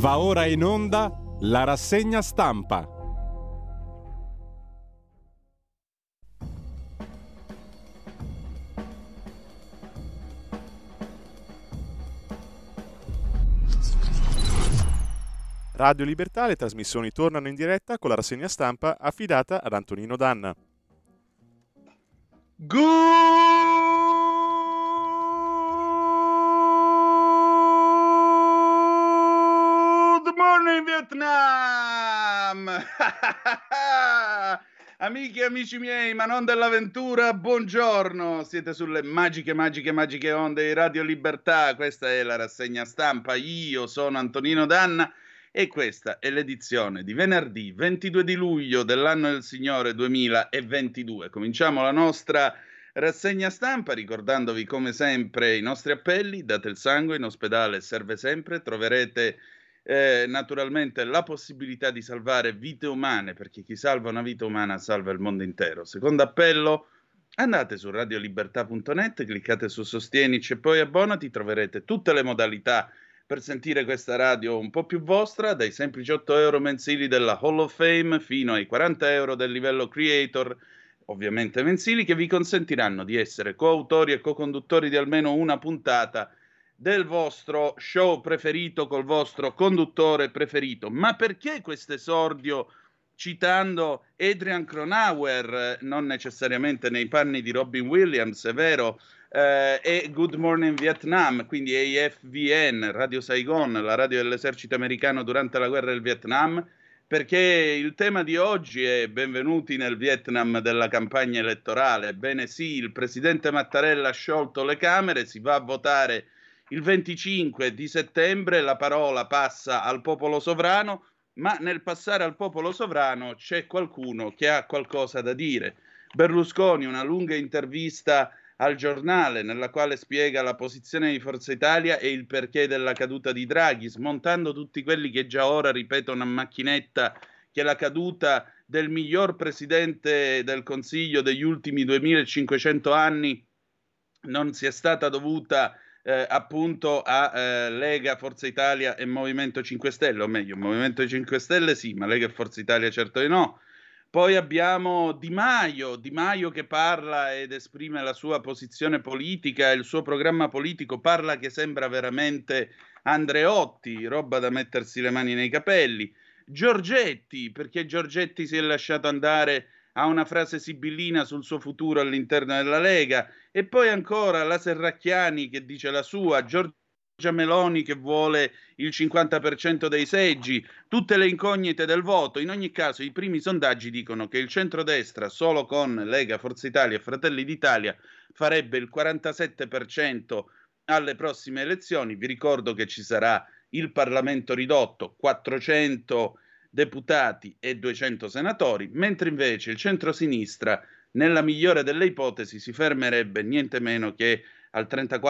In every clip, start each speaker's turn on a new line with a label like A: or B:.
A: Va ora in onda la rassegna stampa.
B: Radio Libertà, le trasmissioni tornano in diretta con la rassegna stampa affidata ad Antonino Danna.
C: Good morning Vietnam! Amiche e amici miei, ma non dell'avventura, buongiorno! Siete sulle magiche onde di Radio Libertà. Questa è la rassegna stampa. Io sono Antonino Danna e questa è l'edizione di venerdì 22 di luglio dell'anno del Signore 2022. Cominciamo la nostra rassegna stampa ricordandovi come sempre i nostri appelli: date il sangue, in ospedale serve sempre, troverete naturalmente la possibilità di salvare vite umane, perché chi salva una vita umana salva il mondo intero. Secondo appello: andate su radiolibertà.net, cliccate su Sostienici e poi abbonati, troverete tutte le modalità per sentire questa radio un po' più vostra, dai semplici 8 euro mensili della Hall of Fame fino ai 40 euro del livello Creator, ovviamente mensili, che vi consentiranno di essere coautori e co-conduttori di almeno una puntata del vostro show preferito col vostro conduttore preferito. Ma perché questo esordio citando Adrian Cronauer, non necessariamente nei panni di Robin Williams, è vero, e Good Morning Vietnam, quindi AFVN, Radio Saigon, la radio dell'esercito americano durante la guerra del Vietnam? Perché il tema di oggi è benvenuti nel Vietnam della campagna elettorale. Ebbene sì, il presidente Mattarella ha sciolto le Camere, si va a votare il 25 di settembre, la parola passa al popolo sovrano, ma nel passare al popolo sovrano c'è qualcuno che ha qualcosa da dire. Berlusconi, una lunga intervista al Giornale nella quale spiega la posizione di Forza Italia e il perché della caduta di Draghi, smontando tutti quelli che già ora ripetono a macchinetta che la caduta del miglior presidente del Consiglio degli ultimi 2500 anni non sia stata dovuta appunto a Lega, Forza Italia e Movimento 5 Stelle, o meglio, Movimento 5 Stelle sì, ma Lega e Forza Italia certo di no. Poi abbiamo Di Maio che parla ed esprime la sua posizione politica, il suo programma politico, parla che sembra veramente Andreotti, roba da mettersi le mani nei capelli. Giorgetti, perché Giorgetti si è lasciato andare a una frase sibillina sul suo futuro all'interno della Lega, e poi ancora la Serracchiani che dice la sua, Giorgia Meloni che vuole il 50% dei seggi, tutte le incognite del voto. In ogni caso i primi sondaggi dicono che il centrodestra solo con Lega, Forza Italia e Fratelli d'Italia farebbe il 47% alle prossime elezioni. Vi ricordo che ci sarà il Parlamento ridotto, 400 deputati e 200 senatori, mentre invece il centrosinistra, nella migliore delle ipotesi, si fermerebbe niente meno che al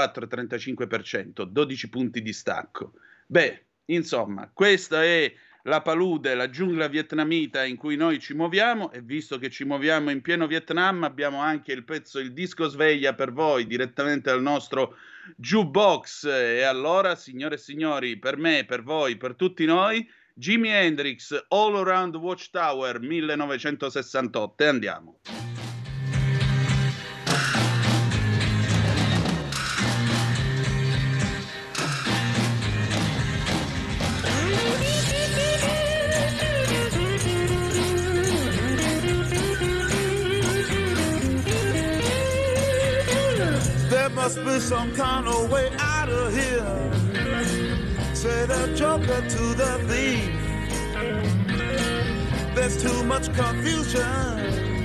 C: 34-35%, 12 punti di stacco. Beh, insomma, questa è la palude, la giungla vietnamita in cui noi ci muoviamo, e visto che ci muoviamo in pieno Vietnam, abbiamo anche il pezzo, il disco sveglia per voi, direttamente dal nostro jukebox. E allora, signore e signori, per me, per voi, per tutti noi, Jimi Hendrix, All Around the Watchtower, 1968, e andiamo.
D: There must be some kind of way out of here. Say the joker to the thief. There's too much confusion.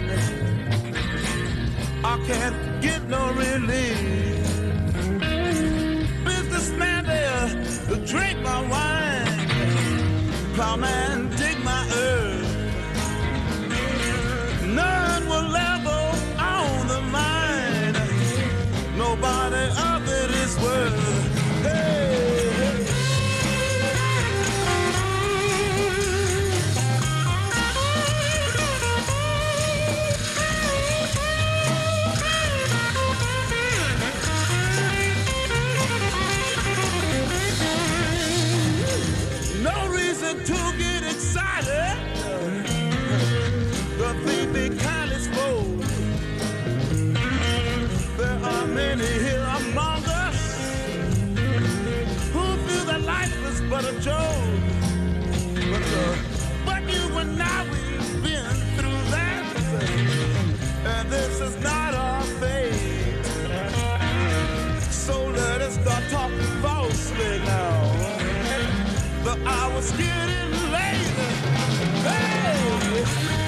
D: I can't get no relief. Businessman there, drink my wine. Plowman, dig my earth. None will level on the mine. Nobody of it is worth. Hey. No to get excited. The thief be kindly spoke. There are many here among us who feel that life is but a joke. But you and I, we've been through that, and this is not our fate. So let us start talking falsely now. The hour's getting late. Hey!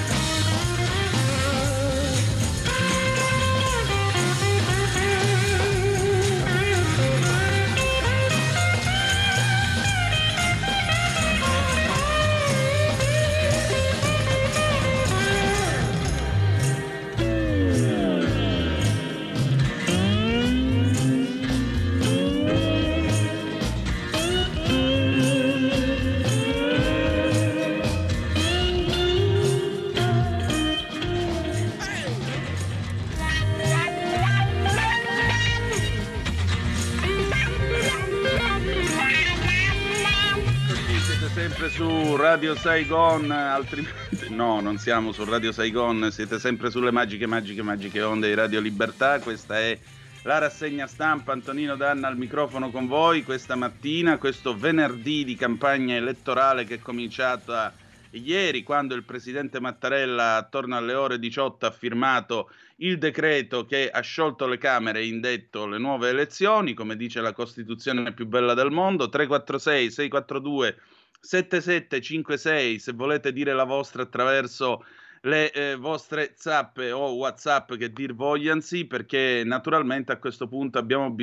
C: Sempre su Radio Saigon, altrimenti no, non siamo su Radio Saigon, siete sempre sulle magiche onde di Radio Libertà. Questa è la rassegna stampa, Antonino Danna al microfono con voi questa mattina, questo venerdì di campagna elettorale che è cominciata ieri, quando il presidente Mattarella attorno alle ore 18 ha firmato il decreto che ha sciolto le Camere e indetto le nuove elezioni, come dice la Costituzione più bella del mondo. 346 642 7756 se volete dire la vostra attraverso le vostre zappe o WhatsApp che dir vogliansi, perché naturalmente a questo punto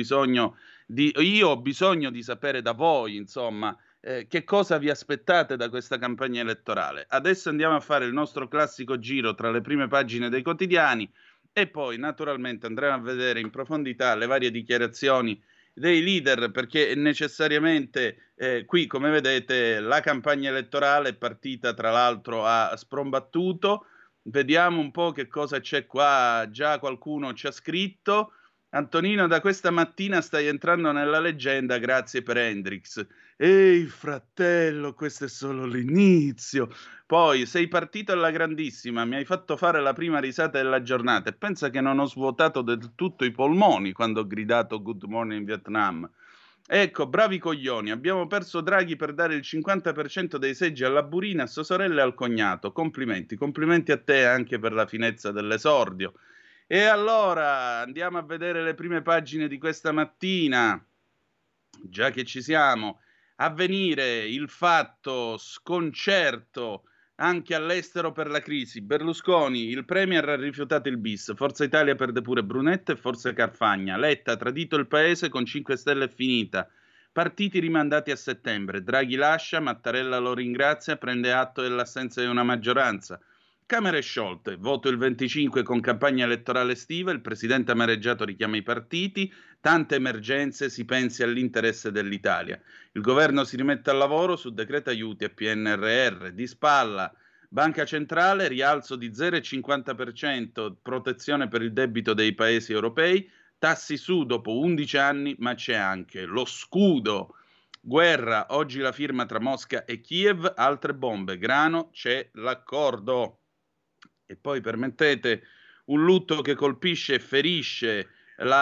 C: io ho bisogno di sapere da voi, insomma, che cosa vi aspettate da questa campagna elettorale. Adesso andiamo a fare il nostro classico giro tra le prime pagine dei quotidiani e poi naturalmente andremo a vedere in profondità le varie dichiarazioni dei leader, perché necessariamente qui, come vedete, la campagna elettorale è partita tra l'altro a sprombattuto. Vediamo un po' che cosa c'è qua. Già qualcuno ci ha scritto: Antonino, da questa mattina stai entrando nella leggenda, grazie per Hendrix. Ehi fratello, questo è solo l'inizio. Poi sei partito alla grandissima, mi hai fatto fare la prima risata della giornata e pensa che non ho svuotato del tutto i polmoni quando ho gridato Good Morning Vietnam. Ecco, bravi coglioni, abbiamo perso Draghi per dare il 50% dei seggi alla Burina, a sua sorella e al cognato. Complimenti a te anche per la finezza dell'esordio. E allora andiamo a vedere le prime pagine di questa mattina, già che ci siamo. Avvenire, il Fatto, sconcerto anche all'estero per la crisi. Berlusconi, il premier ha rifiutato il bis. Forza Italia perde pure Brunetta e forse Carfagna. Letta, tradito il paese, con 5 Stelle è finita. Partiti rimandati a settembre. Draghi lascia, Mattarella lo ringrazia, prende atto dell'assenza di una maggioranza. Camere sciolte, voto il 25 con campagna elettorale estiva, il presidente amareggiato richiama i partiti, tante emergenze, si pensi all'interesse dell'Italia. Il governo si rimette al lavoro su decreto aiuti e PNRR, di spalla, Banca Centrale, rialzo di 0,50%, protezione per il debito dei paesi europei, tassi su dopo 11 anni, ma c'è anche lo scudo. Guerra, oggi la firma tra Mosca e Kiev, altre bombe, grano, c'è l'accordo. E poi permettete un lutto che colpisce e ferisce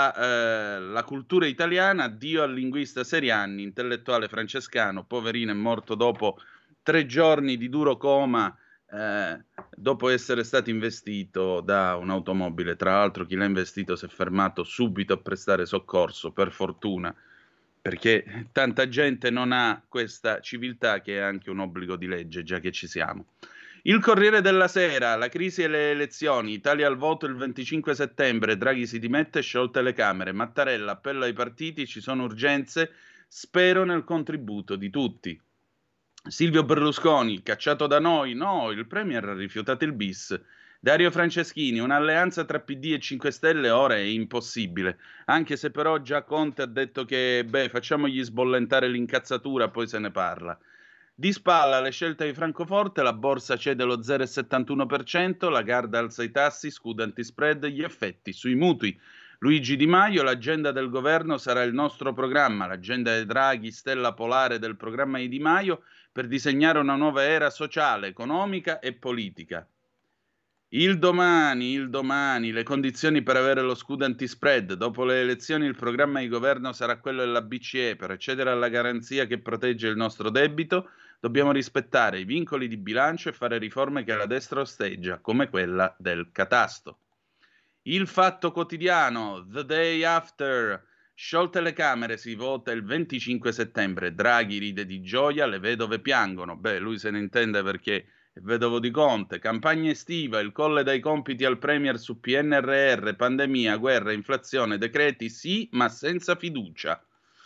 C: la cultura italiana. Addio al linguista Serianni, intellettuale francescano, poverino, è morto dopo 3 giorni di duro coma, dopo essere stato investito da un'automobile. Tra l'altro chi l'ha investito si è fermato subito a prestare soccorso, per fortuna, perché tanta gente non ha questa civiltà, che è anche un obbligo di legge, già che ci siamo. Il Corriere della Sera, la crisi e le elezioni, Italia al voto il 25 settembre, Draghi si dimette, sciolte le Camere, Mattarella, appello ai partiti, ci sono urgenze, spero nel contributo di tutti. Silvio Berlusconi, cacciato da noi, no, il premier ha rifiutato il bis. Dario Franceschini, un'alleanza tra PD e 5 Stelle ora è impossibile, anche se però già Conte ha detto che, facciamogli sbollentare l'incazzatura, poi se ne parla. Di spalla le scelte di Francoforte, la borsa cede lo 0,71%, la Lagarde alza i tassi, scudo antispread, gli effetti sui mutui. Luigi Di Maio, l'agenda del governo sarà il nostro programma, l'agenda di Draghi, stella polare del programma di Di Maio, per disegnare una nuova era sociale, economica e politica. Il domani, le condizioni per avere lo scudo antispread. Dopo le elezioni il programma di governo sarà quello della BCE. Per accedere alla garanzia che protegge il nostro debito, dobbiamo rispettare i vincoli di bilancio e fare riforme che la destra osteggia, come quella del catasto. Il Fatto Quotidiano, The Day After. Sciolte le Camere, si vota il 25 settembre. Draghi ride di gioia, le vedove piangono. Beh, lui se ne intende perché è vedovo di Conte. Campagna estiva, il colle dai compiti al Premier su PNRR, pandemia, guerra, inflazione, decreti sì, ma senza fiducia.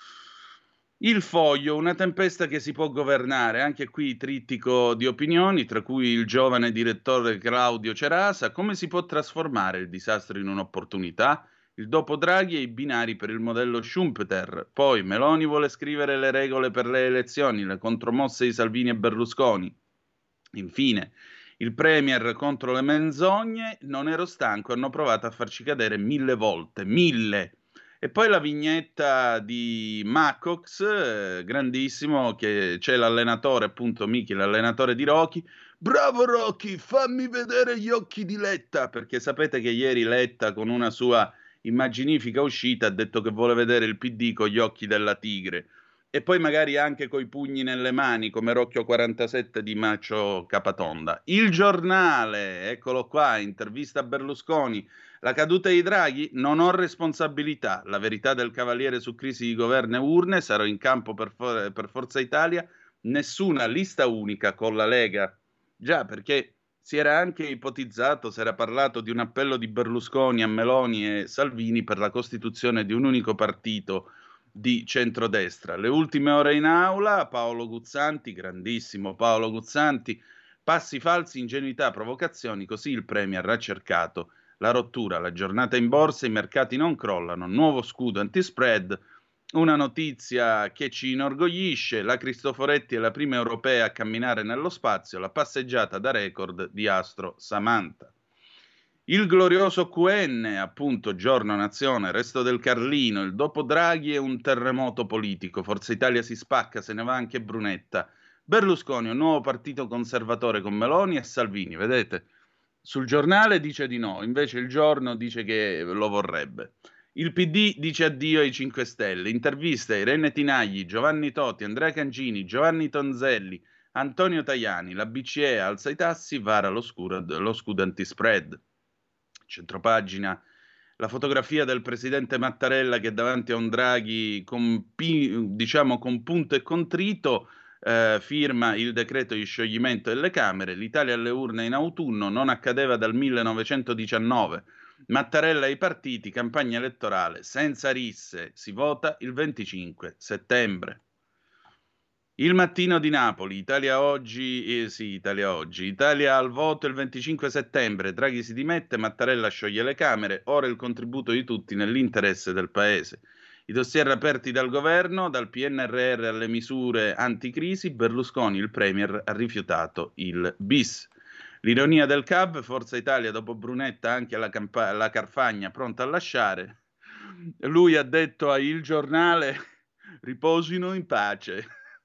C: Il Foglio, una tempesta che si può governare, anche qui trittico di opinioni, tra cui il giovane direttore Claudio Cerasa. Come si può trasformare il disastro in un'opportunità? Il dopo Draghi e i binari per il modello Schumpeter. Poi Meloni vuole scrivere le regole per le elezioni, le contromosse di Salvini e Berlusconi. Infine, il Premier contro le menzogne, non ero stanco, hanno provato a farci cadere 1000 volte, 1000. E poi la vignetta di Macox, grandissimo, che c'è l'allenatore, appunto Miki, l'allenatore di Rocky. Bravo Rocky, fammi vedere gli occhi di Letta, perché sapete che ieri Letta con una sua immaginifica uscita ha detto che vuole vedere il PD con gli occhi della tigre. E poi magari anche coi pugni nelle mani, come Rocchio 47 di Macio Capatonda. Il Giornale, eccolo qua, intervista a Berlusconi. La caduta di Draghi? Non ho responsabilità. La verità del Cavaliere su crisi di governo e urne. Sarò in campo per Forza Italia. Nessuna lista unica con la Lega. Già, perché si era anche ipotizzato, si era parlato di un appello di Berlusconi a Meloni e Salvini per la costituzione di un unico partito di centrodestra. Le ultime ore in aula, Paolo Guzzanti, grandissimo Paolo Guzzanti, passi falsi, ingenuità, provocazioni, così il Premier ha cercato la rottura. La giornata in borsa, i mercati non crollano, nuovo scudo antispread, una notizia che ci inorgoglisce, la Cristoforetti è la prima europea a camminare nello spazio, la passeggiata da record di Astro Samantha. Il glorioso QN, appunto, giorno nazione, resto del Carlino, il dopo Draghi è un terremoto politico, Forza Italia si spacca, se ne va anche Brunetta. Berlusconi, un nuovo partito conservatore con Meloni e Salvini, vedete? Sul Giornale dice di no, invece il Giorno dice che lo vorrebbe. Il PD dice addio ai 5 Stelle, interviste a Irene Tinagli, Giovanni Toti, Andrea Cangini, Giovanni Tonzelli, Antonio Tajani, la BCE alza i tassi, vara lo scudo antispread. Centropagina, la fotografia del presidente Mattarella che davanti a un Draghi con punto e contrito firma il decreto di scioglimento delle Camere, l'Italia alle urne in autunno, non accadeva dal 1919, Mattarella ai partiti, campagna elettorale senza risse, si vota il 25 settembre. Il Mattino di Napoli, Italia oggi, Italia al voto il 25 settembre, Draghi si dimette, Mattarella scioglie le Camere, ora il contributo di tutti nell'interesse del Paese. I dossier aperti dal governo, dal PNRR alle misure anticrisi, Berlusconi, il Premier, ha rifiutato il bis. L'ironia del CAV, Forza Italia dopo Brunetta anche la Carfagna pronta a lasciare. Lui ha detto a Il Giornale, riposino in pace.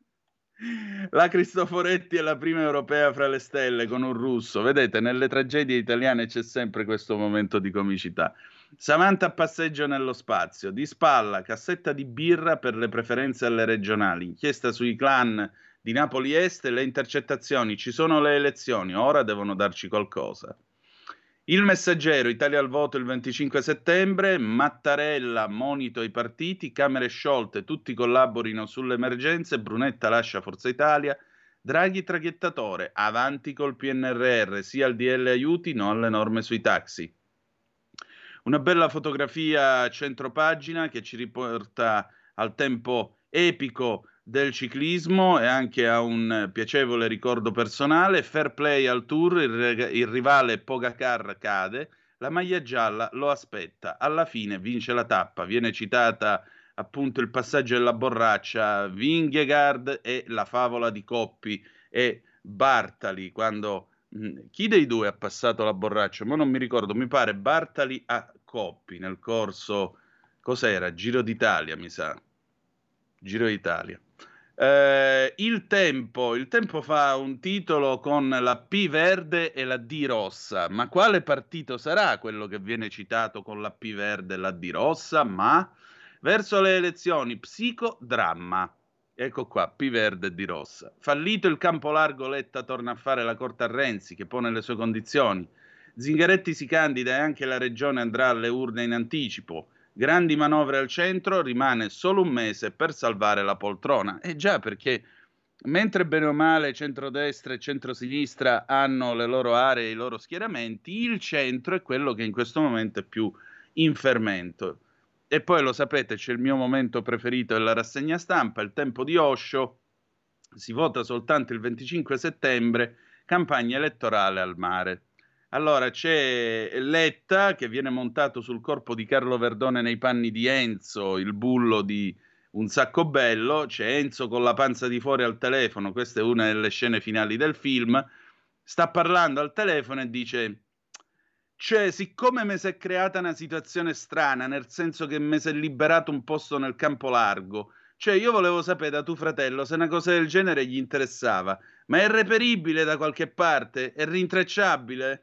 C: La Cristoforetti è la prima europea fra le stelle con un russo. Vedete, nelle tragedie italiane c'è sempre questo momento di comicità. Samantha a passeggio nello spazio. Di spalla, cassetta di birra per le preferenze alle regionali. Inchiesta sui clan di Napoli Est e le intercettazioni. Ci sono le elezioni, ora devono darci qualcosa. Il Messaggero, Italia al voto il 25 settembre, Mattarella monito i partiti, Camere sciolte, tutti collaborino sulle emergenze, Brunetta lascia Forza Italia, Draghi traghettatore, avanti col PNRR, sia al DL aiuti, no alle norme sui taxi. Una bella fotografia a centropagina che ci riporta al tempo epico del ciclismo e anche a un piacevole ricordo personale. Fair play al Tour, il rivale Pogacar cade, la maglia gialla lo aspetta, alla fine vince la tappa, viene citata appunto il passaggio della borraccia, Vingegaard e la favola di Coppi e Bartali, quando chi dei due ha passato la borraccia? Ma non mi ricordo, mi pare Bartali a Coppi nel corso, cos'era? Giro d'Italia, mi sa. Giro d'Italia. Il Tempo fa un titolo con la P verde e la D rossa. Ma quale partito sarà quello che viene citato con la P verde e la D rossa? Ma verso le elezioni, psicodramma. Ecco qua, P verde e D rossa. Fallito il campo largo, Letta torna a fare la corte a Renzi, che pone le sue condizioni. Zingaretti si candida e anche la regione andrà alle urne in anticipo. Grandi manovre al centro, rimane solo un mese per salvare la poltrona. Già, perché mentre bene o male centrodestra e centrosinistra hanno le loro aree e i loro schieramenti, il centro è quello che in questo momento è più in fermento. E poi lo sapete, c'è il mio momento preferito, è la rassegna stampa, il tempo di Osho, si vota soltanto il 25 settembre, campagna elettorale al mare. Allora c'è Letta che viene montato sul corpo di Carlo Verdone nei panni di Enzo, il bullo di Un sacco bello, c'è Enzo con la panza di fuori al telefono, questa è una delle scene finali del film, sta parlando al telefono e dice: cioè, siccome mi si è creata una situazione strana, nel senso che mi si è liberato un posto nel campo largo, cioè io volevo sapere da tuo fratello se una cosa del genere gli interessava, ma è reperibile da qualche parte? È rintracciabile?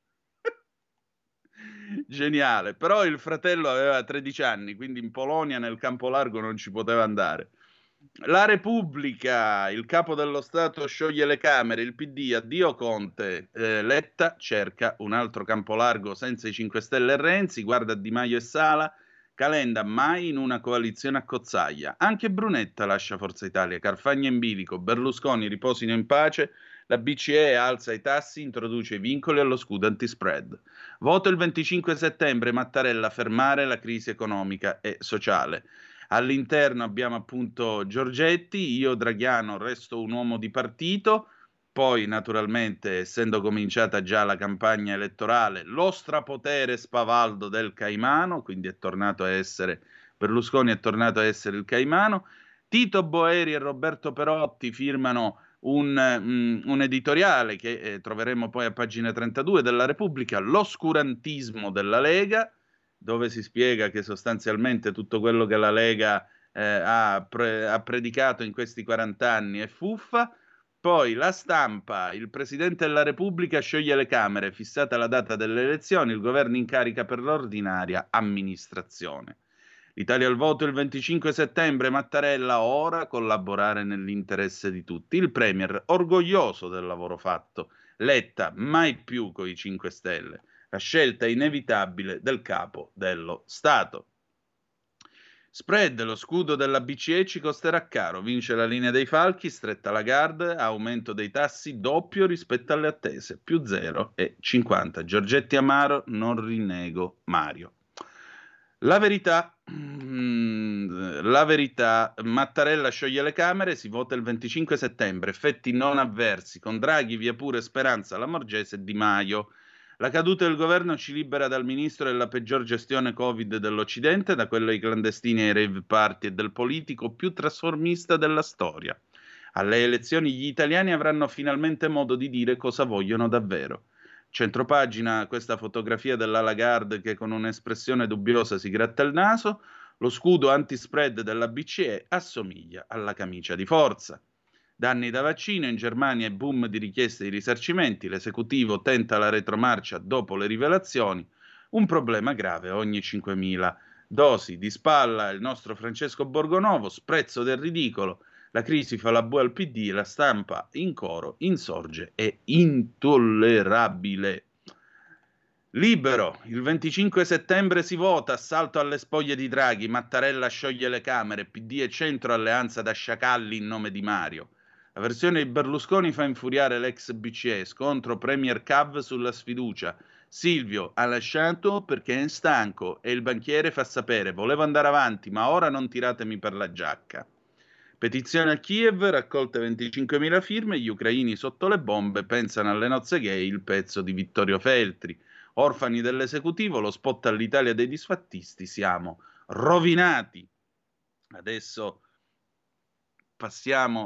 C: Geniale, però il fratello aveva 13 anni, quindi in Polonia nel campo largo non ci poteva andare. La Repubblica, il capo dello Stato scioglie le Camere, il PD, addio Conte, Letta cerca un altro campo largo senza i 5 Stelle e Renzi, guarda Di Maio e Sala, Calenda mai in una coalizione a cozzaglia. Anche Brunetta lascia Forza Italia, Carfagna in bilico, Berlusconi riposino in pace, la BCE alza i tassi, introduce i vincoli allo scudo antispread. Voto il 25 settembre, Mattarella fermare la crisi economica e sociale. All'interno abbiamo appunto Giorgetti, io Draghiano resto un uomo di partito, poi naturalmente essendo cominciata già la campagna elettorale lo strapotere spavaldo del Caimano, quindi è tornato a essere, Berlusconi è tornato a essere il Caimano, Tito Boeri e Roberto Perotti firmano un editoriale che troveremo poi a pagina 32 della Repubblica, l'oscurantismo della Lega, dove si spiega che sostanzialmente tutto quello che la Lega ha predicato in questi 40 anni è fuffa. Poi La Stampa, il Presidente della Repubblica scioglie le Camere, fissata la data delle elezioni, il governo in carica per l'ordinaria amministrazione. L'Italia al voto il 25 settembre, Mattarella ora collaborare nell'interesse di tutti. Il Premier orgoglioso del lavoro fatto, Letta mai più coi 5 Stelle. La scelta inevitabile del capo dello Stato. Spread, lo scudo della BCE ci costerà caro, vince la linea dei falchi, stretta Lagarde, aumento dei tassi doppio rispetto alle attese, più 0,50. Giorgetti Amaro, non rinego Mario. La verità, Mattarella scioglie le Camere, si vota il 25 settembre, effetti non avversi, con Draghi via pure Speranza, Lamorgese e Di Maio. La caduta del governo ci libera dal ministro della peggior gestione Covid dell'Occidente, da quello ai clandestini ai rave party e del politico più trasformista della storia. Alle elezioni gli italiani avranno finalmente modo di dire cosa vogliono davvero. Centropagina, questa fotografia della Lagarde che con un'espressione dubbiosa si gratta il naso, lo scudo anti-spread della BCE assomiglia alla camicia di forza. Danni da vaccino, in Germania e boom di richieste di risarcimenti, l'esecutivo tenta la retromarcia dopo le rivelazioni, un problema grave ogni 5.000 dosi. Di spalla il nostro Francesco Borgonovo, sprezzo del ridicolo, la crisi fa la bue al PD e La Stampa in coro insorge, è intollerabile. Libero, il 25 settembre si vota, assalto alle spoglie di Draghi, Mattarella scioglie le Camere, PD e centro alleanza da sciacalli in nome di Mario. La versione di Berlusconi fa infuriare l'ex BCE, scontro Premier Cav sulla sfiducia. Silvio ha lasciato perché è stanco e il banchiere fa sapere volevo andare avanti ma ora non tiratemi per la giacca. Petizione a Kiev, raccolte 25.000 firme, gli ucraini sotto le bombe pensano alle nozze gay, il pezzo di Vittorio Feltri. Orfani dell'esecutivo, lo spot all'Italia dei disfattisti, siamo rovinati. Adesso passiamo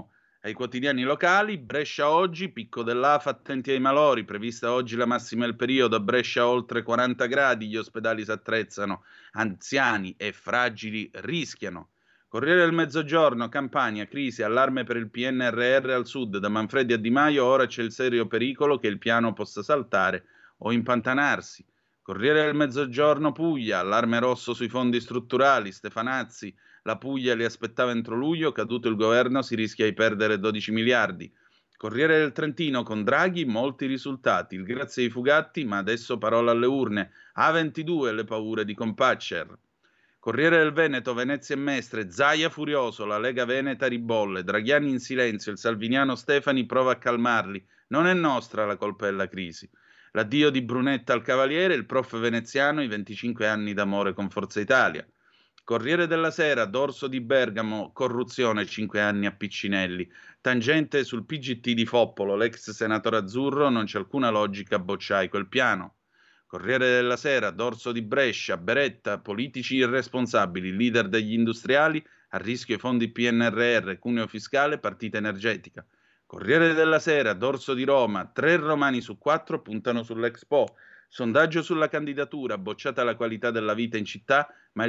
C: Ai quotidiani locali, Brescia oggi, picco dell'AFA, attenti ai malori, prevista oggi la massima del periodo, a Brescia oltre 40 gradi, gli ospedali si attrezzano, anziani e fragili rischiano. Corriere del Mezzogiorno, Campania, crisi, allarme per il PNRR al sud, da Manfredi a Di Maio, ora c'è il serio pericolo che il piano possa saltare o impantanarsi. Corriere del Mezzogiorno, Puglia, allarme rosso sui fondi strutturali, Stefanazzi, la Puglia li aspettava entro luglio, caduto il governo si rischia di perdere 12 miliardi. Corriere del Trentino, con Draghi molti risultati, il grazie ai fugatti, ma adesso parola alle urne, A22 le paure di Compaccer. Corriere del Veneto, Venezia e Mestre, Zaia furioso, la Lega Veneta ribolle, Draghiani in silenzio, il salviniano Stefani prova a calmarli, non è nostra la colpa della crisi. L'addio di Brunetta al Cavaliere, il prof veneziano, i 25 anni d'amore con Forza Italia. Corriere della Sera, Dorso di Bergamo, corruzione, 5 anni a Piccinelli. Tangente sul PGT di Foppolo, l'ex senatore azzurro, non c'è alcuna logica, bocciai quel piano. Corriere della Sera, Dorso di Brescia, Beretta, politici irresponsabili, leader degli industriali, a rischio i fondi PNRR, cuneo fiscale, partita energetica. Corriere della Sera, Dorso di Roma, 3 romani su 4 puntano sull'Expo. Sondaggio sulla candidatura, bocciata la qualità della vita in città, ma il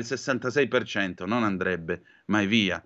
C: 66% non andrebbe mai via.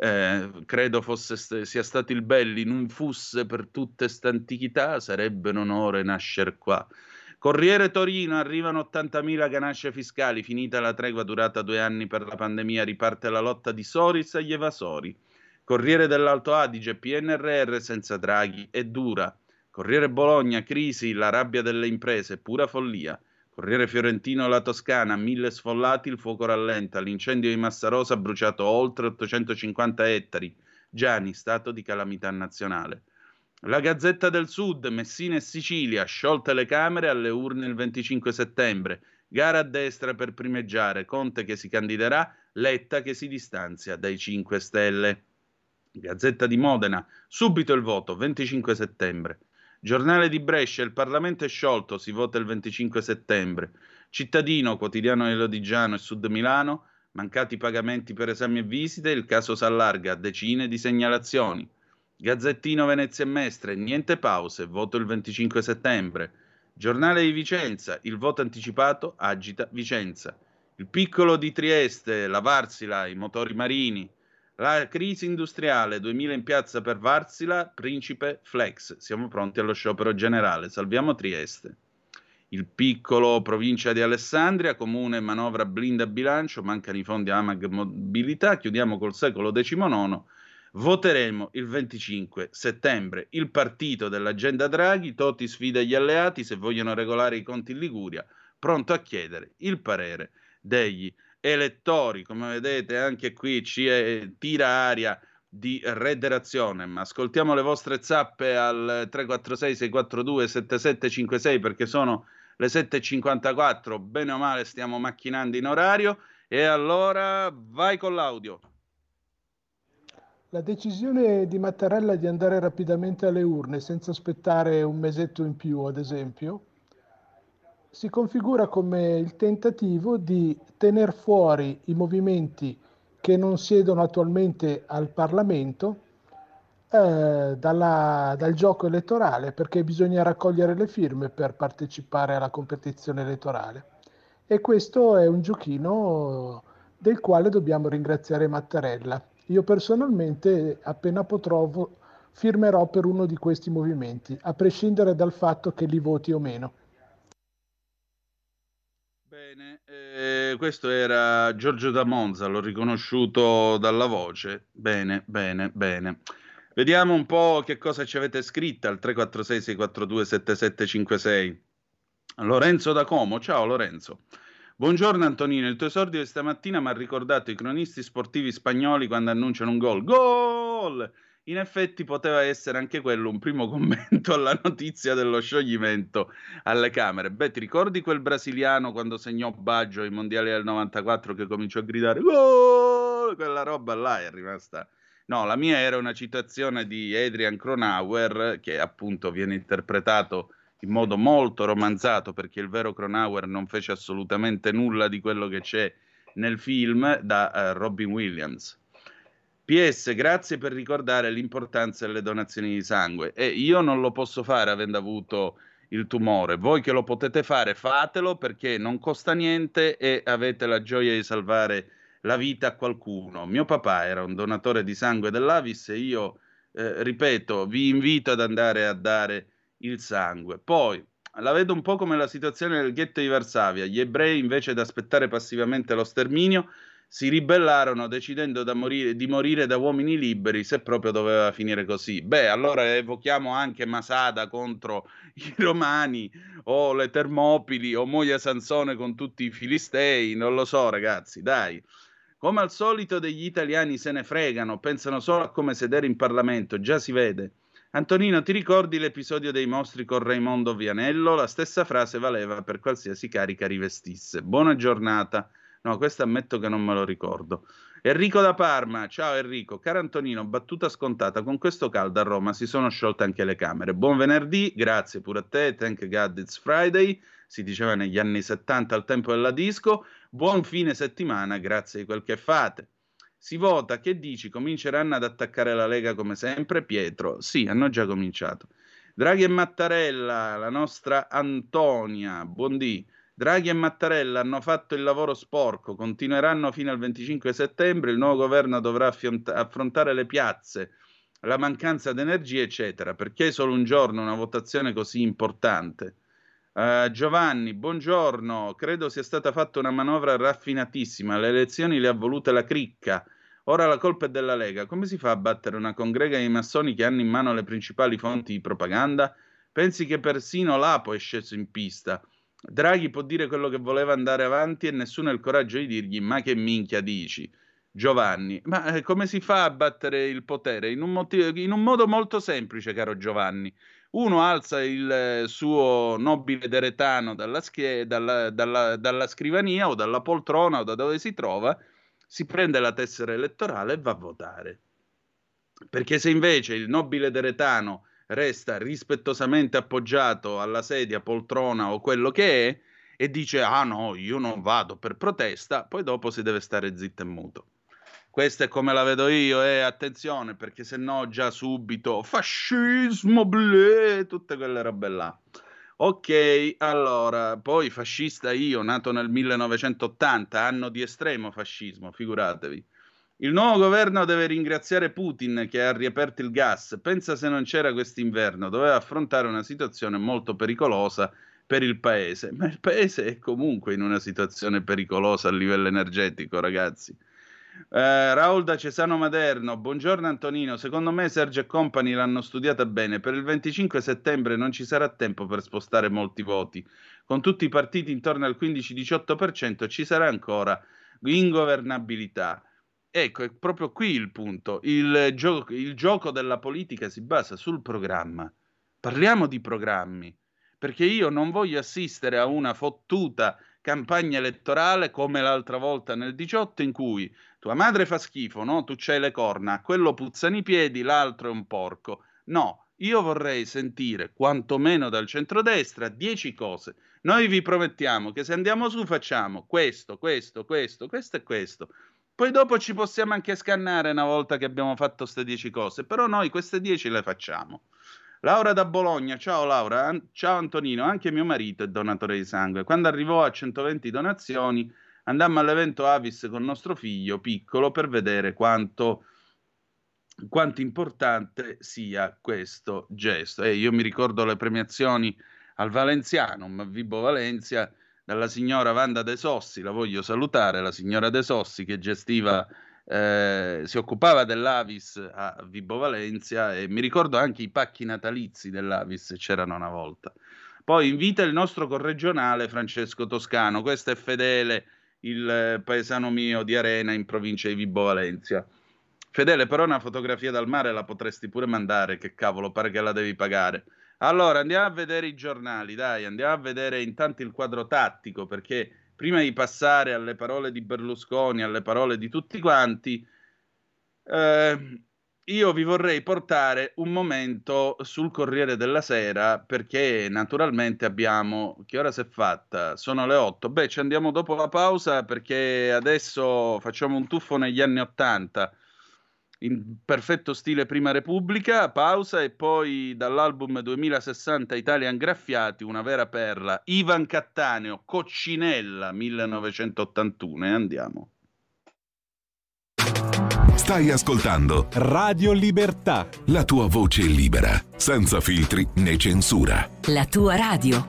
C: Credo sia stato il Belli, non fosse per tutte st'antichità, sarebbe un onore nascer qua. Corriere Torino, arrivano 80.000 ganasce fiscali, finita la tregua durata 2 anni per la pandemia, riparte la lotta di Soris agli evasori. Corriere dell'Alto Adige, PNRR senza Draghi è dura. Corriere Bologna, crisi, la rabbia delle imprese, pura follia. Corriere Fiorentino, la Toscana, 1000 sfollati, il fuoco rallenta. L'incendio di Massarosa ha bruciato oltre 850 ettari. Gianni, stato di calamità nazionale. La Gazzetta del Sud, Messina e Sicilia, sciolte le Camere, alle urne il 25 settembre. Gara a destra per primeggiare, Conte che si candiderà, Letta che si distanzia dai 5 Stelle. Gazzetta di Modena, subito il voto, 25 settembre. Giornale di Brescia, il Parlamento è sciolto, si vota il 25 settembre. Cittadino, quotidiano di Lodigiano e Sud Milano, mancati pagamenti per esami e visite, il caso s'allarga a decine di segnalazioni. Gazzettino Venezia e Mestre, niente pause, voto il 25 settembre. Giornale di Vicenza, il voto anticipato agita Vicenza. Il Piccolo di Trieste, la Varsila, i motori marini. La crisi industriale, 2000 in piazza per Varsila, Principe Flex. Siamo pronti allo sciopero generale, salviamo Trieste. Il Piccolo, provincia di Alessandria, comune manovra blinda bilancio, mancano i fondi Amag Mobilità, chiudiamo col secolo XIX. Voteremo il 25 settembre. Il partito dell'agenda Draghi, Totti sfida gli alleati, se vogliono regolare i conti in Liguria, pronto a chiedere il parere degli elettori. Come vedete anche qui ci tira aria di rederazione, ma ascoltiamo le vostre zappe al 346 642 7756 perché sono le 7:54, bene o male stiamo macchinando in orario e allora vai con l'audio.
E: La decisione di Mattarella di andare rapidamente alle urne senza aspettare un mesetto in più, ad esempio, si configura come il tentativo di tener fuori i movimenti che non siedono attualmente al Parlamento dal gioco elettorale, perché bisogna raccogliere le firme per partecipare alla competizione elettorale. E questo è un giochino del quale dobbiamo ringraziare Mattarella. Io personalmente, appena potrò, firmerò per uno di questi movimenti, a prescindere dal fatto che li voti o meno.
C: Bene, questo era Giorgio da Monza, l'ho riconosciuto dalla voce. Bene, bene, bene. Vediamo un po' che cosa ci avete scritto al 346 642 7756. Lorenzo da Como, ciao Lorenzo. Buongiorno Antonino, il tuo esordio di stamattina mi ha ricordato i cronisti sportivi spagnoli quando annunciano un gol. Gol! In effetti poteva essere anche quello un primo commento alla notizia dello scioglimento alle Camere. Beh, ti ricordi quel brasiliano quando segnò Baggio ai mondiali del 94 che cominciò a gridare gol? Quella roba là è rimasta... No, la mia era una citazione di Adrian Cronauer che appunto viene interpretato in modo molto romanzato perché il vero Cronauer non fece assolutamente nulla di quello che c'è nel film da Robin Williams. PS, grazie per ricordare l'importanza delle donazioni di sangue. E io non lo posso fare avendo avuto il tumore. Voi che lo potete fare, fatelo perché non costa niente e avete la gioia di salvare la vita a qualcuno. Mio papà era un donatore di sangue dell'Avis e io, ripeto, vi invito ad andare a dare il sangue. Poi, la vedo un po' come la situazione del ghetto di Varsavia. Gli ebrei, invece di aspettare passivamente lo sterminio, si ribellarono decidendo di morire da uomini liberi se proprio doveva finire così. Beh, allora evochiamo anche Masada contro i Romani o le Termopili o Moia Sansone con tutti i Filistei, non lo so ragazzi, dai. Come al solito degli italiani se ne fregano, pensano solo a come sedere in Parlamento, già si vede. Antonino, ti ricordi l'episodio dei mostri con Raimondo Vianello? La stessa frase valeva per qualsiasi carica rivestisse. Buona giornata. No, questo ammetto che non me lo ricordo. Enrico da Parma, ciao Enrico. Caro Antonino, battuta scontata, con questo caldo a Roma si sono sciolte anche le camere. Buon venerdì, grazie pure a te, thank God it's Friday, si diceva negli anni 70 al tempo della disco. Buon fine settimana, grazie di quel che fate. Si vota, che dici? Cominceranno ad attaccare la Lega come sempre? Pietro, sì, hanno già cominciato. Draghi e Mattarella, la nostra Antonia, buondì. Draghi e Mattarella hanno fatto il lavoro sporco, continueranno fino al 25 settembre, il nuovo governo dovrà affrontare le piazze, la mancanza di energia, eccetera. Perché solo un giorno una votazione così importante? Giovanni, buongiorno, credo sia stata fatta una manovra raffinatissima, le elezioni le ha volute la cricca, ora la colpa è della Lega. Come si fa a battere una congrega di massoni che hanno in mano le principali fonti di propaganda? Pensi che persino l'Apo è sceso in pista? Draghi può dire quello che voleva, andare avanti, e nessuno ha il coraggio di dirgli ma che minchia dici? Giovanni, ma come si fa a battere il potere? In un modo molto semplice, caro Giovanni. Uno alza il suo nobile deretano dalla scrivania o dalla poltrona o da dove si trova, si prende la tessera elettorale e va a votare. Perché se invece il nobile deretano resta rispettosamente appoggiato alla sedia, poltrona o quello che è e dice ah no, io non vado per protesta, poi dopo si deve stare zitto e muto. Questa è come la vedo io, attenzione, perché se no già subito fascismo, bleh, tutte quelle robe là. Ok, allora, poi fascista io, nato nel 1980, anno di estremo fascismo, figuratevi. Il nuovo governo deve ringraziare Putin che ha riaperto il gas. Pensa se non c'era quest'inverno, doveva affrontare una situazione molto pericolosa per il paese. Ma il paese è comunque in una situazione pericolosa a livello energetico, ragazzi. Raul da Cesano Maderno, buongiorno Antonino, secondo me Sergio e Company l'hanno studiata bene, per il 25 settembre non ci sarà tempo per spostare molti voti, con tutti i partiti intorno al 15-18% ci sarà ancora ingovernabilità. Ecco, è proprio qui il punto, il gioco della politica si basa sul programma, parliamo di programmi, perché io non voglio assistere a una fottuta campagna elettorale come l'altra volta nel 18 in cui tua madre fa schifo, no? Tu c'hai le corna, quello puzzano i piedi, l'altro è un porco. No, io vorrei sentire quantomeno dal centrodestra 10 cose. Noi vi promettiamo che se andiamo su facciamo questo, questo, questo, questo e questo. Poi dopo ci possiamo anche scannare una volta che abbiamo fatto queste 10 cose, però noi queste 10 le facciamo. Laura da Bologna, ciao Laura, ciao Antonino, anche mio marito è donatore di sangue. Quando arrivò a 120 donazioni andammo all'evento Avis con nostro figlio piccolo per vedere quanto importante sia questo gesto. Io mi ricordo le premiazioni al Valenzianum, Vibo Valencia, dalla signora Wanda De Sossi, la voglio salutare, la signora De Sossi che gestiva, si occupava dell'Avis a Vibo Valencia, e mi ricordo anche i pacchi natalizi dell'Avis, c'erano una volta. Poi invita il nostro corregionale Francesco Toscano, questo è Fedele, il paesano mio di Arena in provincia di Vibo Valencia. Fedele, però una fotografia dal mare la potresti pure mandare, che cavolo, pare che la devi pagare. Allora, andiamo a vedere i giornali, dai, andiamo a vedere intanto il quadro tattico, perché prima di passare alle parole di Berlusconi, alle parole di tutti quanti, io vi vorrei portare un momento sul Corriere della Sera, perché naturalmente abbiamo... Che ora si è fatta? Sono le 8. Beh, ci andiamo dopo la pausa, perché adesso facciamo un tuffo negli anni 80. in perfetto stile Prima Repubblica, pausa, e poi dall'album 2060 Italian Graffiati, una vera perla, Ivan Cattaneo, Coccinella 1981, e andiamo.
F: Stai ascoltando
A: Radio Libertà.
F: la tua voce libera, senza filtri né censura.
G: La tua radio.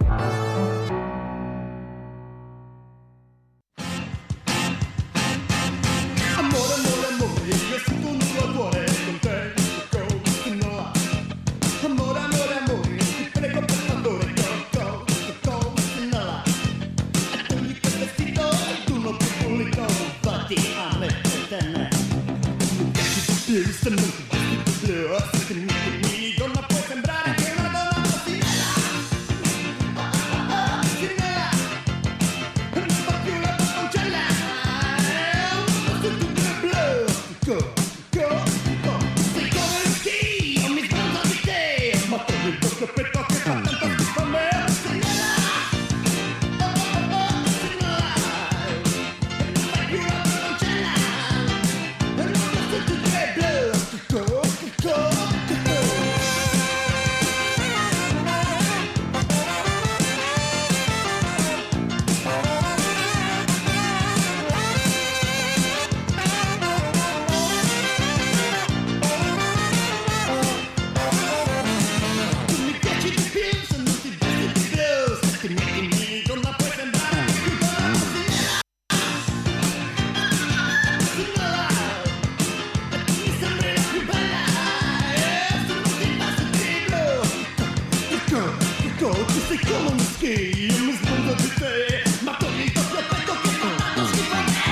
D: Amore, amore, amore, io sento un nuovo cuore con te, no. Amore, amore, amore, ti prego per favore, go, no. E togli quel vestito, tu non ti pulito, fatti a me per te, ne. Non ti più, se non ti vesti blu, se ti metti donna puoi sembrare che una donna così. Non fa più la pancella. Sei come lo schi, non mi sbaglio di te, ma togli il tuo cappetto che fa tanto schifo a me. Non fai più la pancella. Non basta tu che blu. Tu mi piaci di più se non ti vesti di blu, se ti metti in mini donna puoi sembrare più bella. E tu mi sembri la più bella, se non ti vesti di blu. Tu sei come uno schi, io mi sbaglio di te, ma togli il tuo petto che fa tanto schifo a me.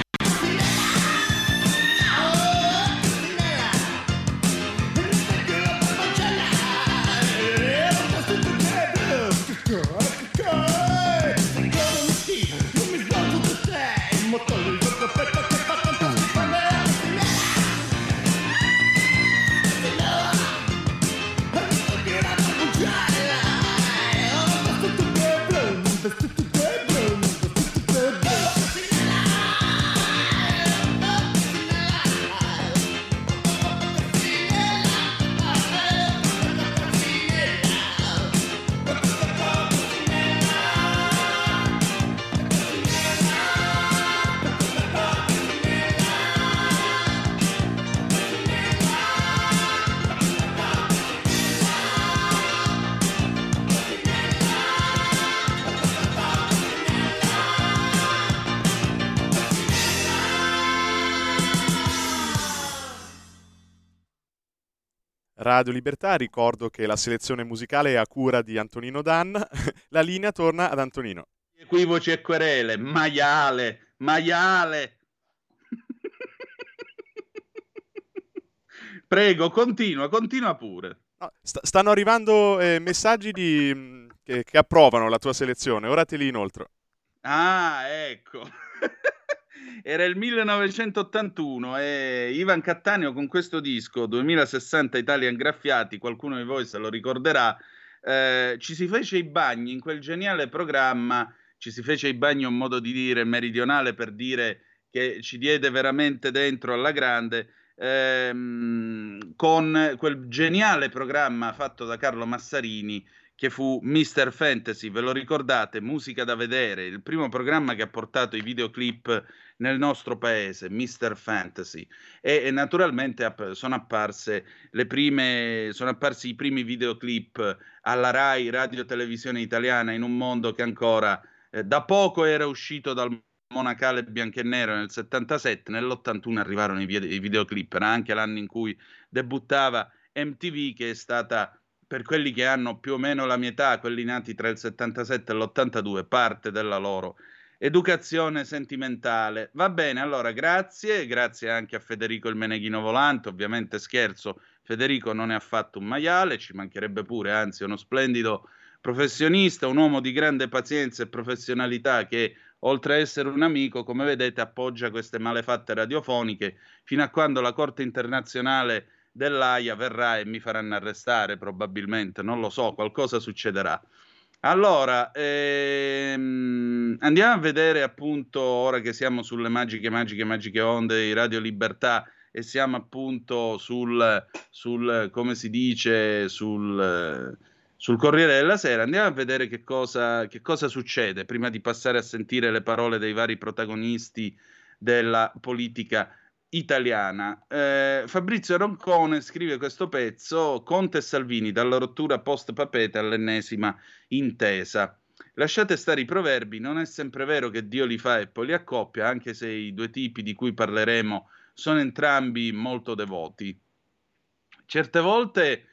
B: Radio Libertà, ricordo che la selezione musicale è a cura di Antonino Danna. La linea torna ad Antonino.
C: Equivoci e querele, maiale. Prego, continua pure.
B: No, stanno arrivando messaggi che approvano la tua selezione, ora te li inoltro.
C: Ah, ecco. Era il 1981 e Ivan Cattaneo con questo disco 2060 Italian Graffiati, qualcuno di voi se lo ricorderà, ci si fece i bagni in quel geniale programma, ci si fece i bagni è un modo di dire meridionale per dire che ci diede veramente dentro alla grande, con quel geniale programma fatto da Carlo Massarini che fu Mr. Fantasy, ve lo ricordate? Musica da vedere, il primo programma che ha portato i videoclip nel nostro paese, Mr. Fantasy, e naturalmente sono apparsi i primi videoclip alla Rai, Radio Televisione Italiana, in un mondo che ancora da poco era uscito dal monacale bianco e nero nel 77, nell'81 arrivarono i videoclip, era anche l'anno in cui debuttava MTV, che è stata, per quelli che hanno più o meno la mia età, quelli nati tra il 77 e l'82, parte della loro educazione sentimentale. Va bene, allora grazie anche a Federico il Meneghino Volante, ovviamente scherzo, Federico non è affatto un maiale, ci mancherebbe pure, anzi è uno splendido professionista, un uomo di grande pazienza e professionalità che oltre a essere un amico, come vedete, appoggia queste malefatte radiofoniche fino a quando la Corte internazionale dell'AIA verrà e mi faranno arrestare probabilmente, non lo so, qualcosa succederà. Allora, andiamo a vedere appunto, ora che siamo sulle magiche onde di Radio Libertà e siamo appunto sul come si dice, sul Corriere della Sera. Andiamo a vedere che cosa succede prima di passare a sentire le parole dei vari protagonisti della politica italiana. Fabrizio Roncone scrive questo pezzo: Conte e Salvini, dalla rottura post Papete all'ennesima intesa. Lasciate stare i proverbi, non è sempre vero che Dio li fa e poi li accoppia, anche se i due tipi di cui parleremo sono entrambi molto devoti. Certe volte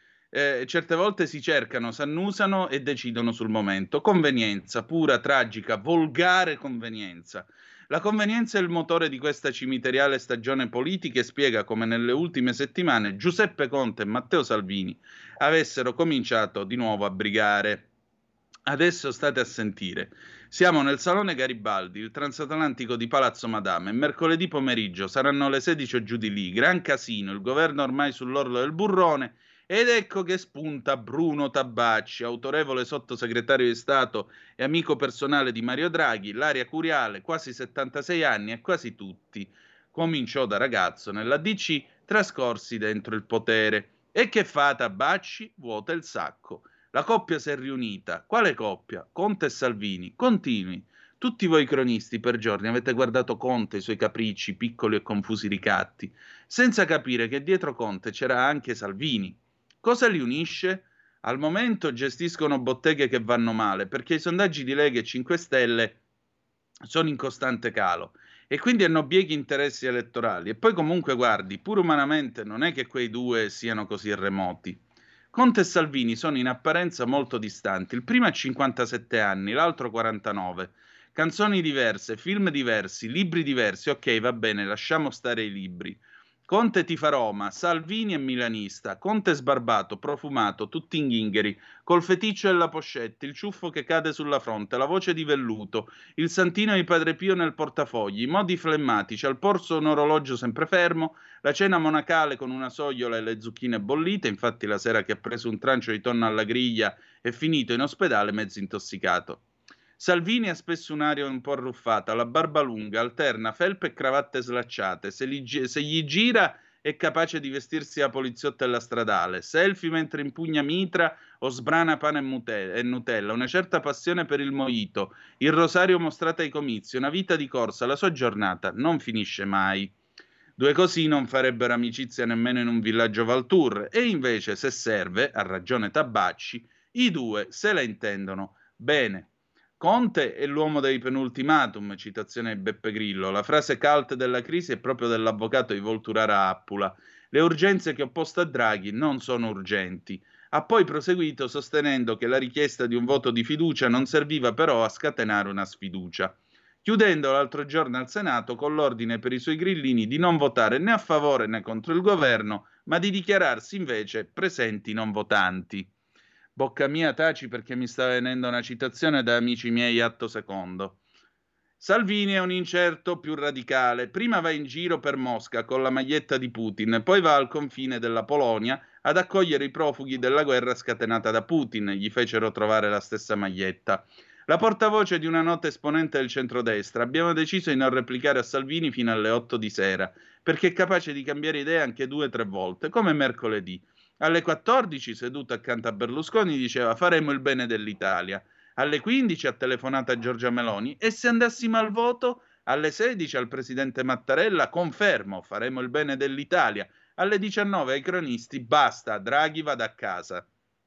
C: si cercano, s'annusano e decidono sul momento. Convenienza, pura, tragica, volgare convenienza. La convenienza è il motore di questa cimiteriale stagione politica e spiega come nelle ultime settimane Giuseppe Conte e Matteo Salvini avessero cominciato di nuovo a brigare. Adesso state a sentire. Siamo nel Salone Garibaldi, il transatlantico di Palazzo Madama, e mercoledì pomeriggio saranno le 16 o giù di lì, gran casino, il governo ormai sull'orlo del burrone, ed ecco che spunta Bruno Tabacci, autorevole sottosegretario di Stato e amico personale di Mario Draghi, l'aria curiale, quasi 76 anni e quasi tutti. Cominciò da ragazzo nella DC, trascorsi dentro il potere. E che fa Tabacci? Vuota il sacco. La coppia si è riunita. Quale coppia? Conte e Salvini. Continui. Tutti voi cronisti per giorni avete guardato Conte, i suoi capricci, piccoli e confusi ricatti, senza capire che dietro Conte c'era anche Salvini. Cosa li unisce? Al momento gestiscono botteghe che vanno male, perché i sondaggi di Lega e 5 Stelle sono in costante calo e quindi hanno biechi interessi elettorali. E poi comunque guardi, pur umanamente non è che quei due siano così remoti. Conte e Salvini sono in apparenza molto distanti, il primo ha 57 anni, l'altro 49. Canzoni diverse, film diversi, libri diversi, ok, va bene, lasciamo stare i libri. Conte tifa Roma, Salvini è milanista, Conte sbarbato, profumato, tutti inghingheri, col feticcio e la pochette, il ciuffo che cade sulla fronte, la voce di velluto, il santino di Padre Pio nel portafogli, i modi flemmatici, al polso un orologio sempre fermo, la cena monacale con una sogliola e le zucchine bollite, infatti la sera che ha preso un trancio di tonno alla griglia è finito in ospedale mezzo intossicato. Salvini ha spesso un'aria un po' arruffata, la barba lunga, alterna felpe e cravatte slacciate, se gli gira è capace di vestirsi a poliziotto alla stradale, selfie mentre impugna mitra o sbrana pane e Nutella, una certa passione per il mojito, il rosario mostrato ai comizi, una vita di corsa, la sua giornata non finisce mai. Due così non farebbero amicizia nemmeno in un villaggio Valtour, e invece, se serve, ha ragione Tabacci, i due se la intendono bene. Conte è l'uomo dei penultimatum, citazione di Beppe Grillo. La frase cult della crisi è proprio dell'avvocato di Volturara Appula. Le urgenze che ho posto a Draghi non sono urgenti. Ha poi proseguito sostenendo che la richiesta di un voto di fiducia non serviva però a scatenare una sfiducia, chiudendo l'altro giorno al Senato con l'ordine per i suoi grillini di non votare né a favore né contro il governo, ma di dichiararsi invece presenti non votanti. Bocca mia, taci perché mi sta venendo una citazione da amici miei atto secondo. Salvini è un incerto più radicale. Prima va in giro per Mosca con la maglietta di Putin, poi va al confine della Polonia ad accogliere i profughi della guerra scatenata da Putin. Gli fecero trovare la stessa maglietta. La portavoce di una nota esponente del centrodestra: abbiamo deciso di non replicare a Salvini fino alle 8 di sera, perché è capace di cambiare idea anche 2 o 3 volte, come mercoledì. Alle 14, seduto accanto a Berlusconi, diceva faremo il bene dell'Italia. Alle 15 ha telefonato a Giorgia Meloni e se andassimo al voto? Alle 16 al presidente Mattarella: confermo, faremo il bene dell'Italia. Alle 19 ai cronisti: basta, Draghi vada a casa.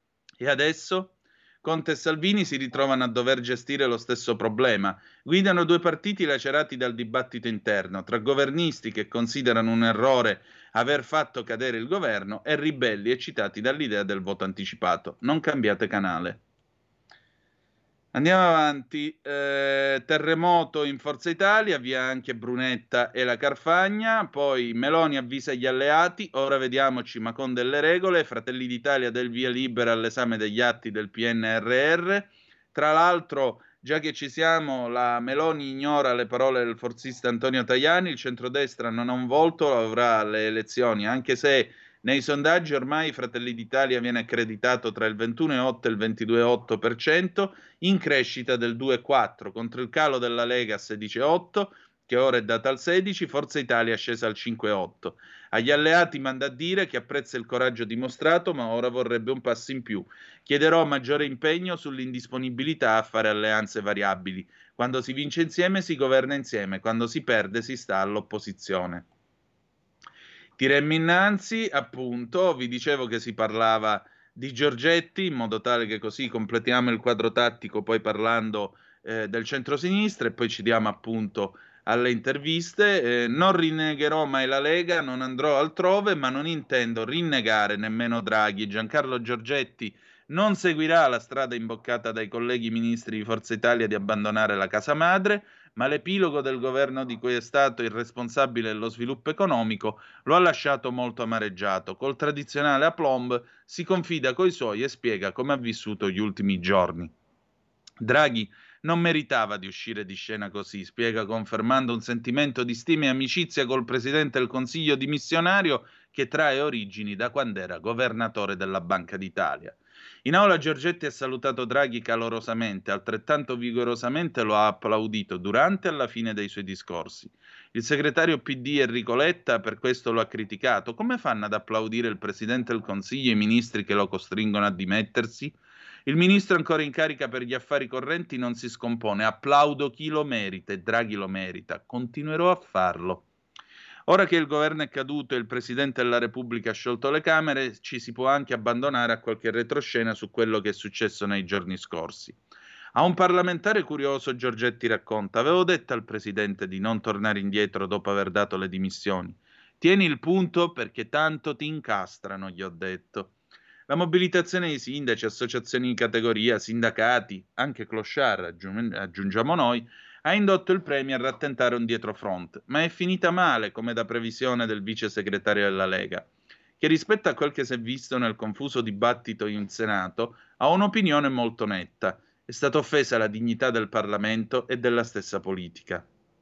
C: E adesso? Conte e Salvini si ritrovano a dover gestire lo stesso problema. Guidano 2 partiti lacerati dal dibattito interno, tra governisti che considerano un errore aver fatto cadere il governo e ribelli eccitati dall'idea del voto anticipato. Non cambiate canale. Andiamo avanti. Terremoto in Forza Italia, via anche Brunetta e la Carfagna. Poi Meloni avvisa gli alleati, ora vediamoci ma con delle regole. Fratelli d'Italia del via libera all'esame degli atti del PNRR. Tra l'altro, già che ci siamo, la Meloni ignora le parole del forzista Antonio Tajani: il centrodestra non ha un volto, avrà le elezioni, anche se nei sondaggi ormai Fratelli d'Italia viene accreditato tra il 21,8 e il 22,8%, in crescita del 2,4 contro il calo della Lega a 16,8 che ora è data al 16, Forza Italia è scesa al 5,8. Agli alleati manda a dire che apprezza il coraggio dimostrato, ma ora vorrebbe un passo in più. Chiederò maggiore impegno sull'indisponibilità a fare alleanze variabili. Quando si vince insieme si governa insieme, quando si perde si sta all'opposizione. Tiremmo innanzi, appunto, vi dicevo che si parlava di Giorgetti, in modo tale che così completiamo il quadro tattico, poi parlando del centrosinistra, e poi ci diamo appunto alle interviste. Non rinnegherò mai la Lega, non andrò altrove, ma non intendo rinnegare nemmeno Draghi. Giancarlo Giorgetti non seguirà la strada imboccata dai colleghi ministri di Forza Italia di abbandonare la casa madre, ma l'epilogo del governo di cui è stato il responsabile dello sviluppo economico lo ha lasciato molto amareggiato. Col tradizionale aplomb si confida coi suoi e spiega come ha vissuto gli ultimi giorni. Draghi non meritava di uscire di scena così, spiega confermando un sentimento di stima e amicizia col Presidente del Consiglio dimissionario che trae origini da quando era governatore della Banca d'Italia. In aula Giorgetti ha salutato Draghi calorosamente, altrettanto vigorosamente lo ha applaudito durante e alla fine dei suoi discorsi. Il segretario PD Enrico Letta per questo lo ha criticato. Come fanno ad applaudire il Presidente del Consiglio e i ministri che lo costringono a dimettersi? Il ministro ancora in carica per gli affari correnti non si scompone. Applaudo chi lo merita e Draghi lo merita. Continuerò a farlo. Ora che il governo è caduto e il Presidente della Repubblica ha sciolto le Camere, ci si può anche abbandonare a qualche retroscena su quello che è successo nei giorni scorsi. A un parlamentare curioso Giorgetti racconta: avevo detto al Presidente di non tornare indietro dopo aver dato le dimissioni. Tieni il punto perché tanto ti incastrano, gli ho detto. La mobilitazione di sindaci, associazioni di categoria, sindacati, anche clochard, aggiungiamo noi, ha indotto il Premier a tentare un dietrofront, ma è finita male, come da previsione del vice segretario della Lega, che rispetto a quel che si è visto nel confuso dibattito in Senato ha un'opinione molto netta. È stata offesa la dignità del Parlamento e della stessa politica.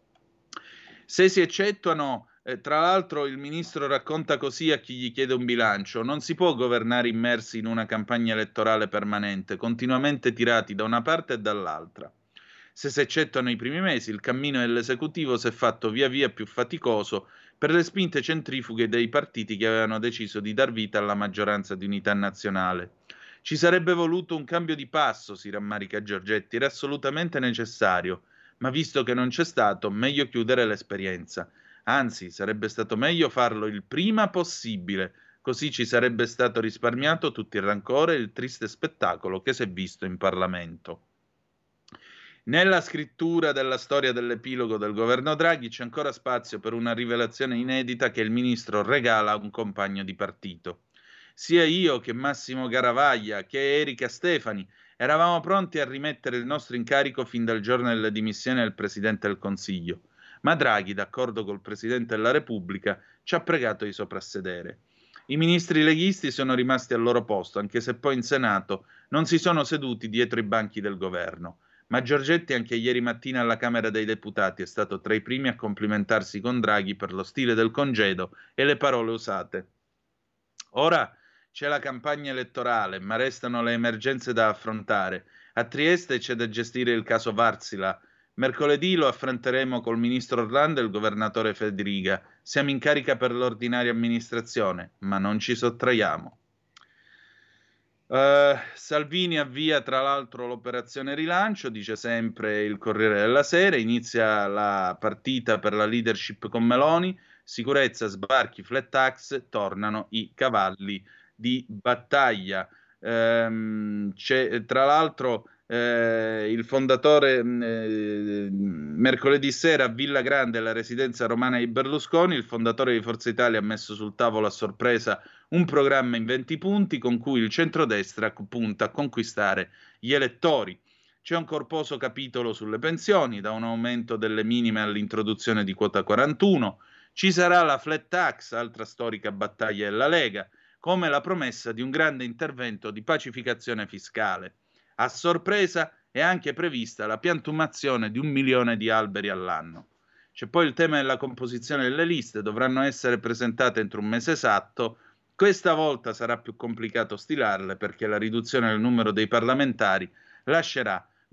C: Se si eccettuano, tra l'altro il ministro racconta così a chi gli chiede un bilancio: non si può governare immersi in una campagna elettorale permanente, continuamente tirati da una parte e dall'altra. Se si eccettuano i primi mesi, il cammino dell'esecutivo si è fatto via via più faticoso per le spinte centrifughe dei partiti che avevano deciso di dar vita alla maggioranza di unità nazionale. Ci sarebbe voluto un cambio di passo, si rammarica Giorgetti, era assolutamente necessario, ma visto che non c'è stato, meglio chiudere l'esperienza. Anzi, sarebbe stato meglio farlo il prima possibile, così ci sarebbe stato risparmiato tutto il rancore e il triste spettacolo che si è visto in Parlamento. Nella scrittura della storia dell'epilogo del governo Draghi c'è ancora spazio per una rivelazione inedita che il ministro regala a un compagno di partito. Sia io che Massimo Garavaglia che Erika Stefani eravamo pronti a rimettere il nostro incarico fin dal giorno delle dimissioni del Presidente del Consiglio, ma Draghi, d'accordo col Presidente della Repubblica, ci ha pregato di soprassedere. I ministri leghisti sono rimasti al loro posto, anche se poi in Senato non si sono seduti dietro i banchi del governo. Ma Giorgetti anche ieri mattina alla Camera dei Deputati è stato tra i primi a complimentarsi con Draghi per lo stile del congedo e le parole usate. Ora c'è la campagna elettorale, ma restano le emergenze da affrontare. A Trieste c'è da gestire il caso Varsila. Mercoledì lo affronteremo col ministro Orlando e il governatore Federica. Siamo in carica per l'ordinaria amministrazione, ma non ci sottraiamo. Salvini avvia tra l'altro l'operazione rilancio, dice sempre il Corriere della Sera, inizia la partita per la leadership con Meloni, sicurezza, sbarchi, flat tax, tornano i cavalli di battaglia. C'è tra l'altro il fondatore mercoledì sera a Villa Grande, la residenza romana di Berlusconi, il fondatore di Forza Italia ha messo sul tavolo a sorpresa un programma in 20 punti con cui il centrodestra punta a conquistare gli elettori. C'è un corposo capitolo sulle pensioni, da un aumento delle minime all'introduzione di quota 41, ci sarà la flat tax, altra storica battaglia della Lega, come la promessa di un grande intervento di pacificazione fiscale. A sorpresa è anche prevista la piantumazione di 1 milione di alberi all'anno. C'è poi il tema della composizione delle liste, dovranno essere presentate entro un mese esatto. Questa volta sarà più complicato stilarle perché la riduzione del numero dei parlamentari lascerà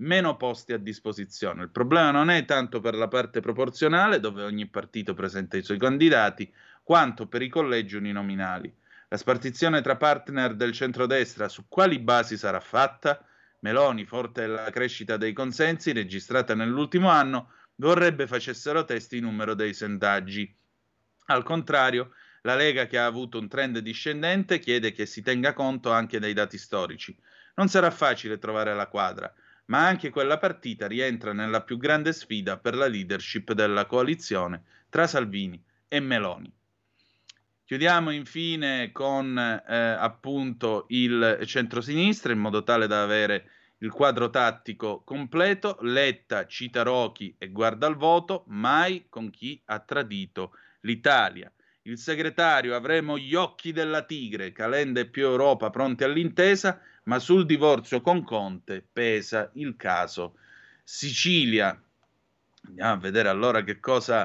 C: meno posti a disposizione. Il problema non è tanto per la parte proporzionale, dove ogni partito presenta i suoi candidati, quanto per i collegi uninominali. La spartizione tra partner del centrodestra su quali basi sarà fatta? Meloni, forte della crescita dei consensi registrata nell'ultimo anno, vorrebbe facessero testi in numero dei sondaggi. Al contrario, la Lega, che ha avuto un trend discendente, chiede che si tenga conto anche dei dati storici. Non sarà facile trovare la quadra, ma anche quella partita rientra nella più grande sfida per la leadership della coalizione tra Salvini e Meloni. Chiudiamo infine con appunto il centrosinistra, in modo tale da avere il quadro tattico completo. Letta cita Rochi e guarda al voto, mai con chi ha tradito l'Italia. Il segretario: avremo gli occhi della tigre, Calenda e più Europa pronti all'intesa, ma sul divorzio con Conte pesa il caso Sicilia. Andiamo a vedere allora che cosa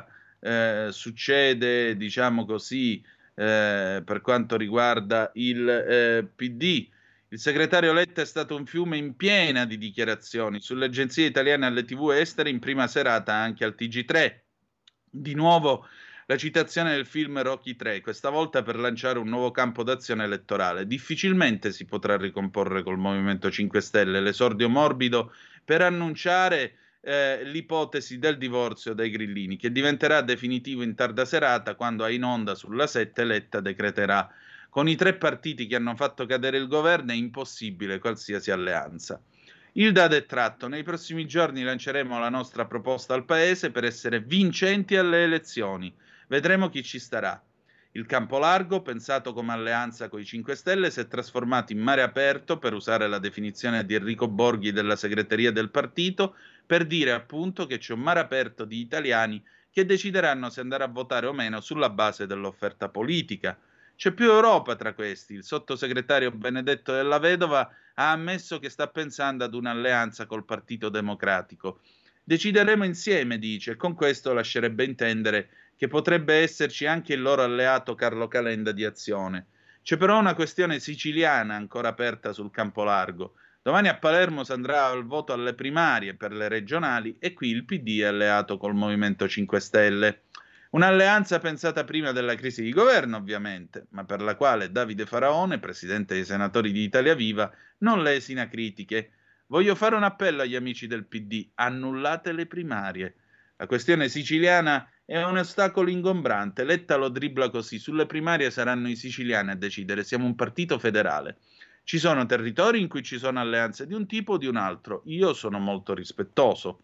C: succede, diciamo così, per quanto riguarda il PD. Il segretario Letta è stato un fiume in piena di dichiarazioni sulle agenzie italiane alle TV estere, in prima serata anche al TG3. Di nuovo la citazione del film Rocky 3, questa volta per lanciare un nuovo campo d'azione elettorale. Difficilmente si potrà ricomporre col Movimento 5 Stelle l'esordio morbido per annunciare l'ipotesi del divorzio dai grillini, che diventerà definitivo in tarda serata, quando a in onda sulla 7 Letta decreterà: con i 3 partiti che hanno fatto cadere il governo è impossibile qualsiasi alleanza. Il dado è tratto: nei prossimi giorni lanceremo la nostra proposta al Paese per essere vincenti alle elezioni. Vedremo chi ci starà. Il campo largo, pensato come alleanza con i 5 Stelle, si è trasformato in mare aperto, per usare la definizione di Enrico Borghi della segreteria del partito, per dire appunto che c'è un mare aperto di italiani che decideranno se andare a votare o meno sulla base dell'offerta politica. C'è più Europa tra questi. Il sottosegretario Benedetto Della Vedova ha ammesso che sta pensando ad un'alleanza col Partito Democratico. Decideremo insieme, dice, e con questo lascerebbe intendere che potrebbe esserci anche il loro alleato Carlo Calenda di Azione. C'è però una questione siciliana ancora aperta sul campo largo. Domani a Palermo si andrà al voto alle primarie per le regionali e qui il PD è alleato col Movimento 5 Stelle. Un'alleanza pensata prima della crisi di governo, ovviamente, ma per la quale Davide Faraone, presidente dei senatori di Italia Viva, non lesina critiche. Voglio fare un appello agli amici del PD: annullate le primarie. La questione siciliana è un ostacolo ingombrante. Letta lo dribbla così: sulle primarie saranno i siciliani a decidere, siamo un partito federale. Ci sono territori in cui ci sono alleanze di un tipo o di un altro. Io sono molto rispettoso.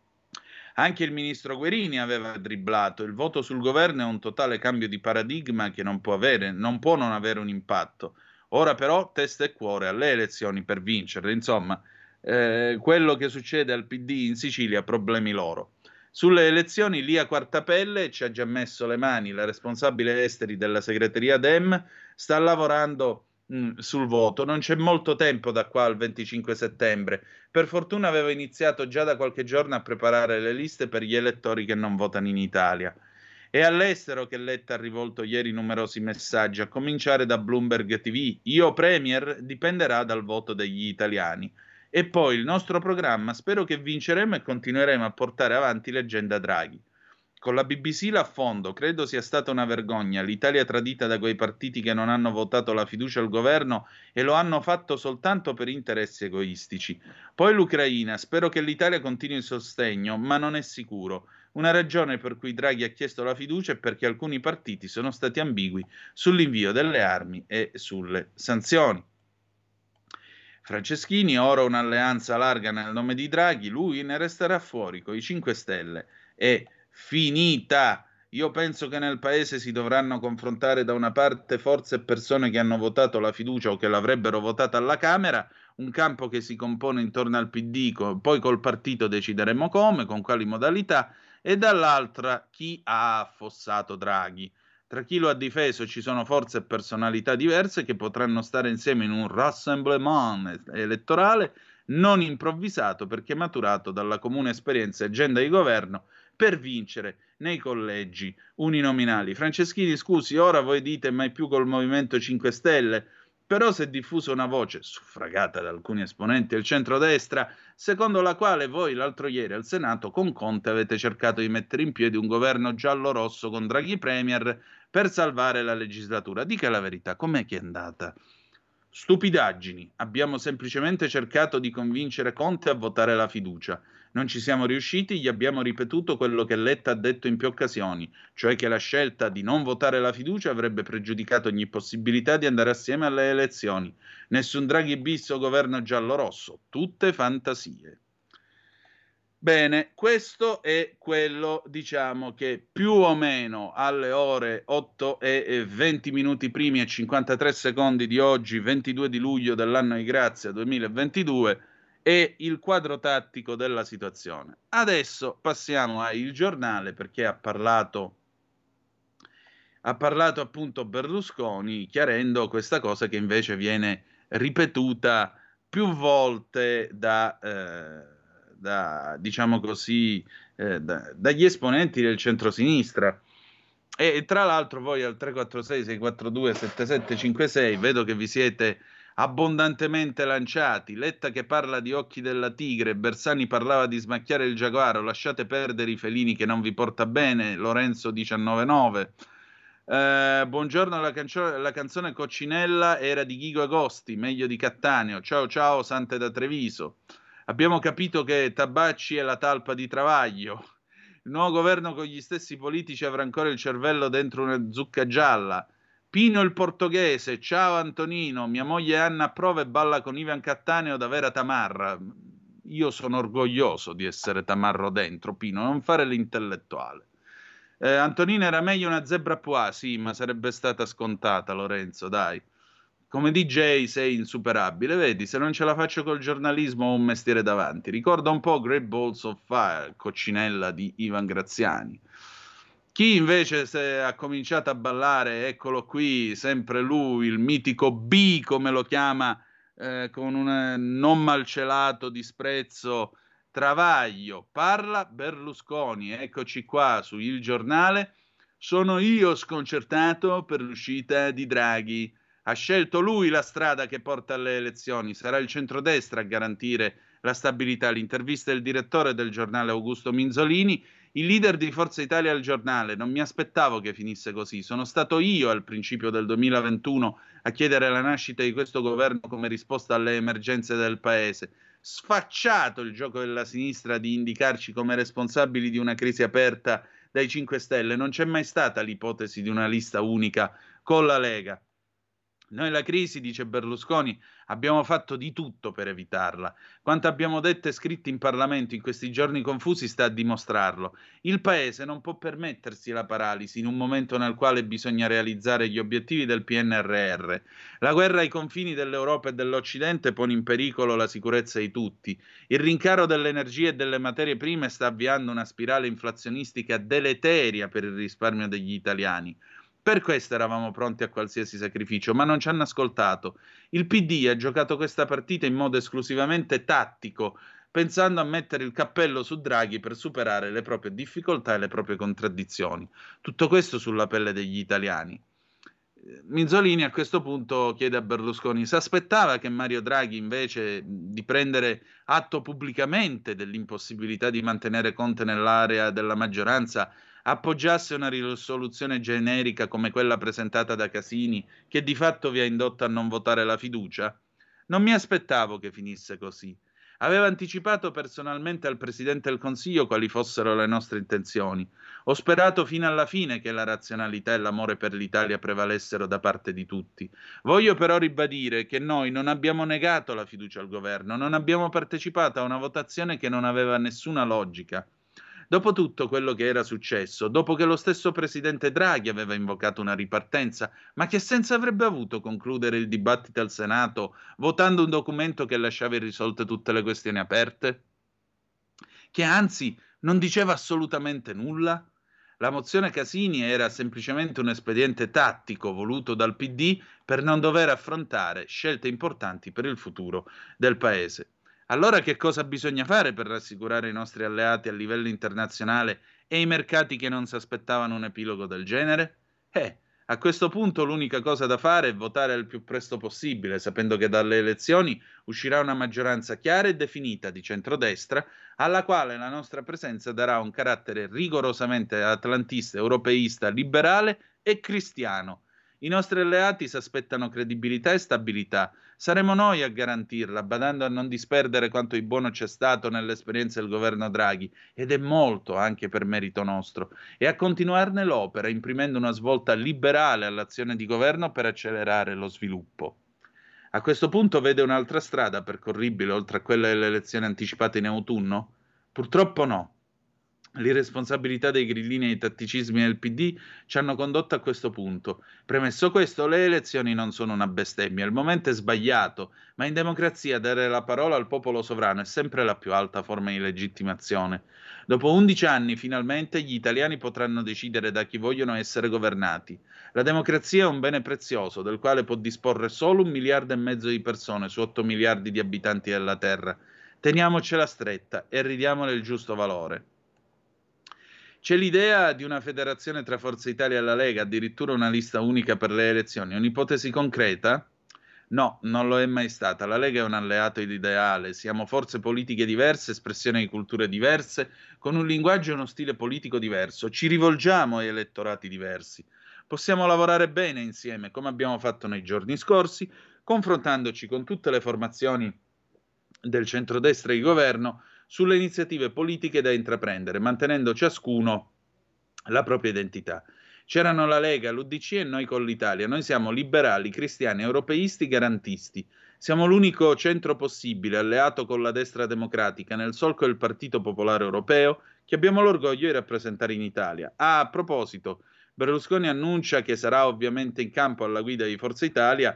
C: Anche il ministro Guerini aveva dribblato: il voto sul governo è un totale cambio di paradigma che non può non avere un impatto. Ora però testa e cuore alle elezioni per vincerle. Insomma, quello che succede al PD in Sicilia, problemi loro. Sulle elezioni Lia Quartapelle ci ha già messo le mani. La responsabile esteri della segreteria Dem sta lavorando sul voto. Non c'è molto tempo da qua al 25 settembre. Per fortuna aveva iniziato già da qualche giorno a preparare le liste per gli elettori che non votano in Italia. È all'estero che Letta ha rivolto ieri numerosi messaggi, a cominciare da Bloomberg TV. Io Premier, dipenderà dal voto degli italiani. E poi il nostro programma: spero che vinceremo e continueremo a portare avanti l'agenda Draghi. Con la BBC l'affondo: credo sia stata una vergogna, l'Italia tradita da quei partiti che non hanno votato la fiducia al governo e lo hanno fatto soltanto per interessi egoistici. Poi l'Ucraina: spero che l'Italia continui il sostegno, ma non è sicuro. Una ragione per cui Draghi ha chiesto la fiducia è perché alcuni partiti sono stati ambigui sull'invio delle armi e sulle sanzioni. Franceschini: ora un'alleanza larga nel nome di Draghi, lui ne resterà fuori, con i 5 Stelle è finita. Io penso che nel paese si dovranno confrontare da una parte forze e persone che hanno votato la fiducia o che l'avrebbero votata alla Camera, un campo che si compone intorno al PD, poi col partito decideremo come, con quali modalità, e dall'altra chi ha affossato Draghi. Tra chi lo ha difeso ci sono forze e personalità diverse che potranno stare insieme in un rassemblement elettorale non improvvisato, perché maturato dalla comune esperienza e agenda di governo per vincere nei collegi uninominali. Franceschini: scusi, ora voi dite mai più col Movimento 5 Stelle? Però si è diffusa una voce, suffragata da alcuni esponenti del centrodestra, secondo la quale voi l'altro ieri al Senato con Conte avete cercato di mettere in piedi un governo giallo-rosso con Draghi Premier per salvare la legislatura. Dica la verità, com'è che è andata? Stupidaggini, abbiamo semplicemente cercato di convincere Conte a votare la fiducia. Non ci siamo riusciti, gli abbiamo ripetuto quello che Letta ha detto in più occasioni, cioè che la scelta di non votare la fiducia avrebbe pregiudicato ogni possibilità di andare assieme alle elezioni. Nessun Draghi bis o governo giallo-rosso, tutte fantasie. Bene, questo è quello, diciamo, che più o meno alle ore 8 e 20 minuti primi e 53 secondi di oggi, 22 di luglio dell'anno di grazia 2022, è il quadro tattico della situazione. Adesso passiamo a Il Giornale, perché ha parlato appunto Berlusconi, chiarendo questa cosa che invece viene ripetuta più volte diciamo così, dagli esponenti del centrosinistra. E tra l'altro voi al 346-642-7756 vedo che vi siete abbondantemente lanciati. Letta che parla di occhi della tigre, Bersani parlava di smacchiare il giaguaro, lasciate perdere i felini che non vi porta bene, Lorenzo 199. Buongiorno, la canzone Coccinella era di Ghigo Agosti, meglio di Cattaneo. Ciao ciao Sante da Treviso. Abbiamo capito che Tabacci è la talpa di Travaglio. Il nuovo governo con gli stessi politici avrà ancora il cervello dentro una zucca gialla. Pino il portoghese, ciao Antonino, mia moglie Anna approva e balla con Ivan Cattaneo da vera tamarra. Io sono orgoglioso di essere tamarro dentro, Pino, non fare l'intellettuale. Antonino era meglio una zebra pois, sì, ma sarebbe stata scontata, Lorenzo, dai. Come DJ sei insuperabile, vedi, se non ce la faccio col giornalismo ho un mestiere davanti. Ricorda un po' Great Balls of Fire, Coccinella di Ivan Graziani. Chi invece ha cominciato a ballare, eccolo qui, sempre lui, il mitico B, come lo chiama, con un non malcelato disprezzo, Travaglio. Parla Berlusconi, eccoci qua su Il Giornale. Sono io sconcertato per l'uscita di Draghi. Ha scelto lui la strada che porta alle elezioni, sarà il centrodestra a garantire la stabilità. L'intervista del direttore del giornale Augusto Minzolini, il leader di Forza Italia al giornale, non mi aspettavo che finisse così, sono stato io al principio del 2021 a chiedere la nascita di questo governo come risposta alle emergenze del paese. Sfacciato il gioco della sinistra di indicarci come responsabili di una crisi aperta dai 5 Stelle, non c'è mai stata l'ipotesi di una lista unica con la Lega. Noi la crisi, dice Berlusconi, abbiamo fatto di tutto per evitarla. Quanto abbiamo detto e scritto in Parlamento in questi giorni confusi sta a dimostrarlo. Il Paese non può permettersi la paralisi in un momento nel quale bisogna realizzare gli obiettivi del PNRR. La guerra ai confini dell'Europa e dell'Occidente pone in pericolo la sicurezza di tutti. Il rincaro dell'energia e delle materie prime sta avviando una spirale inflazionistica deleteria per il risparmio degli italiani. Per questo eravamo pronti a qualsiasi sacrificio, ma non ci hanno ascoltato. Il PD ha giocato questa partita in modo esclusivamente tattico, pensando a mettere il cappello su Draghi per superare le proprie difficoltà e le proprie contraddizioni. Tutto questo sulla pelle degli italiani. Minzolini a questo punto chiede a Berlusconi: si aspettava che Mario Draghi, invece di prendere atto pubblicamente dell'impossibilità di mantenere Conte nell'area della maggioranza, appoggiasse una risoluzione generica come quella presentata da Casini, che di fatto vi ha indotto a non votare la fiducia? Non mi aspettavo che finisse così. Aveva anticipato personalmente al Presidente del Consiglio quali fossero le nostre intenzioni. Ho sperato fino alla fine che la razionalità e l'amore per l'Italia prevalessero da parte di tutti. Voglio però ribadire che noi non abbiamo negato la fiducia al governo, non abbiamo partecipato a una votazione che non aveva nessuna logica. Dopo tutto quello che era successo, dopo che lo stesso presidente Draghi aveva invocato una ripartenza, ma che senso avrebbe avuto concludere il dibattito al Senato votando un documento che lasciava irrisolte tutte le questioni aperte? Che anzi non diceva assolutamente nulla? La mozione Casini era semplicemente un espediente tattico voluto dal PD per non dover affrontare scelte importanti per il futuro del Paese. Allora che cosa bisogna fare per rassicurare i nostri alleati a livello internazionale e i mercati che non si aspettavano un epilogo del genere? A questo punto l'unica cosa da fare è votare il più presto possibile, sapendo che dalle elezioni uscirà una maggioranza chiara e definita di centrodestra, alla quale la nostra presenza darà un carattere rigorosamente atlantista, europeista, liberale e cristiano. I nostri alleati si aspettano credibilità e stabilità. Saremo noi a garantirla, badando a non disperdere quanto di buono c'è stato nell'esperienza del governo Draghi, ed è molto anche per merito nostro, e a continuarne l'opera, imprimendo una svolta liberale all'azione di governo per accelerare lo sviluppo. A questo punto vede un'altra strada percorribile oltre a quella delle elezioni anticipate in autunno? Purtroppo no. L'irresponsabilità dei grillini e i tatticismi del PD ci hanno condotto a questo punto. Premesso questo, le elezioni non sono una bestemmia, il momento è sbagliato, ma in democrazia dare la parola al popolo sovrano è sempre la più alta forma di legittimazione. Dopo 11 anni, finalmente, gli italiani potranno decidere da chi vogliono essere governati. La democrazia è un bene prezioso, del quale può disporre solo 1,5 miliardi di persone su 8 miliardi di abitanti della Terra. Teniamocela stretta e ridiamole il giusto valore. C'è l'idea di una federazione tra Forza Italia e la Lega, addirittura una lista unica per le elezioni. Un'ipotesi concreta? No, non lo è mai stata. La Lega è un alleato ideale. Siamo forze politiche diverse, espressioni di culture diverse, con un linguaggio e uno stile politico diverso. Ci rivolgiamo a elettorati diversi. Possiamo lavorare bene insieme, come abbiamo fatto nei giorni scorsi, confrontandoci con tutte le formazioni del centrodestra di governo sulle iniziative politiche da intraprendere, mantenendo ciascuno la propria identità. C'erano la Lega, l'UDC e noi con l'Italia. Noi siamo liberali, cristiani, europeisti, garantisti. Siamo l'unico centro possibile, alleato con la destra democratica, nel solco del Partito Popolare Europeo, che abbiamo l'orgoglio di rappresentare in Italia. A proposito, Berlusconi annuncia che sarà ovviamente in campo alla guida di Forza Italia,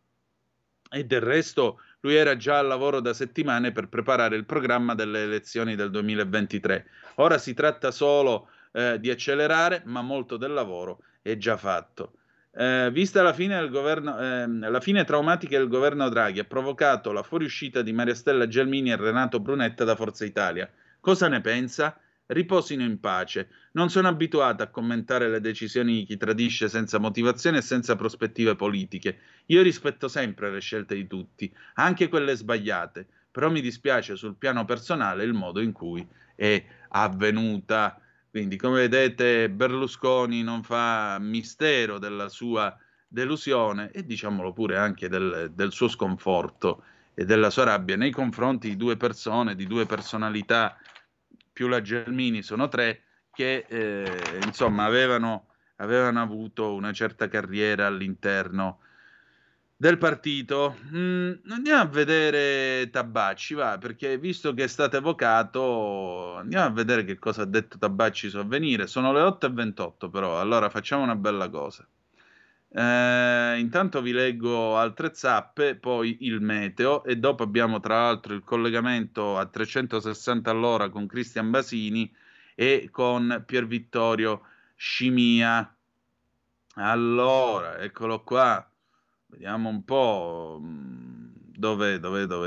C: e del resto lui era già al lavoro da settimane per preparare il programma delle elezioni del 2023. Ora si tratta solo di accelerare, ma molto del lavoro è già fatto. Vista la fine del governo, la fine traumatica del governo Draghi ha provocato la fuoriuscita di Maria Stella Gelmini e Renato Brunetta da Forza Italia. Cosa ne pensa? Riposino in pace. Non sono abituato a commentare le decisioni di chi tradisce senza motivazione e senza prospettive politiche. Io rispetto sempre le scelte di tutti, anche quelle sbagliate, però mi dispiace sul piano personale il modo in cui è avvenuta. Quindi, come vedete, Berlusconi non fa mistero della sua delusione e, diciamolo pure, anche del suo sconforto e della sua rabbia nei confronti di due persone, di due personalità, più la Gelmini sono tre, che insomma avevano avuto una certa carriera all'interno del partito. Andiamo a vedere Tabacci, va, perché visto che è stato evocato, andiamo a vedere che cosa ha detto Tabacci su Avvenire. Sono le 8:28 però, allora facciamo una bella cosa. Intanto vi leggo altre zappe, poi il meteo e dopo abbiamo tra l'altro il collegamento a 360 all'ora con Cristian Basini e con Pier Vittorio Scimia. Allora, eccolo qua, vediamo un po' dov'è?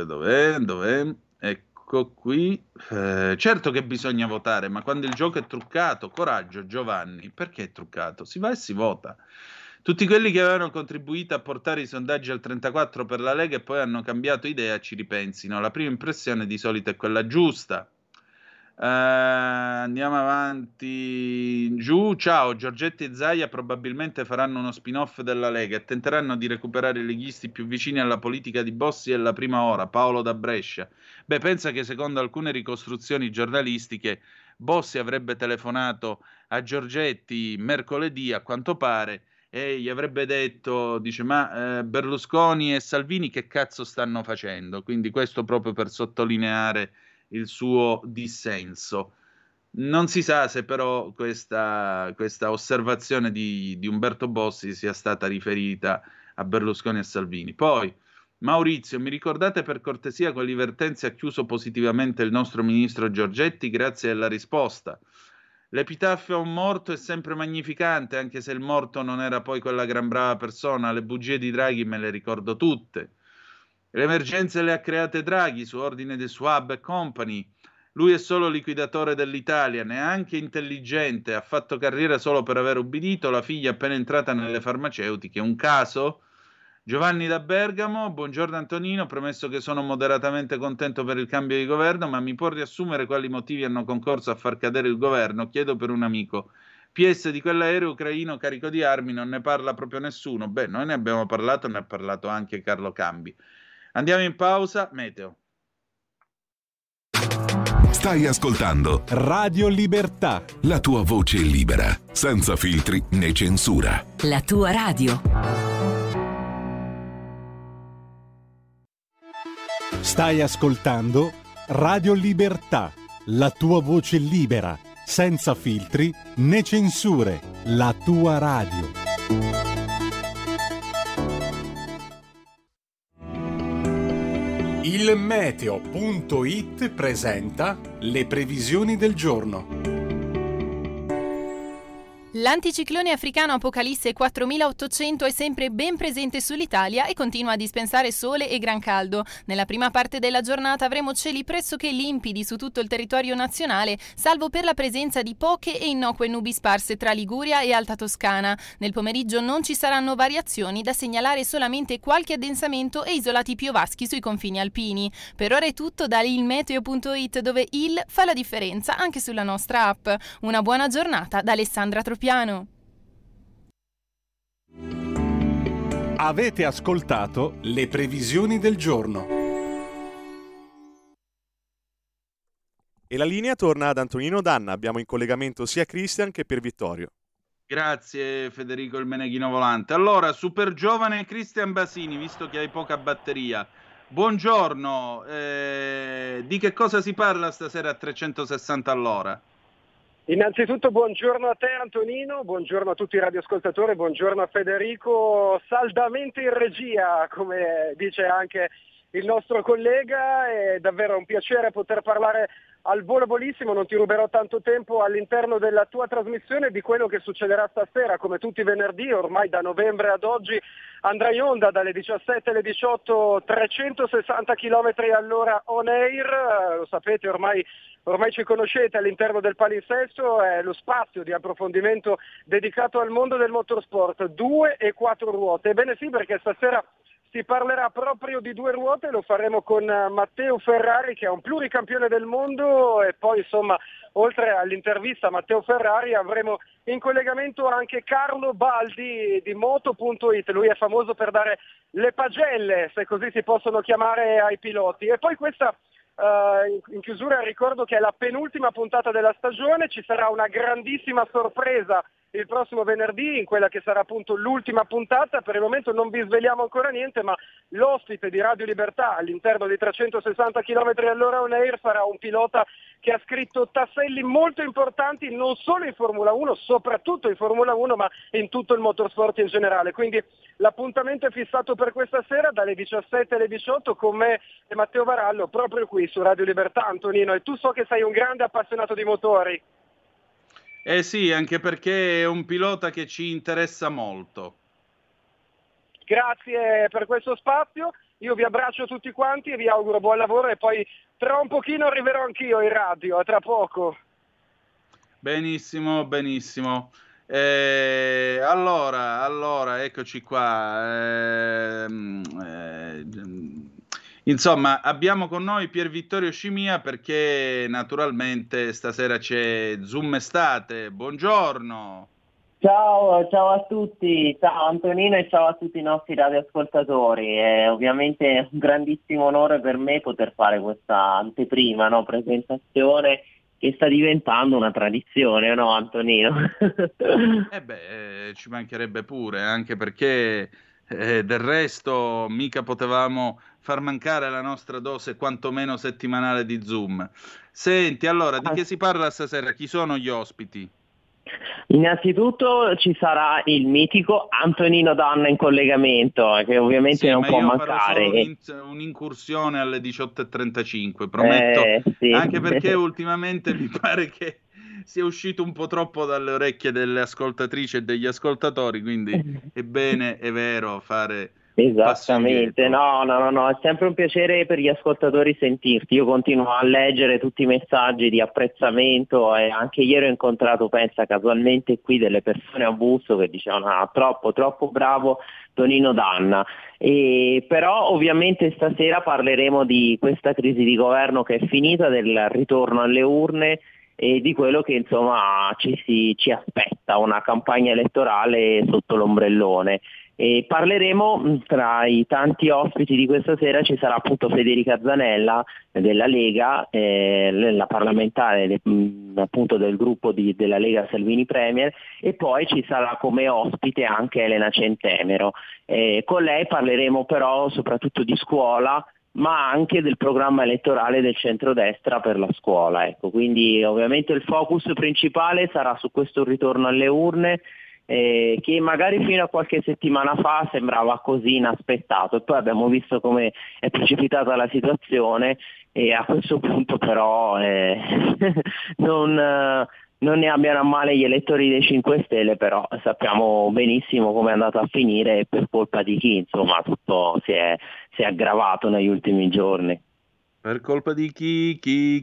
C: Ecco qui. Certo che bisogna votare, ma quando il gioco è truccato, coraggio Giovanni, perché è truccato? Si va e si vota. Tutti quelli che avevano contribuito a portare i sondaggi al 34 per la Lega e poi hanno cambiato idea ci ripensino. La prima impressione di solito è quella giusta. Andiamo avanti. Giù, ciao, Giorgetti e Zaia probabilmente faranno uno spin-off della Lega e tenteranno di recuperare i leghisti più vicini alla politica di Bossi e la prima ora. Paolo da Brescia. Beh, pensa che secondo alcune ricostruzioni giornalistiche Bossi avrebbe telefonato a Giorgetti mercoledì, a quanto pare, e gli avrebbe detto, dice, ma Berlusconi e Salvini che cazzo stanno facendo? Quindi questo proprio per sottolineare il suo dissenso. Non si sa se però questa osservazione di Umberto Bossi sia stata riferita a Berlusconi e Salvini. Poi, Maurizio, mi ricordate per cortesia quali vertenze ha chiuso positivamente il nostro ministro Giorgetti? Grazie alla risposta. L'epitaffio a un morto è sempre magnificante, anche se il morto non era poi quella gran brava persona. Le bugie di Draghi me le ricordo tutte. Le emergenze le ha create Draghi su ordine di Schwab e company. Lui è solo liquidatore dell'Italia, neanche intelligente, ha fatto carriera solo per aver ubbidito, la figlia appena entrata nelle farmaceutiche. Un caso? Giovanni da Bergamo, buongiorno Antonino, premesso che sono moderatamente contento per il cambio di governo, ma mi può riassumere quali motivi hanno concorso a far cadere il governo? Chiedo per un amico. PS di quell'aereo ucraino carico di armi non ne parla proprio nessuno. Beh, noi ne abbiamo parlato, ne ha parlato anche Carlo Cambi. Andiamo in pausa, meteo.
F: Stai ascoltando
A: Radio Libertà.
F: la tua voce libera, senza filtri né censura.
G: La tua radio.
A: Stai ascoltando Radio Libertà, la tua voce libera, senza filtri né censure. La tua radio. Il meteo.it presenta le previsioni del giorno.
H: L'anticiclone africano Apocalisse 4800 è sempre ben presente sull'Italia e continua a dispensare sole e gran caldo. Nella prima parte della giornata avremo cieli pressoché limpidi su tutto il territorio nazionale, salvo per la presenza di poche e innocue nubi sparse tra Liguria e Alta Toscana. Nel pomeriggio non ci saranno variazioni, da segnalare solamente qualche addensamento e isolati piovaschi sui confini alpini. Per ora è tutto da ilmeteo.it, dove il fa la differenza anche sulla nostra app. Una buona giornata da Alessandra Tropiano.
A: Avete ascoltato le previsioni del giorno.
B: E la linea torna ad Antonino Danna. Abbiamo in collegamento sia Christian che Pier Vittorio.
C: Grazie Federico il Meneghino Volante. Allora, super giovane Cristian Basini, visto che hai poca batteria. Buongiorno, di che cosa si parla stasera a 360 all'ora?
I: Innanzitutto buongiorno a te Antonino, buongiorno a tutti i radioascoltatori, buongiorno a Federico, saldamente in regia, come dice anche il nostro collega. È davvero un piacere poter parlare al volo volissimo, non ti ruberò tanto tempo all'interno della tua trasmissione di quello che succederà stasera. Come tutti i venerdì, ormai da novembre ad oggi, andrà in onda dalle 17 alle 18, 360 km all'ora on air. Lo sapete, ormai ci conoscete, all'interno del palinsesto è lo spazio di approfondimento dedicato al mondo del motorsport, 2 e 4 ruote. Ebbene sì, perché stasera si parlerà proprio di 2 ruote, lo faremo con Matteo Ferrari, che è un pluricampione del mondo, e poi insomma, oltre all'intervista a Matteo Ferrari, avremo in collegamento anche Carlo Baldi di Moto.it. Lui è famoso per dare le pagelle, se così si possono chiamare, ai piloti. E poi questa in chiusura ricordo che è la penultima puntata della stagione, ci sarà una grandissima sorpresa il prossimo venerdì in quella che sarà appunto l'ultima puntata. Per il momento non vi sveliamo ancora niente, ma l'ospite di Radio Libertà all'interno di 360 km all'ora on air sarà un pilota che ha scritto tasselli molto importanti non solo in Formula 1, soprattutto in Formula 1, ma in tutto il motorsport in generale. Quindi l'appuntamento è fissato per questa sera dalle 17 alle 18 con me e Matteo Varallo, proprio qui su Radio Libertà. Antonino, e tu so che sei un grande appassionato di motori.
C: Eh sì, anche perché è un pilota che ci interessa molto.
I: Grazie per questo spazio, io vi abbraccio tutti quanti e vi auguro buon lavoro, e poi tra un pochino arriverò anch'io in radio, a tra poco.
C: Benissimo, benissimo. Allora, eccoci qua. Insomma, abbiamo con noi Pier Vittorio Scimia, perché naturalmente stasera c'è Zoom Estate. Buongiorno.
J: Ciao a tutti, ciao Antonino e ciao a tutti i nostri radioascoltatori. È ovviamente un grandissimo onore per me poter fare questa anteprima, presentazione che sta diventando una tradizione, no Antonino?
C: Ci mancherebbe pure, anche perché del resto mica potevamo far mancare la nostra dose quantomeno settimanale di Zoom. Senti, allora, di che si parla stasera? Chi sono gli ospiti?
J: Innanzitutto ci sarà il mitico Antonino Danna in collegamento, che ovviamente non può mancare.
C: Farò solo un'incursione alle 18:35, prometto, sì. Anche perché ultimamente mi pare che sia uscito un po' troppo dalle orecchie delle ascoltatrici e degli ascoltatori, quindi è bene, è vero, fare
J: Esattamente, no, è sempre un piacere per gli ascoltatori sentirti. Io continuo a leggere tutti i messaggi di apprezzamento e anche ieri ho incontrato, pensa casualmente qui, delle persone a Busto che dicevano troppo bravo Tonino Danna. Però ovviamente stasera parleremo di questa crisi di governo che è finita, del ritorno alle urne e di quello che insomma ci aspetta, una campagna elettorale sotto l'ombrellone. E parleremo, tra i tanti ospiti di questa sera ci sarà appunto Federica Zanella della Lega, la parlamentare appunto del gruppo della Lega Salvini Premier, e poi ci sarà come ospite anche Elena Centemero. Con lei parleremo però soprattutto di scuola, ma anche del programma elettorale del centrodestra per la scuola. Ecco, quindi ovviamente il focus principale sarà su questo ritorno alle urne, che magari fino a qualche settimana fa sembrava così inaspettato, e poi abbiamo visto come è precipitata la situazione e a questo punto però non ne abbiano a male gli elettori dei 5 Stelle, però sappiamo benissimo come è andato a finire e per colpa di chi, insomma, tutto si è aggravato negli ultimi giorni.
C: Per colpa di chi?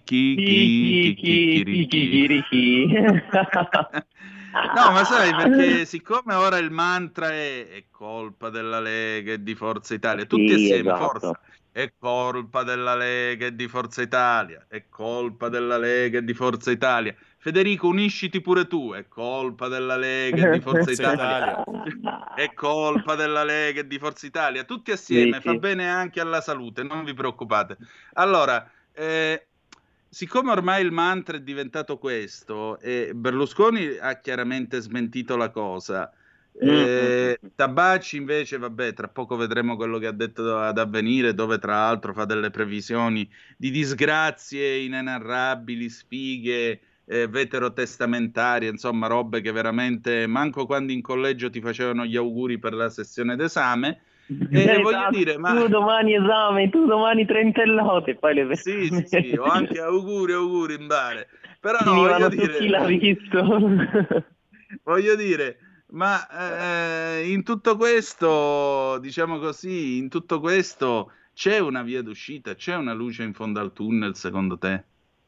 C: No, ma sai, perché siccome ora il mantra è colpa della Lega e di Forza Italia, tutti assieme,
J: esatto.
C: forza, è colpa della Lega e di Forza Italia, è colpa della Lega e di Forza Italia. Federico, unisciti pure tu, è colpa della Lega e di Forza Italia, è colpa della Lega e di Forza Italia, tutti assieme, fa bene anche alla salute, non vi preoccupate. Allora, siccome ormai il mantra è diventato questo, e Berlusconi ha chiaramente smentito la cosa, Tabacci invece, vabbè, tra poco vedremo quello che ha detto ad Avvenire, dove tra l'altro fa delle previsioni di disgrazie inenarrabili, sfighe, veterotestamentarie, insomma robe che veramente manco quando in collegio ti facevano gli auguri per la sessione d'esame.
J: Esatto.
C: Voglio dire, ma
J: tu domani esame, tu domani trentellote, poi le
C: sì, o anche auguri in bare. Però
J: voglio dire, chi l'ha visto?
C: Voglio dire, ma in tutto questo, diciamo così, in tutto questo c'è una via d'uscita, c'è una luce in fondo al tunnel, secondo te?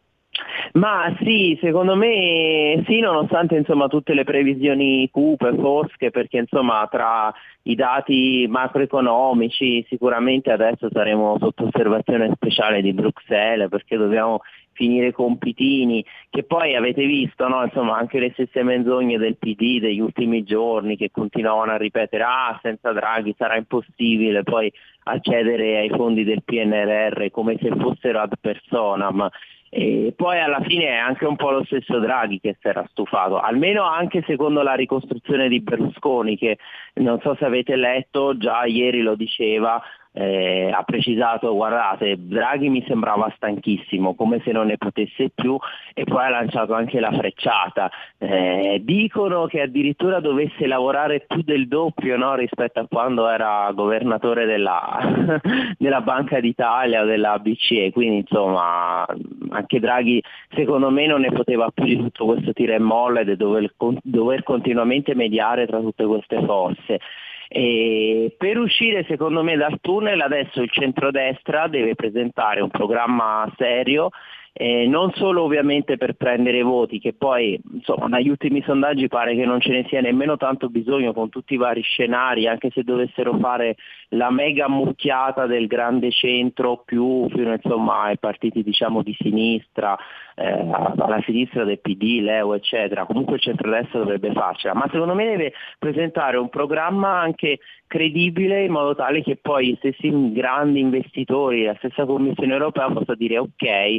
J: Ma sì, secondo me sì, nonostante insomma tutte le previsioni cupe, fosche, perché insomma tra i dati macroeconomici sicuramente adesso saremo sotto osservazione speciale di Bruxelles, perché dobbiamo finire i compitini, che poi avete visto, no? Insomma, anche le stesse menzogne del PD degli ultimi giorni che continuavano a ripetere senza Draghi sarà impossibile poi accedere ai fondi del PNRR come se fossero ad personam. E poi alla fine è anche un po' lo stesso Draghi che si era stufato, almeno anche secondo la ricostruzione di Berlusconi, che non so se avete letto, già ieri lo diceva, ha precisato: guardate, Draghi mi sembrava stanchissimo, come se non ne potesse più, e poi ha lanciato anche la frecciata. Dicono che addirittura dovesse lavorare più del doppio, no, rispetto a quando era governatore della Banca d'Italia o della BCE, quindi insomma anche Draghi secondo me non ne poteva più di tutto questo tira e molla e di dover continuamente mediare tra tutte queste forze. E per uscire secondo me dal tunnel adesso il centrodestra deve presentare un programma serio, non solo ovviamente per prendere voti, che poi insomma dagli ultimi sondaggi pare che non ce ne sia nemmeno tanto bisogno con tutti i vari scenari, anche se dovessero fare la mega ammucchiata del grande centro più fino insomma ai partiti diciamo di sinistra, alla sinistra del PD, Leo eccetera, comunque il centrodestra dovrebbe farcela, ma secondo me deve presentare un programma anche credibile in modo tale che poi gli stessi grandi investitori, la stessa Commissione europea possa dire ok,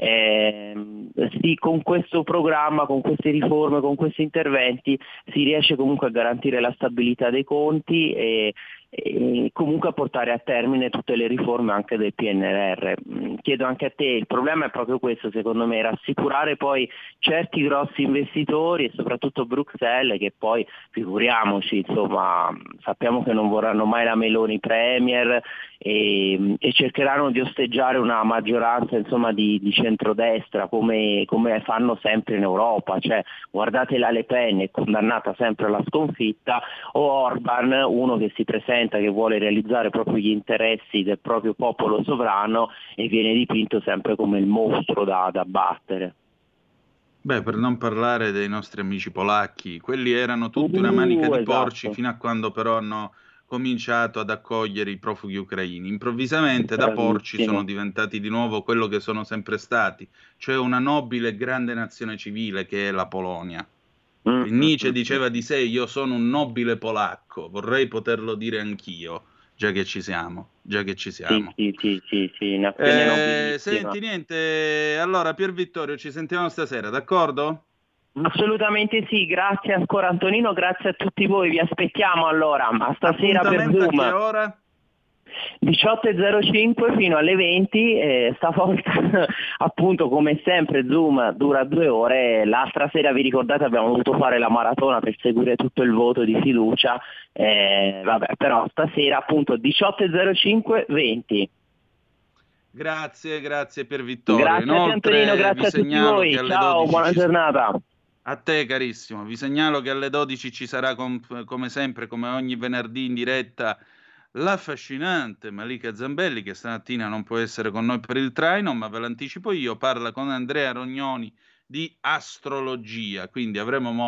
J: sì, con questo programma, con queste riforme, con questi interventi si riesce comunque a garantire la stabilità dei conti e comunque a portare a termine tutte le riforme anche del PNRR. Chiedo anche a te, il problema è proprio questo secondo me, rassicurare poi certi grossi investitori e soprattutto Bruxelles, che poi figuriamoci, insomma sappiamo che non vorranno mai la Meloni Premier e cercheranno di osteggiare una maggioranza insomma di centrodestra come fanno sempre in Europa, cioè guardate la Le Pen è condannata sempre alla sconfitta, o Orban, uno che si presenta presenta che vuole realizzare proprio gli interessi del proprio popolo sovrano e viene dipinto sempre come il mostro da battere.
C: Beh, per non parlare dei nostri amici polacchi, quelli erano tutti una manica di porci
J: esatto.
C: fino a quando però hanno cominciato ad accogliere i profughi ucraini. Improvvisamente da porci sono diventati di nuovo quello che sono sempre stati, cioè una nobile e grande nazione civile che è la Polonia. E Nietzsche diceva di sé: io sono un nobile polacco, vorrei poterlo dire anch'io, già che ci siamo.
J: Sì, nazione nobilissima.
C: Senti, niente, allora Pier Vittorio, ci sentiamo stasera, d'accordo?
J: Assolutamente sì, grazie ancora Antonino, grazie a tutti voi, vi aspettiamo allora, a stasera per
C: Appuntamento
J: Zoom.
C: a che ora?
J: 18.05 fino alle 20, stavolta appunto come sempre Zoom dura 2 ore, l'altra sera vi ricordate abbiamo dovuto fare la maratona per seguire tutto il voto di fiducia, però stasera appunto 18.05 20.
C: Grazie Pier Vittorio.
J: Grazie
C: Inoltre,
J: Antonino, grazie a tutti voi, ciao, buona giornata.
C: A te carissimo, vi segnalo che alle 12 ci sarà come sempre, come ogni venerdì in diretta, l'affascinante Malika Zambelli, che stamattina non può essere con noi per il traino, ma ve l'anticipo io, parla con Andrea Rognoni di astrologia, quindi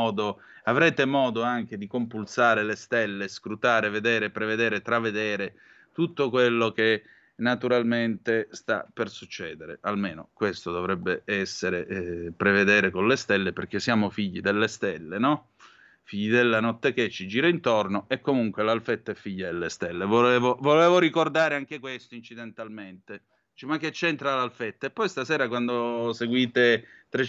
C: avrete modo anche di compulsare le stelle, scrutare, vedere, prevedere, travedere tutto quello che naturalmente sta per succedere, almeno questo dovrebbe essere prevedere con le stelle, perché siamo figli delle stelle, no? Figli della notte che ci gira intorno, e comunque l'Alfetta è figlia delle stelle. Volevo ricordare anche questo incidentalmente. Ma che c'entra l'Alfetta? E poi stasera quando seguite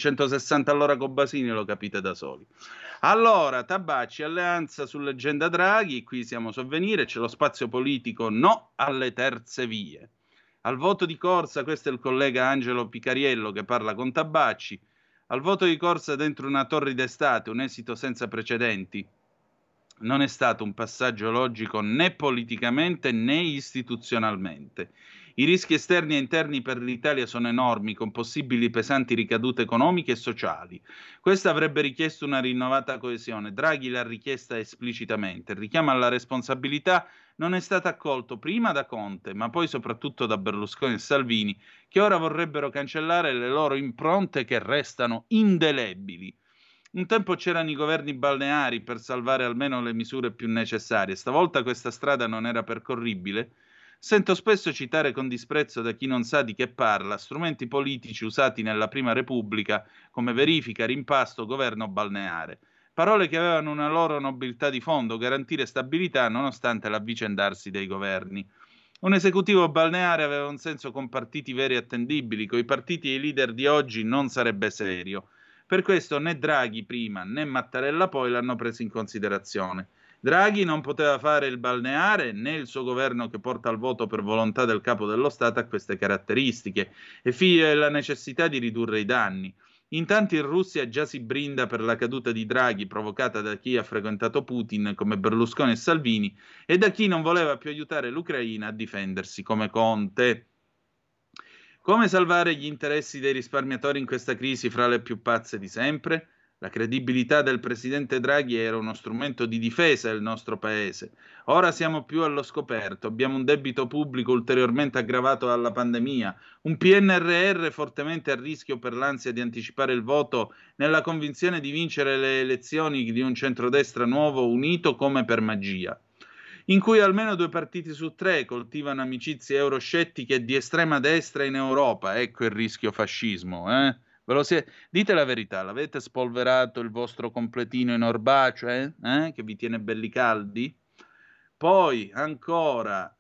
C: 360 all'ora con Basini lo capite da soli. Allora, Tabacci, alleanza su leggenda Draghi, qui siamo sovvenire, c'è lo spazio politico, no alle terze vie. Al voto di corsa, questo è il collega Angelo Picariello che parla con Tabacci, al voto di corsa dentro una torre d'estate, un esito senza precedenti. Non è stato un passaggio logico né politicamente né istituzionalmente. I rischi esterni e interni per l'Italia sono enormi, con possibili pesanti ricadute economiche e sociali. Questo avrebbe richiesto una rinnovata coesione. Draghi l'ha richiesta esplicitamente. Il richiamo alla responsabilità non è stato accolto prima da Conte, ma poi soprattutto da Berlusconi e Salvini, che ora vorrebbero cancellare le loro impronte che restano indelebili. Un tempo c'erano i governi balneari per salvare almeno le misure più necessarie. Stavolta questa strada non era percorribile. Sento spesso citare con disprezzo da chi non sa di che parla strumenti politici usati nella Prima Repubblica come verifica, rimpasto, governo balneare. Parole che avevano una loro nobiltà di fondo, garantire stabilità nonostante l'avvicendarsi dei governi. Un esecutivo balneare aveva un senso con partiti veri e attendibili, coi partiti e i leader di oggi non sarebbe serio. Per questo né Draghi prima né Mattarella poi l'hanno preso in considerazione. Draghi non poteva fare il balneare, né il suo governo che porta al voto per volontà del capo dello Stato a queste caratteristiche, e figlio della necessità di ridurre i danni. Intanto in Russia già si brinda per la caduta di Draghi provocata da chi ha frequentato Putin come Berlusconi e Salvini e da chi non voleva più aiutare l'Ucraina a difendersi come Conte. Come salvare gli interessi dei risparmiatori in questa crisi fra le più pazze di sempre? La credibilità del presidente Draghi era uno strumento di difesa del nostro paese. Ora siamo più allo scoperto, abbiamo un debito pubblico ulteriormente aggravato dalla pandemia, un PNRR fortemente a rischio per l'ansia di anticipare il voto nella convinzione di vincere le elezioni di un centrodestra nuovo unito come per magia, in cui almeno 2 partiti su 3 coltivano amicizie euroscettiche e di estrema destra in Europa. Ecco il rischio fascismo, Dite la verità, l'avete spolverato il vostro completino in orbaceo, che vi tiene belli caldi? Poi, ancora,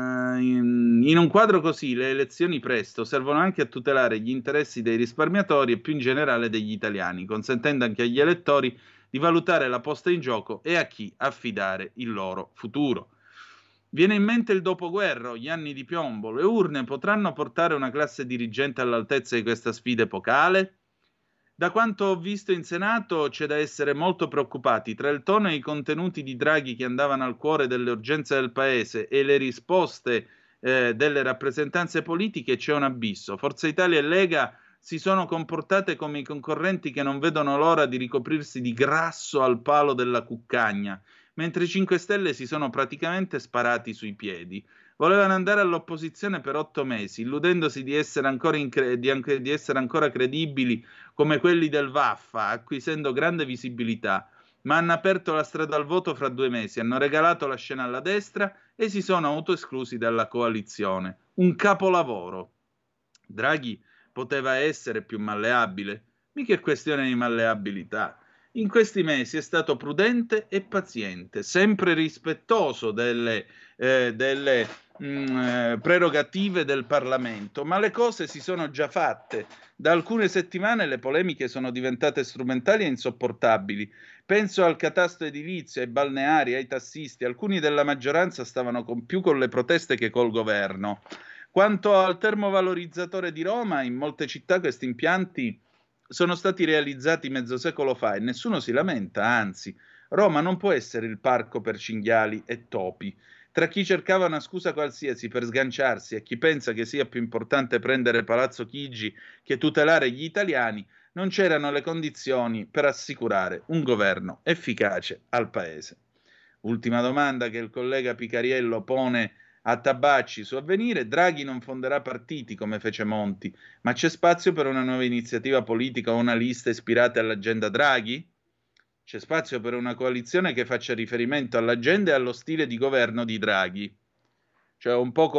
C: in un quadro così, le elezioni presto servono anche a tutelare gli interessi dei risparmiatori e più in generale degli italiani, consentendo anche agli elettori di valutare la posta in gioco e a chi affidare il loro futuro. Viene in mente il dopoguerra, gli anni di piombo. Le urne potranno portare una classe dirigente all'altezza di questa sfida epocale? Da quanto ho visto in Senato c'è da essere molto preoccupati. Tra il tono e i contenuti di Draghi che andavano al cuore delle urgenze del Paese e le risposte delle rappresentanze politiche c'è un abisso. Forza Italia e Lega si sono comportate come i concorrenti che non vedono l'ora di ricoprirsi di grasso al palo della cuccagna, mentre i 5 Stelle si sono praticamente sparati sui piedi. Volevano andare all'opposizione per 8 mesi, illudendosi di essere di essere ancora credibili come quelli del Vaffa, acquisendo grande visibilità, ma hanno aperto la strada al voto fra 2 mesi, hanno regalato la scena alla destra e si sono autoesclusi dalla coalizione. Un capolavoro. Draghi poteva essere più malleabile? Mica è questione di malleabilità. In questi mesi è stato prudente e paziente, sempre rispettoso delle prerogative del Parlamento, ma le cose si sono già fatte. Da alcune settimane le polemiche sono diventate strumentali e insopportabili. Penso al catasto edilizio, ai balneari, ai tassisti. Alcuni della maggioranza stavano più con le proteste che col governo. Quanto al termovalorizzatore di Roma, in molte città questi impianti sono stati realizzati mezzo secolo fa e nessuno si lamenta, anzi, Roma non può essere il parco per cinghiali e topi. Tra chi cercava una scusa qualsiasi per sganciarsi e chi pensa che sia più importante prendere Palazzo Chigi che tutelare gli italiani, non c'erano le condizioni per assicurare un governo efficace al Paese. Ultima domanda che il collega Picariello pone a Tabacci su Avvenire: Draghi non fonderà partiti come fece Monti, ma c'è spazio per una nuova iniziativa politica o una lista ispirata all'agenda Draghi? C'è spazio per una coalizione che faccia riferimento all'agenda e allo stile di governo di Draghi. Cioè un po'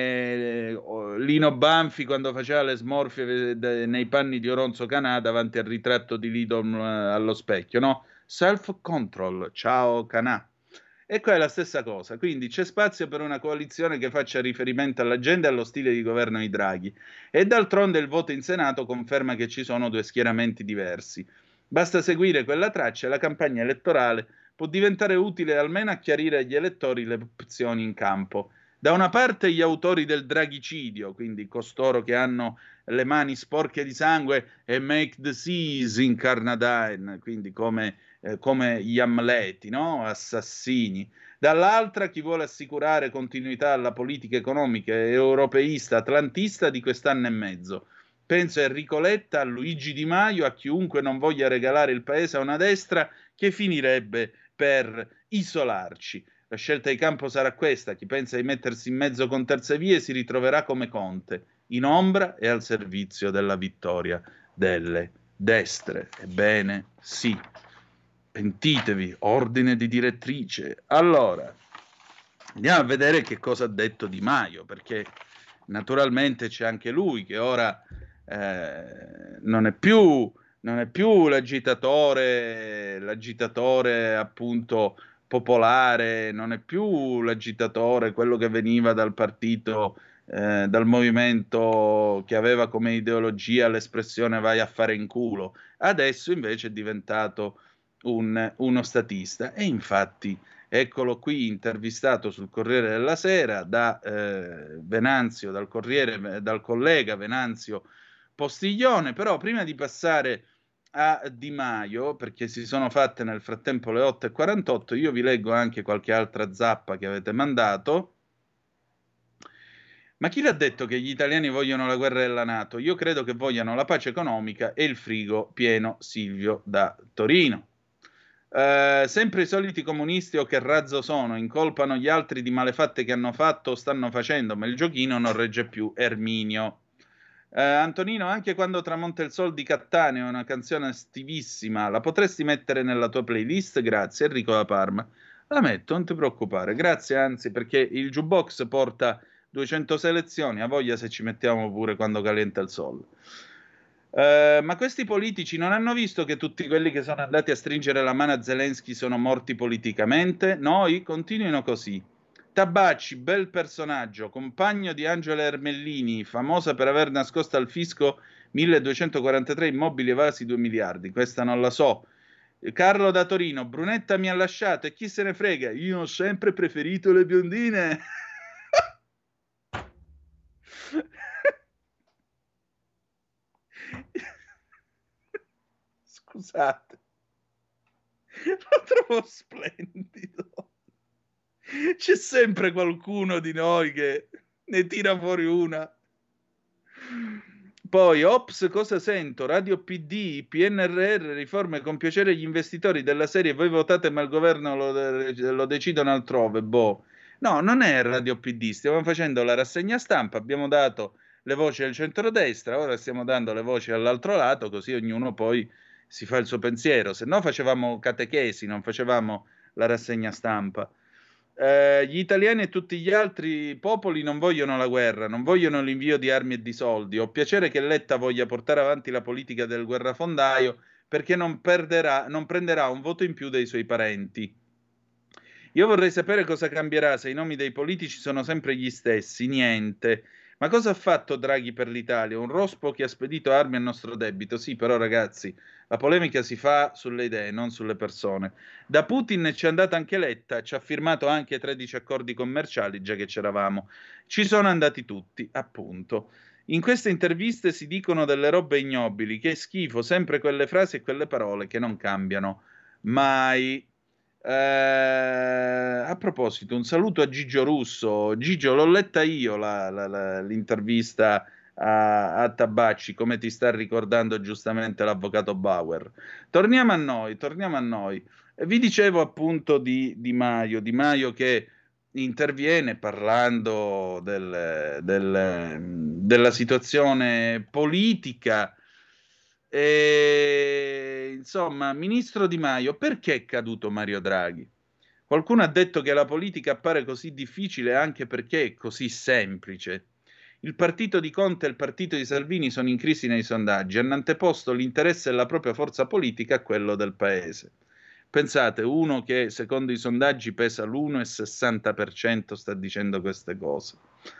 C: come Lino Banfi quando faceva le smorfie nei panni di Oronzo Canà davanti al ritratto di Lidl allo specchio, no? Self-control, ciao Canà. E qua è la stessa cosa, quindi c'è spazio per una coalizione che faccia riferimento all'agenda e allo stile di governo di Draghi. E d'altronde il voto in Senato conferma che ci sono 2 schieramenti diversi. Basta seguire quella traccia e la campagna elettorale può diventare utile almeno a chiarire agli elettori le opzioni in campo. Da una parte gli autori del draghicidio, quindi costoro che hanno le mani sporche di sangue e make the seas in Carnadine, quindi come gli Amleti, no? Assassini. Dall'altra chi vuole assicurare continuità alla politica economica europeista, atlantista di quest'anno e mezzo. Penso a Enrico Letta, a Luigi Di Maio, a chiunque non voglia regalare il paese a una destra che finirebbe per isolarci. La scelta di campo sarà questa: chi pensa di mettersi in mezzo con terze vie si ritroverà come Conte, in ombra e al servizio della vittoria delle destre. Ebbene, sì. Pentitevi, ordine di direttrice. Allora, andiamo a vedere che cosa ha detto Di Maio, perché naturalmente c'è anche lui che ora non è più l'agitatore appunto popolare, non è più l'agitatore, quello che veniva dal partito, dal movimento che aveva come ideologia l'espressione vai a fare in culo. Adesso invece è diventato uno statista, e infatti eccolo qui intervistato sul Corriere della Sera da Venanzio, dal collega Venanzio Postiglione. Però prima di passare a Di Maio, perché si sono fatte nel frattempo le 8:48, io vi leggo anche qualche altra zappa che avete mandato. Ma chi l'ha detto che gli italiani vogliono la guerra della NATO? Io credo che vogliano la pace economica e il frigo pieno. Silvio da Torino. Sempre i soliti comunisti, o che razzo sono, incolpano gli altri di malefatte che hanno fatto o stanno facendo, ma il giochino non regge più. Erminio. Antonino, anche quando tramonta il sol di Cattaneo è una canzone stivissima, la potresti mettere nella tua playlist? Grazie. Enrico da Parma. La metto, non ti preoccupare, grazie, anzi, perché il jukebox porta 200 selezioni, a voglia se ci mettiamo pure quando calienta il sole. Ma questi politici non hanno visto che tutti quelli che sono andati a stringere la mano a Zelensky sono morti politicamente? Noi continuino così. Tabacci, bel personaggio, compagno di Angela Ermellini, famosa per aver nascosto al fisco 1243 immobili evasi 2 miliardi. Questa non la so. Carlo da Torino, Brunetta mi ha lasciato e chi se ne frega, io ho sempre preferito le biondine. Scusate, lo trovo splendido. C'è sempre qualcuno di noi che ne tira fuori una. Poi, ops, cosa sento? Radio PD, PNRR, riforme con piacere gli investitori della serie, voi votate ma il governo lo decidono altrove, boh. No, non è Radio PD, stiamo facendo la rassegna stampa, abbiamo dato le voci al centrodestra, ora stiamo dando le voci all'altro lato, così ognuno poi si fa il suo pensiero. Se no facevamo catechesi, non facevamo la rassegna stampa. Gli italiani e tutti gli altri popoli non vogliono la guerra, non vogliono l'invio di armi e di soldi. Ho piacere che Letta voglia portare avanti la politica del guerrafondaio perché non prenderà un voto in più dei suoi parenti. Io vorrei sapere cosa cambierà se i nomi dei politici sono sempre gli stessi. Niente. Ma cosa ha fatto Draghi per l'Italia? Un rospo che ha spedito armi a nostro debito. Sì, però ragazzi, la polemica si fa sulle idee, non sulle persone. Da Putin ci è andata anche Letta, ci ha firmato anche 13 accordi commerciali, già che c'eravamo. Ci sono andati tutti, appunto. In queste interviste si dicono delle robe ignobili, che schifo, sempre quelle frasi e quelle parole che non cambiano mai. A proposito, un saluto a Gigio Russo. Gigio, l'ho letta io l'intervista a Tabacci, come ti sta ricordando giustamente l'avvocato Bauer. Torniamo a noi. Vi dicevo appunto di Di Maio che interviene parlando della situazione politica. Insomma, ministro Di Maio, perché è caduto Mario Draghi? Qualcuno ha detto che la politica appare così difficile anche perché è così semplice. Il partito di Conte e il partito di Salvini sono in crisi nei sondaggi, hanno anteposto l'interesse della propria forza politica a quello del paese. Pensate, uno che secondo i sondaggi pesa l'1,60% sta dicendo queste cose.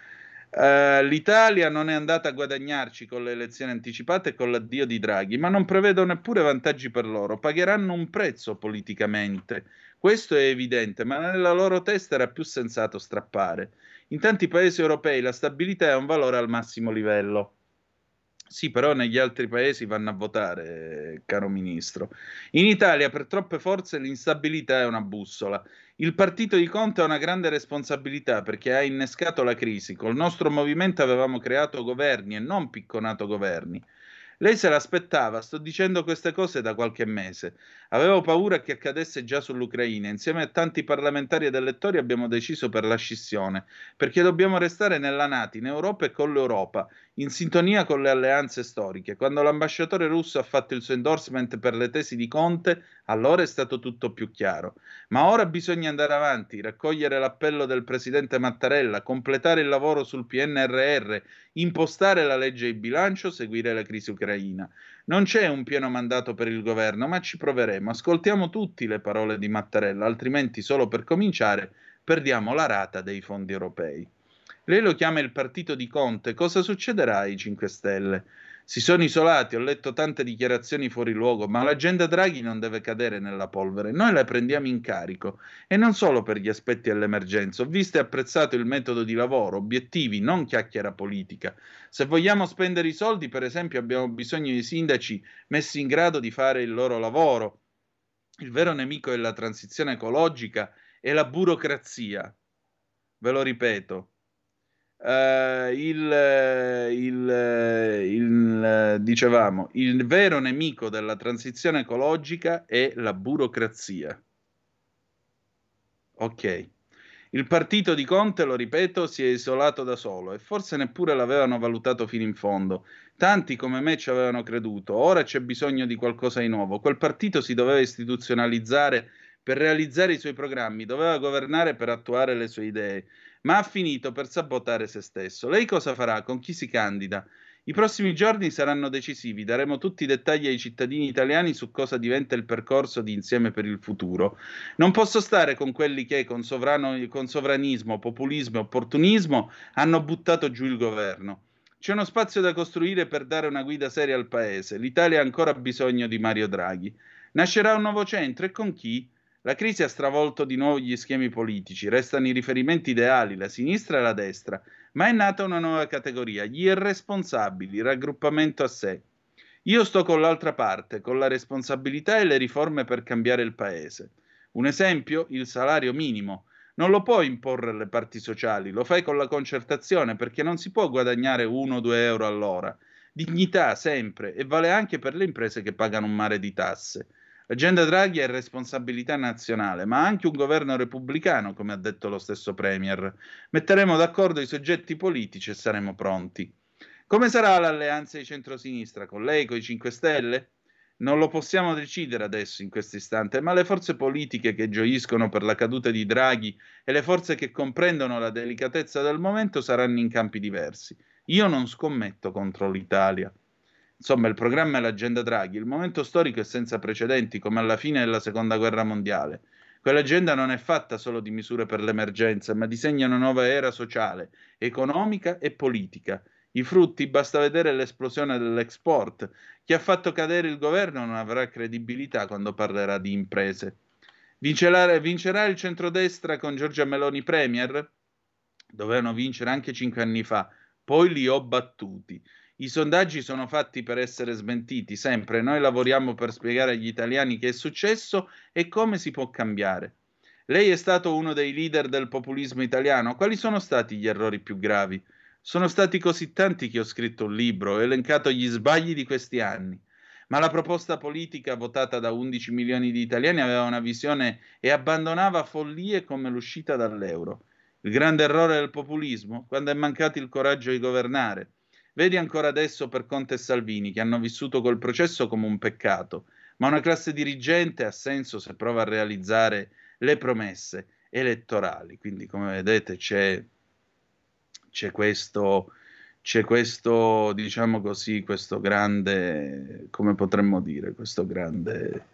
C: L'Italia non è andata a guadagnarci con le elezioni anticipate e con l'addio di Draghi, ma non prevedo neppure vantaggi per loro. Pagheranno un prezzo politicamente. Questo è evidente, ma nella loro testa era più sensato strappare. In tanti paesi europei la stabilità è un valore al massimo livello. Sì, però negli altri paesi vanno a votare, caro ministro. In Italia, per troppe forze, l'instabilità è una bussola. Il partito di Conte ha una grande responsabilità perché ha innescato la crisi. Col nostro movimento avevamo creato governi e non picconato governi. Lei se l'aspettava, sto dicendo queste cose da qualche mese. Avevo paura che accadesse già sull'Ucraina. Insieme a tanti parlamentari ed elettori abbiamo deciso per la scissione, perché dobbiamo restare nella NATO, in Europa e con l'Europa, in sintonia con le alleanze storiche. Quando l'ambasciatore russo ha fatto il suo endorsement per le tesi di Conte, allora è stato tutto più chiaro. Ma ora bisogna andare avanti, raccogliere l'appello del presidente Mattarella, completare il lavoro sul PNRR, impostare la legge di bilancio, seguire la crisi ucraina. Non c'è un pieno mandato per il governo, ma ci proveremo. Ascoltiamo tutti le parole di Mattarella, altrimenti solo per cominciare perdiamo la rata dei fondi europei. Lei lo chiama il partito di Conte. Cosa succederà ai 5 Stelle? Si sono isolati, ho letto tante dichiarazioni fuori luogo, ma l'agenda Draghi non deve cadere nella polvere. Noi la prendiamo in carico, e non solo per gli aspetti dell'emergenza. Ho visto e apprezzato il metodo di lavoro, obiettivi, non chiacchiera politica. Se vogliamo spendere i soldi, per esempio, abbiamo bisogno di sindaci messi in grado di fare il loro lavoro. Il vero nemico della transizione ecologica è la burocrazia. Ve lo ripeto. Dicevamo, il vero nemico della transizione ecologica è la burocrazia. Ok. Il partito di Conte, lo ripeto, si è isolato da solo e forse neppure l'avevano valutato fino in fondo. Tanti come me ci avevano creduto. Ora c'è bisogno di qualcosa di nuovo. Quel partito si doveva istituzionalizzare per realizzare i suoi programmi, doveva governare per attuare le sue idee, ma ha finito per sabotare se stesso. Lei cosa farà? Con chi si candida? I prossimi giorni saranno decisivi, daremo tutti i dettagli ai cittadini italiani su cosa diventa il percorso di Insieme per il futuro. Non posso stare con quelli che con sovranismo, populismo e opportunismo hanno buttato giù il governo. C'è uno spazio da costruire per dare una guida seria al paese. L'Italia ha ancora bisogno di Mario Draghi. Nascerà un nuovo centro e con chi? La crisi ha stravolto di nuovo gli schemi politici, restano i riferimenti ideali, la sinistra e la destra, ma è nata una nuova categoria, gli irresponsabili, raggruppamento a sé. Io sto con l'altra parte, con la responsabilità e le riforme per cambiare il paese. Un esempio? Il salario minimo. Non lo puoi imporre alle parti sociali, lo fai con la concertazione perché non si può guadagnare 1 o 2 euro all'ora. Dignità sempre, e vale anche per le imprese che pagano un mare di tasse. L'agenda Draghi è responsabilità nazionale, ma anche un governo repubblicano, come ha detto lo stesso Premier. Metteremo d'accordo i soggetti politici e saremo pronti. Come sarà l'alleanza di centrosinistra? Con lei, con i 5 Stelle? Non lo possiamo decidere adesso, in questo istante, ma le forze politiche che gioiscono per la caduta di Draghi e le forze che comprendono la delicatezza del momento saranno in campi diversi. Io non scommetto contro l'Italia. Insomma, il programma è l'agenda Draghi. Il momento storico è senza precedenti, come alla fine della Seconda Guerra Mondiale. Quell'agenda non è fatta solo di misure per l'emergenza, ma disegna una nuova era sociale, economica e politica. I frutti, basta vedere l'esplosione dell'export. Chi ha fatto cadere il governo non avrà credibilità quando parlerà di imprese. Vincerà il centrodestra con Giorgia Meloni Premier? Dovevano vincere anche 5 anni fa, poi li ho battuti. I sondaggi sono fatti per essere smentiti, sempre. Noi lavoriamo per spiegare agli italiani che è successo e come si può cambiare. Lei è stato uno dei leader del populismo italiano. Quali sono stati gli errori più gravi? Sono stati così tanti che ho scritto un libro, ho elencato gli sbagli di questi anni. Ma la proposta politica votata da 11 milioni di italiani aveva una visione e abbandonava follie come l'uscita dall'euro. Il grande errore del populismo, quando è mancato il coraggio di governare. Vedi ancora adesso per Conte e Salvini, che hanno vissuto quel processo come un peccato, ma una classe dirigente ha senso se prova a realizzare le promesse elettorali. Quindi, come vedete, c'è questo, diciamo così, questo grande, come potremmo dire, questo grande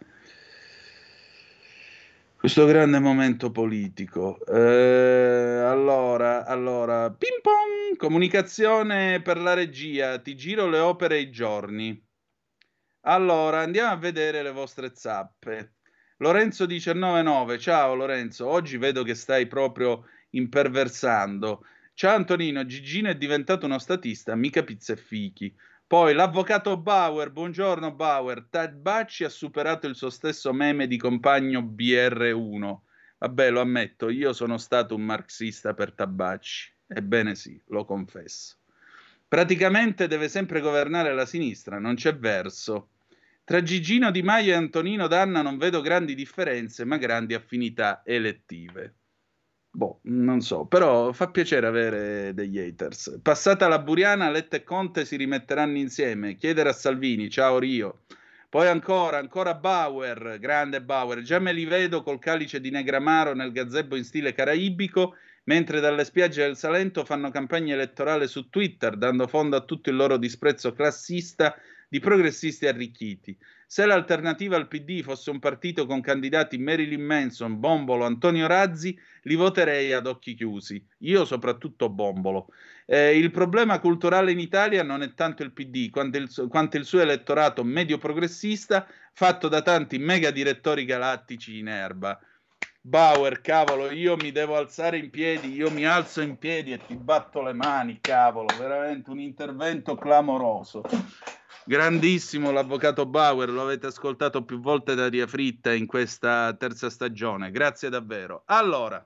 C: momento politico. Allora, ping pong, comunicazione per la regia, ti giro le opere e i giorni. Allora, andiamo a vedere le vostre zappe. Lorenzo 199, ciao Lorenzo, oggi vedo che stai proprio imperversando. Ciao Antonino, Gigino è diventato uno statista, mica pizza e fichi. Poi l'avvocato Bauer, buongiorno Bauer, Tabacci ha superato il suo stesso meme di compagno BR1. Vabbè, lo ammetto, io sono stato un marxista per Tabacci. Ebbene sì, lo confesso. Praticamente deve sempre governare la sinistra, non c'è verso. Tra Gigino Di Maio e Antonino Danna non vedo grandi differenze, ma grandi affinità elettive. Boh, non so, però fa piacere avere degli haters. Passata la Buriana, Letta e Conte si rimetteranno insieme. Chiedere a Salvini, ciao Rio. Poi ancora Bauer, grande Bauer. Già me li vedo col calice di Negramaro nel gazebo in stile caraibico, mentre dalle spiagge del Salento fanno campagna elettorale su Twitter, dando fondo a tutto il loro disprezzo classista di progressisti arricchiti. Se l'alternativa al PD fosse un partito con candidati Marilyn Manson, Bombolo, Antonio Razzi, li voterei ad occhi chiusi. Io soprattutto Bombolo. Il problema culturale in Italia non è tanto il PD, quanto il suo elettorato medio progressista, fatto da tanti mega direttori galattici in erba. Bauer, cavolo, io mi devo alzare in piedi, io mi alzo in piedi e ti batto le mani, cavolo, veramente un intervento clamoroso. Grandissimo l'avvocato Bauer, lo avete ascoltato più volte da Aria Fritta in questa terza stagione, grazie davvero. Allora,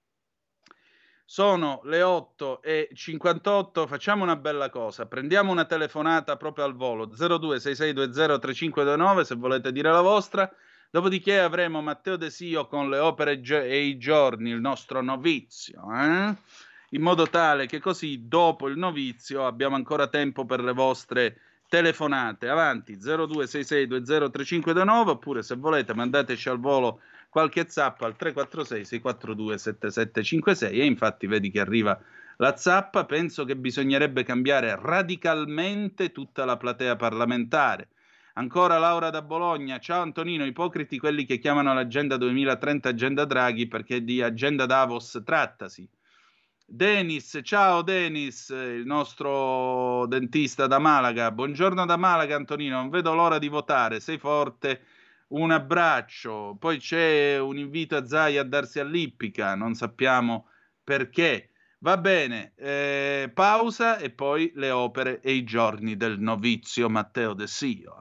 C: sono le 8:58, facciamo una bella cosa, prendiamo una telefonata proprio al volo, 0266203529 se volete dire la vostra, dopodiché avremo Matteo De Sio con le opere e i giorni, il nostro novizio, in modo tale che così dopo il novizio abbiamo ancora tempo per le vostre telefonate. Avanti, 0266203529, oppure se volete mandateci al volo qualche zappa al 346-642-7756 e infatti vedi che arriva la zappa. Penso che bisognerebbe cambiare radicalmente tutta la platea parlamentare. Ancora Laura da Bologna, ciao Antonino, ipocriti quelli che chiamano l'agenda 2030 agenda Draghi perché di agenda Davos trattasi. Denis, ciao Denis, il nostro dentista da Malaga, buongiorno da Malaga Antonino, non vedo l'ora di votare, sei forte, un abbraccio. Poi c'è un invito a Zai a darsi all'ippica, non sappiamo perché. Va bene, pausa e poi le opere e i giorni del novizio Matteo De Sio.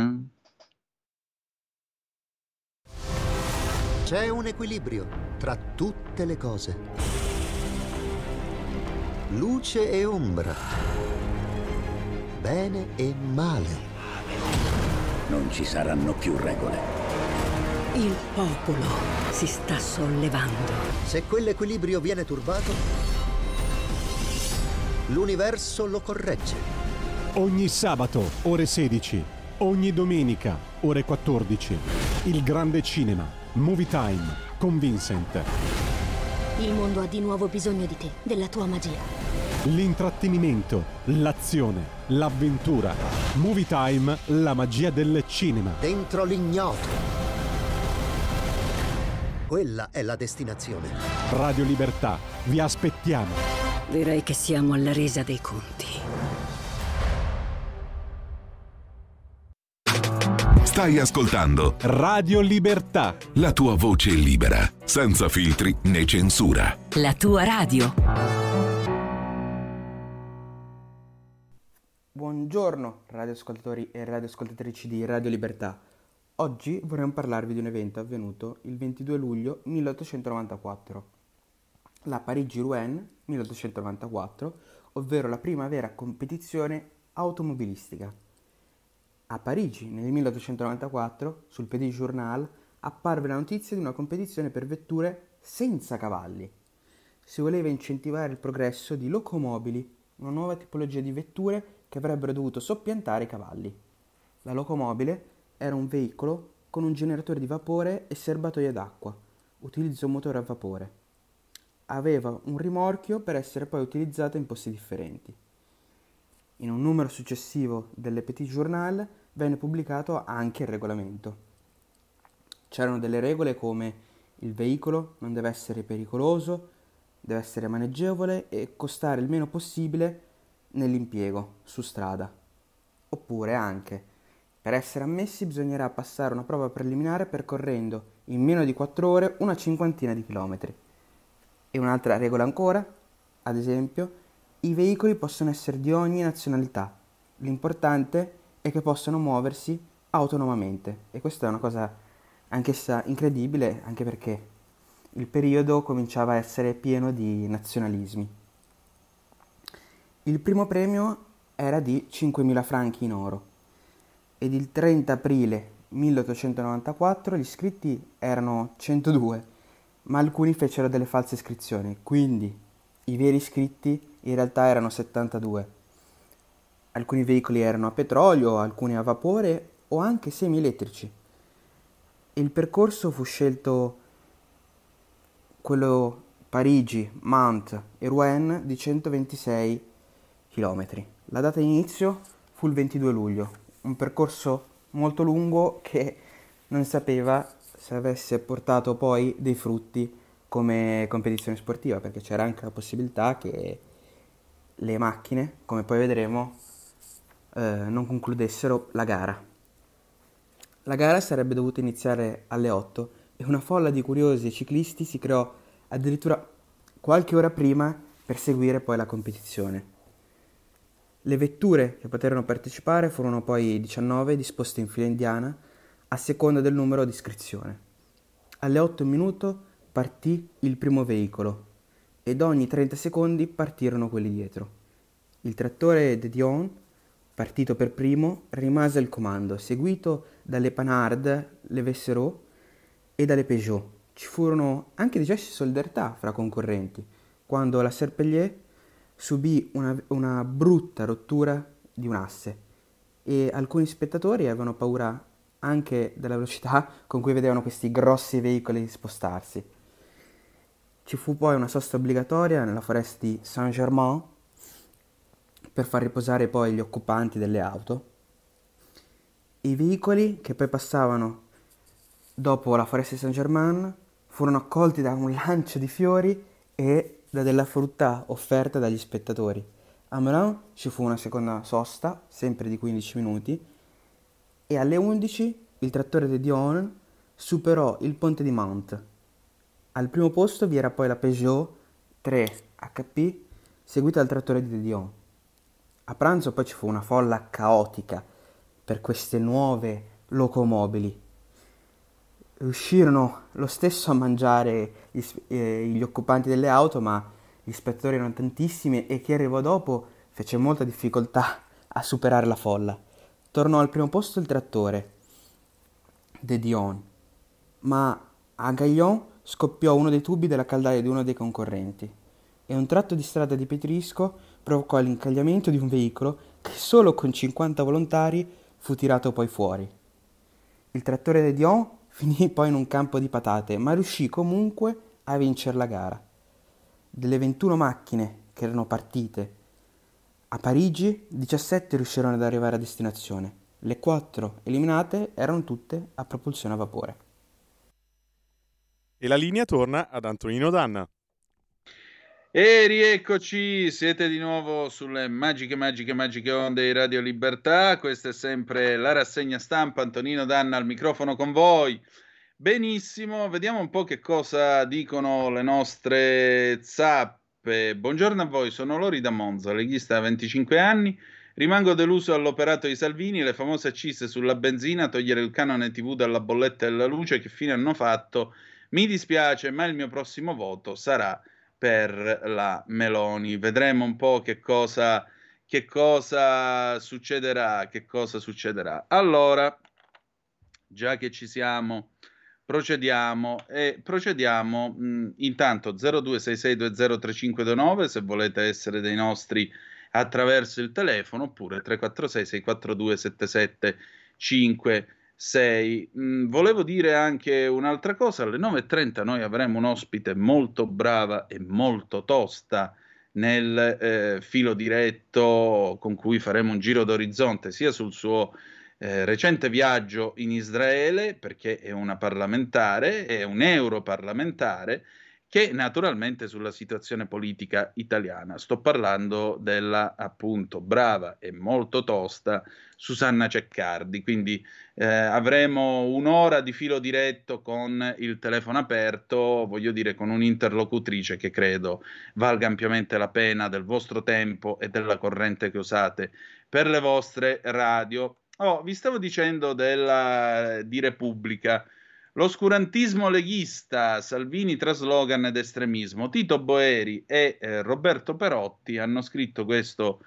G: C'è un equilibrio tra tutte le cose. Luce e ombra, bene e male.
K: Non ci saranno più regole.
L: Il popolo si sta sollevando.
G: Se quell'equilibrio viene turbato, l'universo lo corregge.
A: Ogni sabato, ore 16. Ogni domenica, ore 14. Il grande cinema. Movie Time con Vincent.
M: Il mondo ha di nuovo bisogno di te, della tua magia.
A: L'intrattenimento, l'azione, l'avventura. Movie Time, la magia del cinema.
G: Dentro l'ignoto. Quella è la destinazione.
A: Radio Libertà, vi aspettiamo.
L: Direi che siamo alla resa dei conti.
F: Stai ascoltando
A: Radio Libertà.
F: La tua voce libera, senza filtri né censura.
L: La tua radio.
N: Buongiorno radioascoltatori e radioascoltatrici di Radio Libertà. Oggi vorremmo parlarvi di un evento avvenuto il 22 luglio 1894. La Parigi-Rouen 1894, ovvero la prima vera competizione automobilistica. A Parigi, nel 1894, sul Petit Journal, apparve la notizia di una competizione per vetture senza cavalli. Si voleva incentivare il progresso di locomobili, una nuova tipologia di vetture che avrebbero dovuto soppiantare i cavalli. La locomobile era un veicolo con un generatore di vapore e serbatoia d'acqua, utilizzo motore a vapore. Aveva un rimorchio per essere poi utilizzata in posti differenti. In un numero successivo del Petit Journal venne pubblicato anche il regolamento. C'erano delle regole come il veicolo non deve essere pericoloso, deve essere maneggevole e costare il meno possibile nell'impiego su strada. Oppure anche, per essere ammessi bisognerà passare una prova preliminare percorrendo in meno di 4 ore una cinquantina di chilometri. E un'altra regola ancora, ad esempio, i veicoli possono essere di ogni nazionalità. L'importante è che possano muoversi autonomamente. E questa è una cosa anch'essa incredibile, anche perché il periodo cominciava a essere pieno di nazionalismi. Il primo premio era di 5.000 franchi in oro ed il 30 aprile 1894 gli iscritti erano 102, ma alcuni fecero delle false iscrizioni, quindi i veri iscritti in realtà erano 72. Alcuni veicoli erano a petrolio, alcuni a vapore o anche semi-elettrici. Il percorso fu scelto quello Parigi, Mantes e Rouen di 126 km. La data di inizio fu il 22 luglio, un percorso molto lungo che non sapeva se avesse portato poi dei frutti come competizione sportiva, perché c'era anche la possibilità che le macchine, come poi vedremo, non concludessero la gara. La gara sarebbe dovuta iniziare alle 8 e una folla di curiosi e ciclisti si creò addirittura qualche ora prima per seguire poi la competizione. Le vetture che poterono partecipare furono poi 19 disposte in fila indiana a seconda del numero di iscrizione. Alle 8 partì il primo veicolo ed ogni 30 secondi partirono quelli dietro. Il trattore De Dion, partito per primo, rimase al comando, seguito dalle Panhard, le Vaisseau e dalle Peugeot. Ci furono anche dei gesti di solidarietà fra concorrenti, quando la Serpellier subì una brutta rottura di un asse e alcuni spettatori avevano paura anche della velocità con cui vedevano questi grossi veicoli spostarsi. Ci fu poi una sosta obbligatoria nella foresta di Saint-Germain per far riposare poi gli occupanti delle auto. I veicoli che poi passavano dopo la foresta di Saint-Germain furono accolti da un lancio di fiori e da della frutta offerta dagli spettatori. A Melun ci fu una seconda sosta, sempre di 15 minuti, e alle 11 il trattore De Dion superò il ponte di Mantes. Al primo posto vi era poi la Peugeot 3 HP, seguita dal trattore di De Dion. A pranzo poi ci fu una folla caotica per queste nuove locomobili. Riuscirono lo stesso a mangiare gli occupanti delle auto, ma gli spettatori erano tantissimi e chi arrivò dopo fece molta difficoltà a superare la folla. Tornò al primo posto il trattore De Dion, ma a Gaillon scoppiò uno dei tubi della caldaia di uno dei concorrenti e un tratto di strada di Petrisco provocò l'incagliamento di un veicolo che solo con 50 volontari fu tirato poi fuori. Il trattore De Dion finì poi in un campo di patate, ma riuscì comunque a vincere la gara. Delle 21 macchine che erano partite a Parigi, 17 riuscirono ad arrivare a destinazione. Le 4 eliminate erano tutte a propulsione a vapore.
B: E la linea torna ad Antonino Danna.
C: E rieccoci, siete di nuovo sulle magiche onde di Radio Libertà. Questa è sempre la rassegna stampa. Antonino Danna al microfono con voi. Benissimo, vediamo un po' che cosa dicono le nostre zappe. Buongiorno a voi, sono Lori da Monza, leghista da 25 anni. Rimango deluso all'operato di Salvini, le famose accise sulla benzina, togliere il canone TV dalla bolletta della luce, che fine hanno fatto? Mi dispiace, ma il mio prossimo voto sarà per la Meloni. Vedremo un po' che cosa succederà, Allora, già che ci siamo, procediamo intanto 0266203529 se volete essere dei nostri attraverso il telefono, oppure 346 642 7756. Volevo dire anche un'altra cosa: alle 9:30 noi avremo un ospite molto brava e molto tosta nel filo diretto, con cui faremo un giro d'orizzonte sia sul suo recente viaggio in Israele, perché è una parlamentare, è un europarlamentare, che naturalmente sulla situazione politica italiana. Sto parlando della, appunto, brava e molto tosta Susanna Ceccardi. Quindi avremo un'ora di filo diretto con il telefono aperto, voglio dire, con un'interlocutrice che credo valga ampiamente la pena del vostro tempo e della corrente che usate per le vostre radio. Vi stavo dicendo di Repubblica. L'oscurantismo leghista, Salvini tra slogan ed estremismo. Tito Boeri e Roberto Perotti hanno scritto questo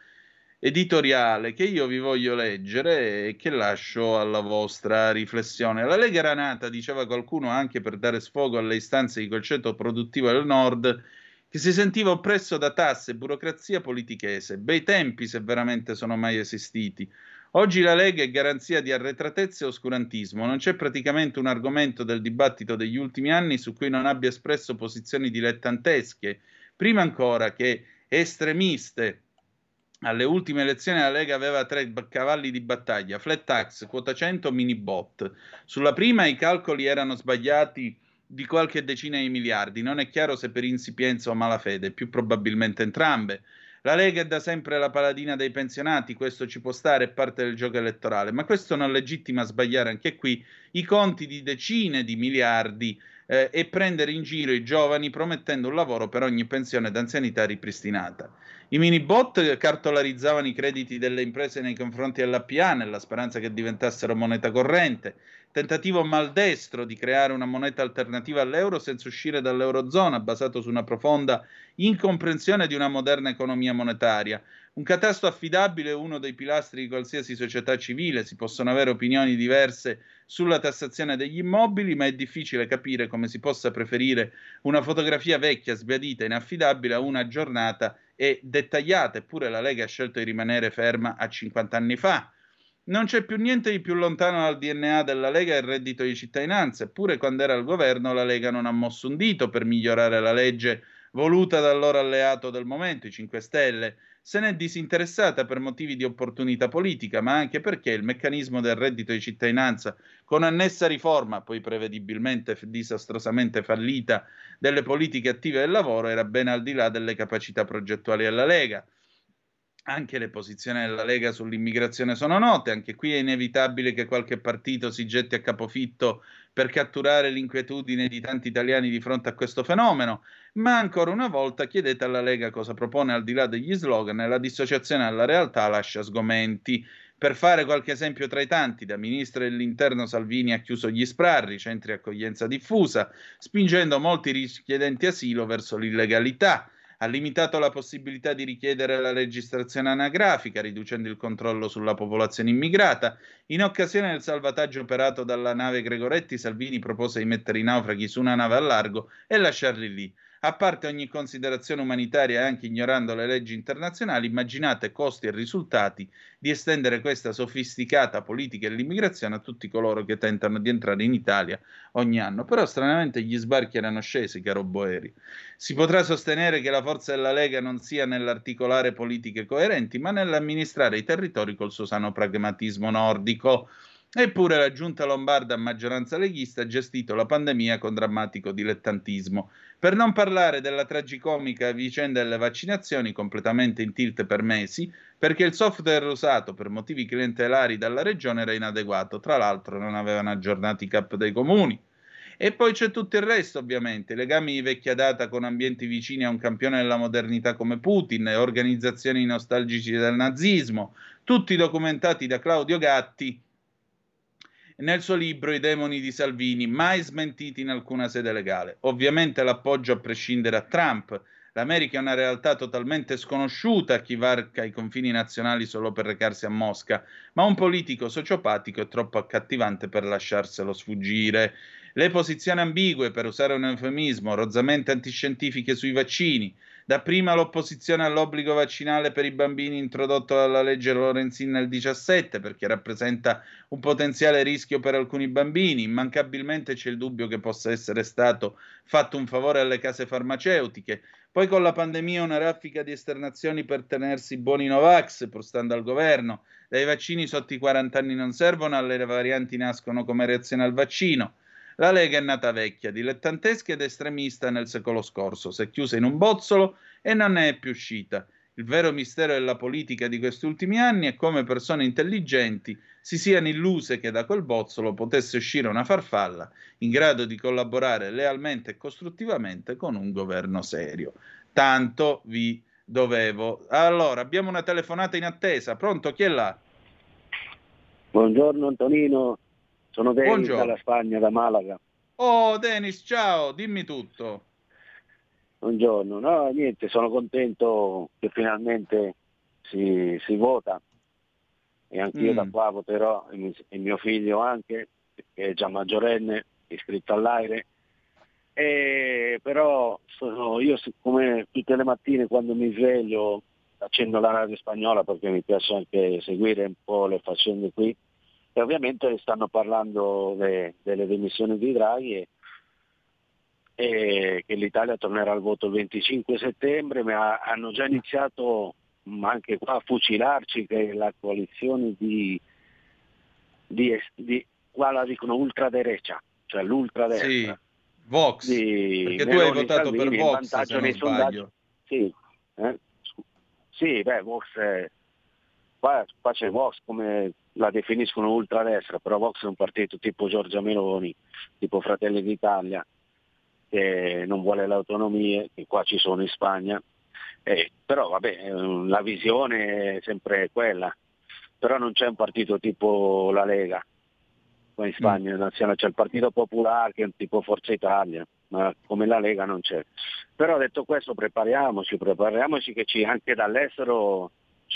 C: editoriale che io vi voglio leggere e che lascio alla vostra riflessione. La Lega era nata, diceva qualcuno, anche per dare sfogo alle istanze di quel ceto produttivo del Nord che si sentiva oppresso da tasse e burocrazia politichese. Bei tempi, se veramente sono mai esistiti. Oggi la Lega è garanzia di arretratezza e oscurantismo. Non c'è praticamente un argomento del dibattito degli ultimi anni su cui non abbia espresso posizioni dilettantesche, prima ancora che estremiste. Alle ultime elezioni la Lega aveva 3 cavalli di battaglia: flat tax, quota 100, mini bot. Sulla prima i calcoli erano sbagliati di qualche decina di miliardi. Non è chiaro se per insipienza o malafede, più probabilmente entrambe. La Lega è da sempre la paladina dei pensionati, questo ci può stare, è parte del gioco elettorale, ma questo non legittima sbagliare anche qui i conti di decine di miliardi e prendere in giro i giovani promettendo un lavoro per ogni pensione d'anzianità ripristinata. I mini bot cartolarizzavano i crediti delle imprese nei confronti dell'APA nella speranza che diventassero moneta corrente. Tentativo maldestro di creare una moneta alternativa all'euro senza uscire dall'eurozona, basato su una profonda incomprensione di una moderna economia monetaria. Un catasto affidabile è uno dei pilastri di qualsiasi società civile. Si possono avere opinioni diverse sulla tassazione degli immobili, ma è difficile capire come si possa preferire una fotografia vecchia, sbiadita, inaffidabile a una aggiornata e dettagliata. Eppure la Lega ha scelto di rimanere ferma a 50 anni fa. Non c'è più niente di più lontano dal DNA della Lega il reddito di cittadinanza, eppure quando era al governo la Lega non ha mosso un dito per migliorare la legge voluta dal loro alleato del momento, i 5 Stelle. Se n'è disinteressata per motivi di opportunità politica, ma anche perché il meccanismo del reddito di cittadinanza, con annessa riforma, poi prevedibilmente disastrosamente fallita, delle politiche attive del lavoro, era ben al di là delle capacità progettuali della Lega. Anche le posizioni della Lega sull'immigrazione sono note, anche qui è inevitabile che qualche partito si getti a capofitto per catturare l'inquietudine di tanti italiani di fronte a questo fenomeno, ma ancora una volta chiedete alla Lega cosa propone al di là degli slogan e la dissociazione dalla realtà lascia sgomenti. Per fare qualche esempio tra i tanti, da ministro dell'Interno Salvini ha chiuso gli SPRAR, i centri accoglienza diffusa, spingendo molti richiedenti asilo verso l'illegalità. Ha limitato la possibilità di richiedere la registrazione anagrafica, riducendo il controllo sulla popolazione immigrata. In occasione del salvataggio operato dalla nave Gregoretti, Salvini propose di mettere i naufraghi su una nave a largo e lasciarli lì. A parte ogni considerazione umanitaria e anche ignorando le leggi internazionali, immaginate costi e risultati di estendere questa sofisticata politica dell'immigrazione a tutti coloro che tentano di entrare in Italia ogni anno. Però stranamente gli sbarchi erano scesi, caro Boeri. Si potrà sostenere che la forza della Lega non sia nell'articolare politiche coerenti, ma nell'amministrare i territori col suo sano pragmatismo nordico. Eppure la giunta lombarda a maggioranza leghista ha gestito la pandemia con drammatico dilettantismo. Per non parlare della tragicomica vicenda delle vaccinazioni, completamente in tilt per mesi, perché il software usato per motivi clientelari dalla regione era inadeguato. Tra l'altro non avevano aggiornato i cap dei comuni. E poi c'è tutto il resto, ovviamente, legami di vecchia data con ambienti vicini a un campione della modernità come Putin, organizzazioni nostalgici del nazismo, tutti documentati da Claudio Gatti nel suo libro I demoni di Salvini, mai smentiti in alcuna sede legale. Ovviamente l'appoggio a prescindere a Trump. L'America è una realtà totalmente sconosciuta a chi varca i confini nazionali solo per recarsi a Mosca, ma un politico sociopatico è troppo accattivante per lasciarselo sfuggire. Le posizioni ambigue, per usare un eufemismo, rozzamente antiscientifiche sui vaccini, dapprima l'opposizione all'obbligo vaccinale per i bambini introdotto dalla legge Lorenzin nel 2017 perché rappresenta un potenziale rischio per alcuni bambini, immancabilmente c'è il dubbio che possa essere stato fatto un favore alle case farmaceutiche, poi con la pandemia una raffica di esternazioni per tenersi buoni Novax, pur stando al governo, dai vaccini sotto i 40 anni non servono, alle varianti nascono come reazione al vaccino. La Lega è nata vecchia, dilettantesca ed estremista nel secolo scorso, si è chiusa in un bozzolo e non ne è più uscita. Il vero mistero della politica di questi ultimi anni è come persone intelligenti si siano illuse che da quel bozzolo potesse uscire una farfalla in grado di collaborare lealmente e costruttivamente con un governo serio. Tanto vi dovevo. Allora, abbiamo una telefonata in attesa. Pronto? Chi è là?
O: Buongiorno Antonino. Sono Denis dalla Spagna, da Malaga.
C: Oh Denis, ciao, dimmi tutto.
O: Buongiorno, no niente, sono contento che finalmente si vota e anch'io da qua voterò, e mio figlio anche, che è già maggiorenne, iscritto all'AIRE, e però io come tutte le mattine quando mi sveglio accendo la radio spagnola perché mi piace anche seguire un po' le faccende qui. E ovviamente stanno parlando delle dimissioni di Draghi e che l'Italia tornerà al voto il 25 settembre, ma hanno già iniziato anche qua a fucilarci che la coalizione qua la dicono ultraderecia, cioè l'ultradestra.
C: Sì, Vox, perché tu hai votato per Vox, se non sbaglio.
O: Sì, sì, beh, Vox qua c'è Vox come la definiscono ultradestra, però Vox è un partito tipo Giorgia Meloni, tipo Fratelli d'Italia, che non vuole le autonomie, che qua ci sono in Spagna, però vabbè, la visione è sempre quella, però non c'è un partito tipo la Lega, qua in Spagna c'è il Partito Popolare che è un tipo Forza Italia, ma come la Lega non c'è. Però detto questo prepariamoci che anche dall'estero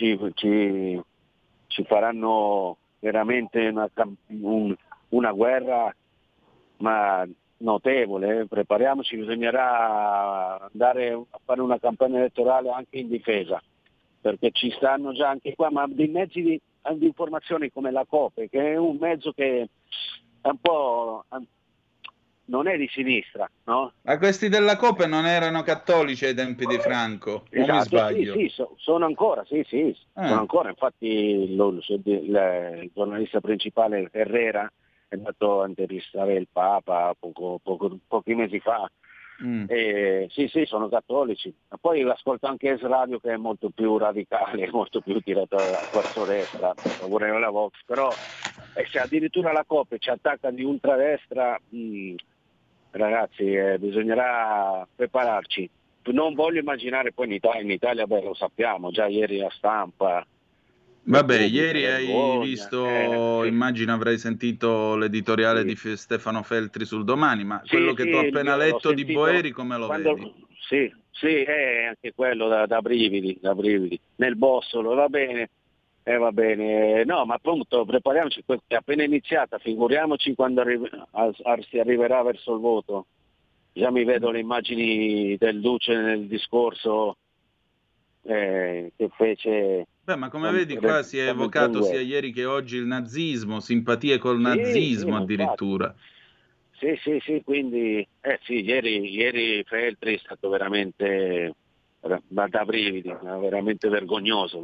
O: ci faranno veramente una guerra ma notevole, prepariamoci, bisognerà andare a fare una campagna elettorale anche in difesa, perché ci stanno già anche qua, ma dei mezzi di informazione come la COPE, che è un mezzo che è un po' non è di sinistra, no?
C: Ma questi della COPE non erano cattolici ai tempi di Franco,
O: esatto,
C: o mi sbaglio?
O: Sì, sono ancora, sono ancora, infatti il giornalista principale Herrera è andato a intervistare il Papa pochi mesi fa, sì, sono cattolici, ma poi ascolto anche S-Radio che è molto più radicale, molto più tirato verso destra, favore la Vox, però se addirittura la COPE ci attacca di ultradestra, ragazzi, bisognerà prepararci. Non voglio immaginare poi in Italia beh, lo sappiamo, già ieri la stampa.
C: Vabbè, ieri hai visto, immagino avrai sentito l'editoriale di Stefano Feltri sul Domani, ma quello che tu hai appena letto di Boeri come lo vedi?
O: Sì, è anche quello da brividi, nel bossolo, va bene, no, ma appunto prepariamoci, è appena iniziata, figuriamoci quando si arriverà verso il voto. Già mi vedo le immagini del Duce nel discorso che fece.
C: Beh, ma come vedi qua si è evocato sia ieri che oggi il nazismo, simpatie col nazismo addirittura.
O: Sì, quindi ieri Feltri è stato veramente da brividi, veramente vergognoso,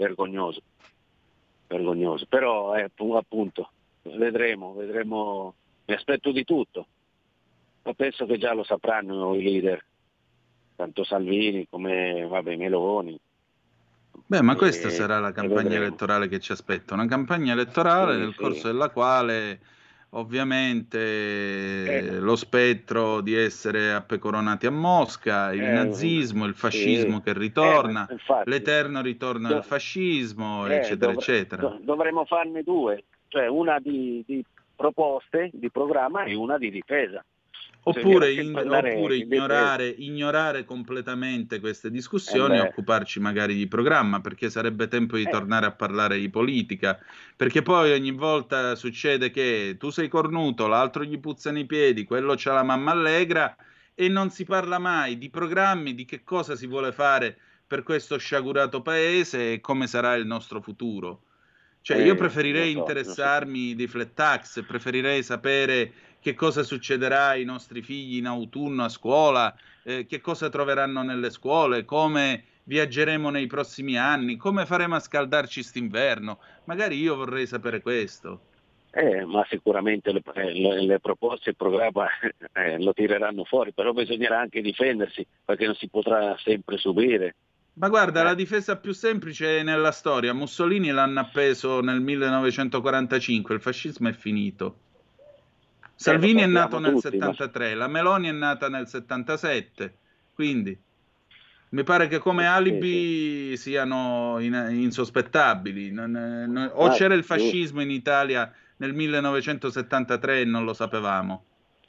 O: però appunto vedremo, mi aspetto di tutto, ma penso che già lo sapranno i leader, tanto Salvini come Meloni.
C: Beh, ma questa sarà la campagna elettorale che ci aspetta, una campagna elettorale nel corso della quale ovviamente lo spettro di essere appecoronati a Mosca, il nazismo, il fascismo che ritorna, l'eterno ritorno del fascismo, eccetera, eccetera.
O: Dovremmo farne due, cioè una di proposte, di programma e una di difesa.
C: Oppure ignorare completamente queste discussioni e occuparci magari di programma, perché sarebbe tempo di tornare a parlare di politica, perché poi ogni volta succede che tu sei cornuto, l'altro gli puzzano i piedi, quello c'ha la mamma allegra e non si parla mai di programmi, di che cosa si vuole fare per questo sciagurato paese e come sarà il nostro futuro. Cioè io preferirei interessarmi di flat tax, preferirei sapere che cosa succederà ai nostri figli in autunno a scuola, che cosa troveranno nelle scuole, come viaggeremo nei prossimi anni, come faremo a scaldarci st'inverno. Magari io vorrei sapere questo.
O: Ma sicuramente le proposte, il programma lo tireranno fuori, però bisognerà anche difendersi, perché non si potrà sempre subire.
C: Ma guarda, la difesa più semplice è nella storia. Mussolini l'hanno appeso nel 1945, il fascismo è finito. Salvini è nato nel 73, la Meloni è nata nel 77, quindi mi pare che come alibi siano insospettabili. O c'era il fascismo in Italia nel 1973 e non lo sapevamo.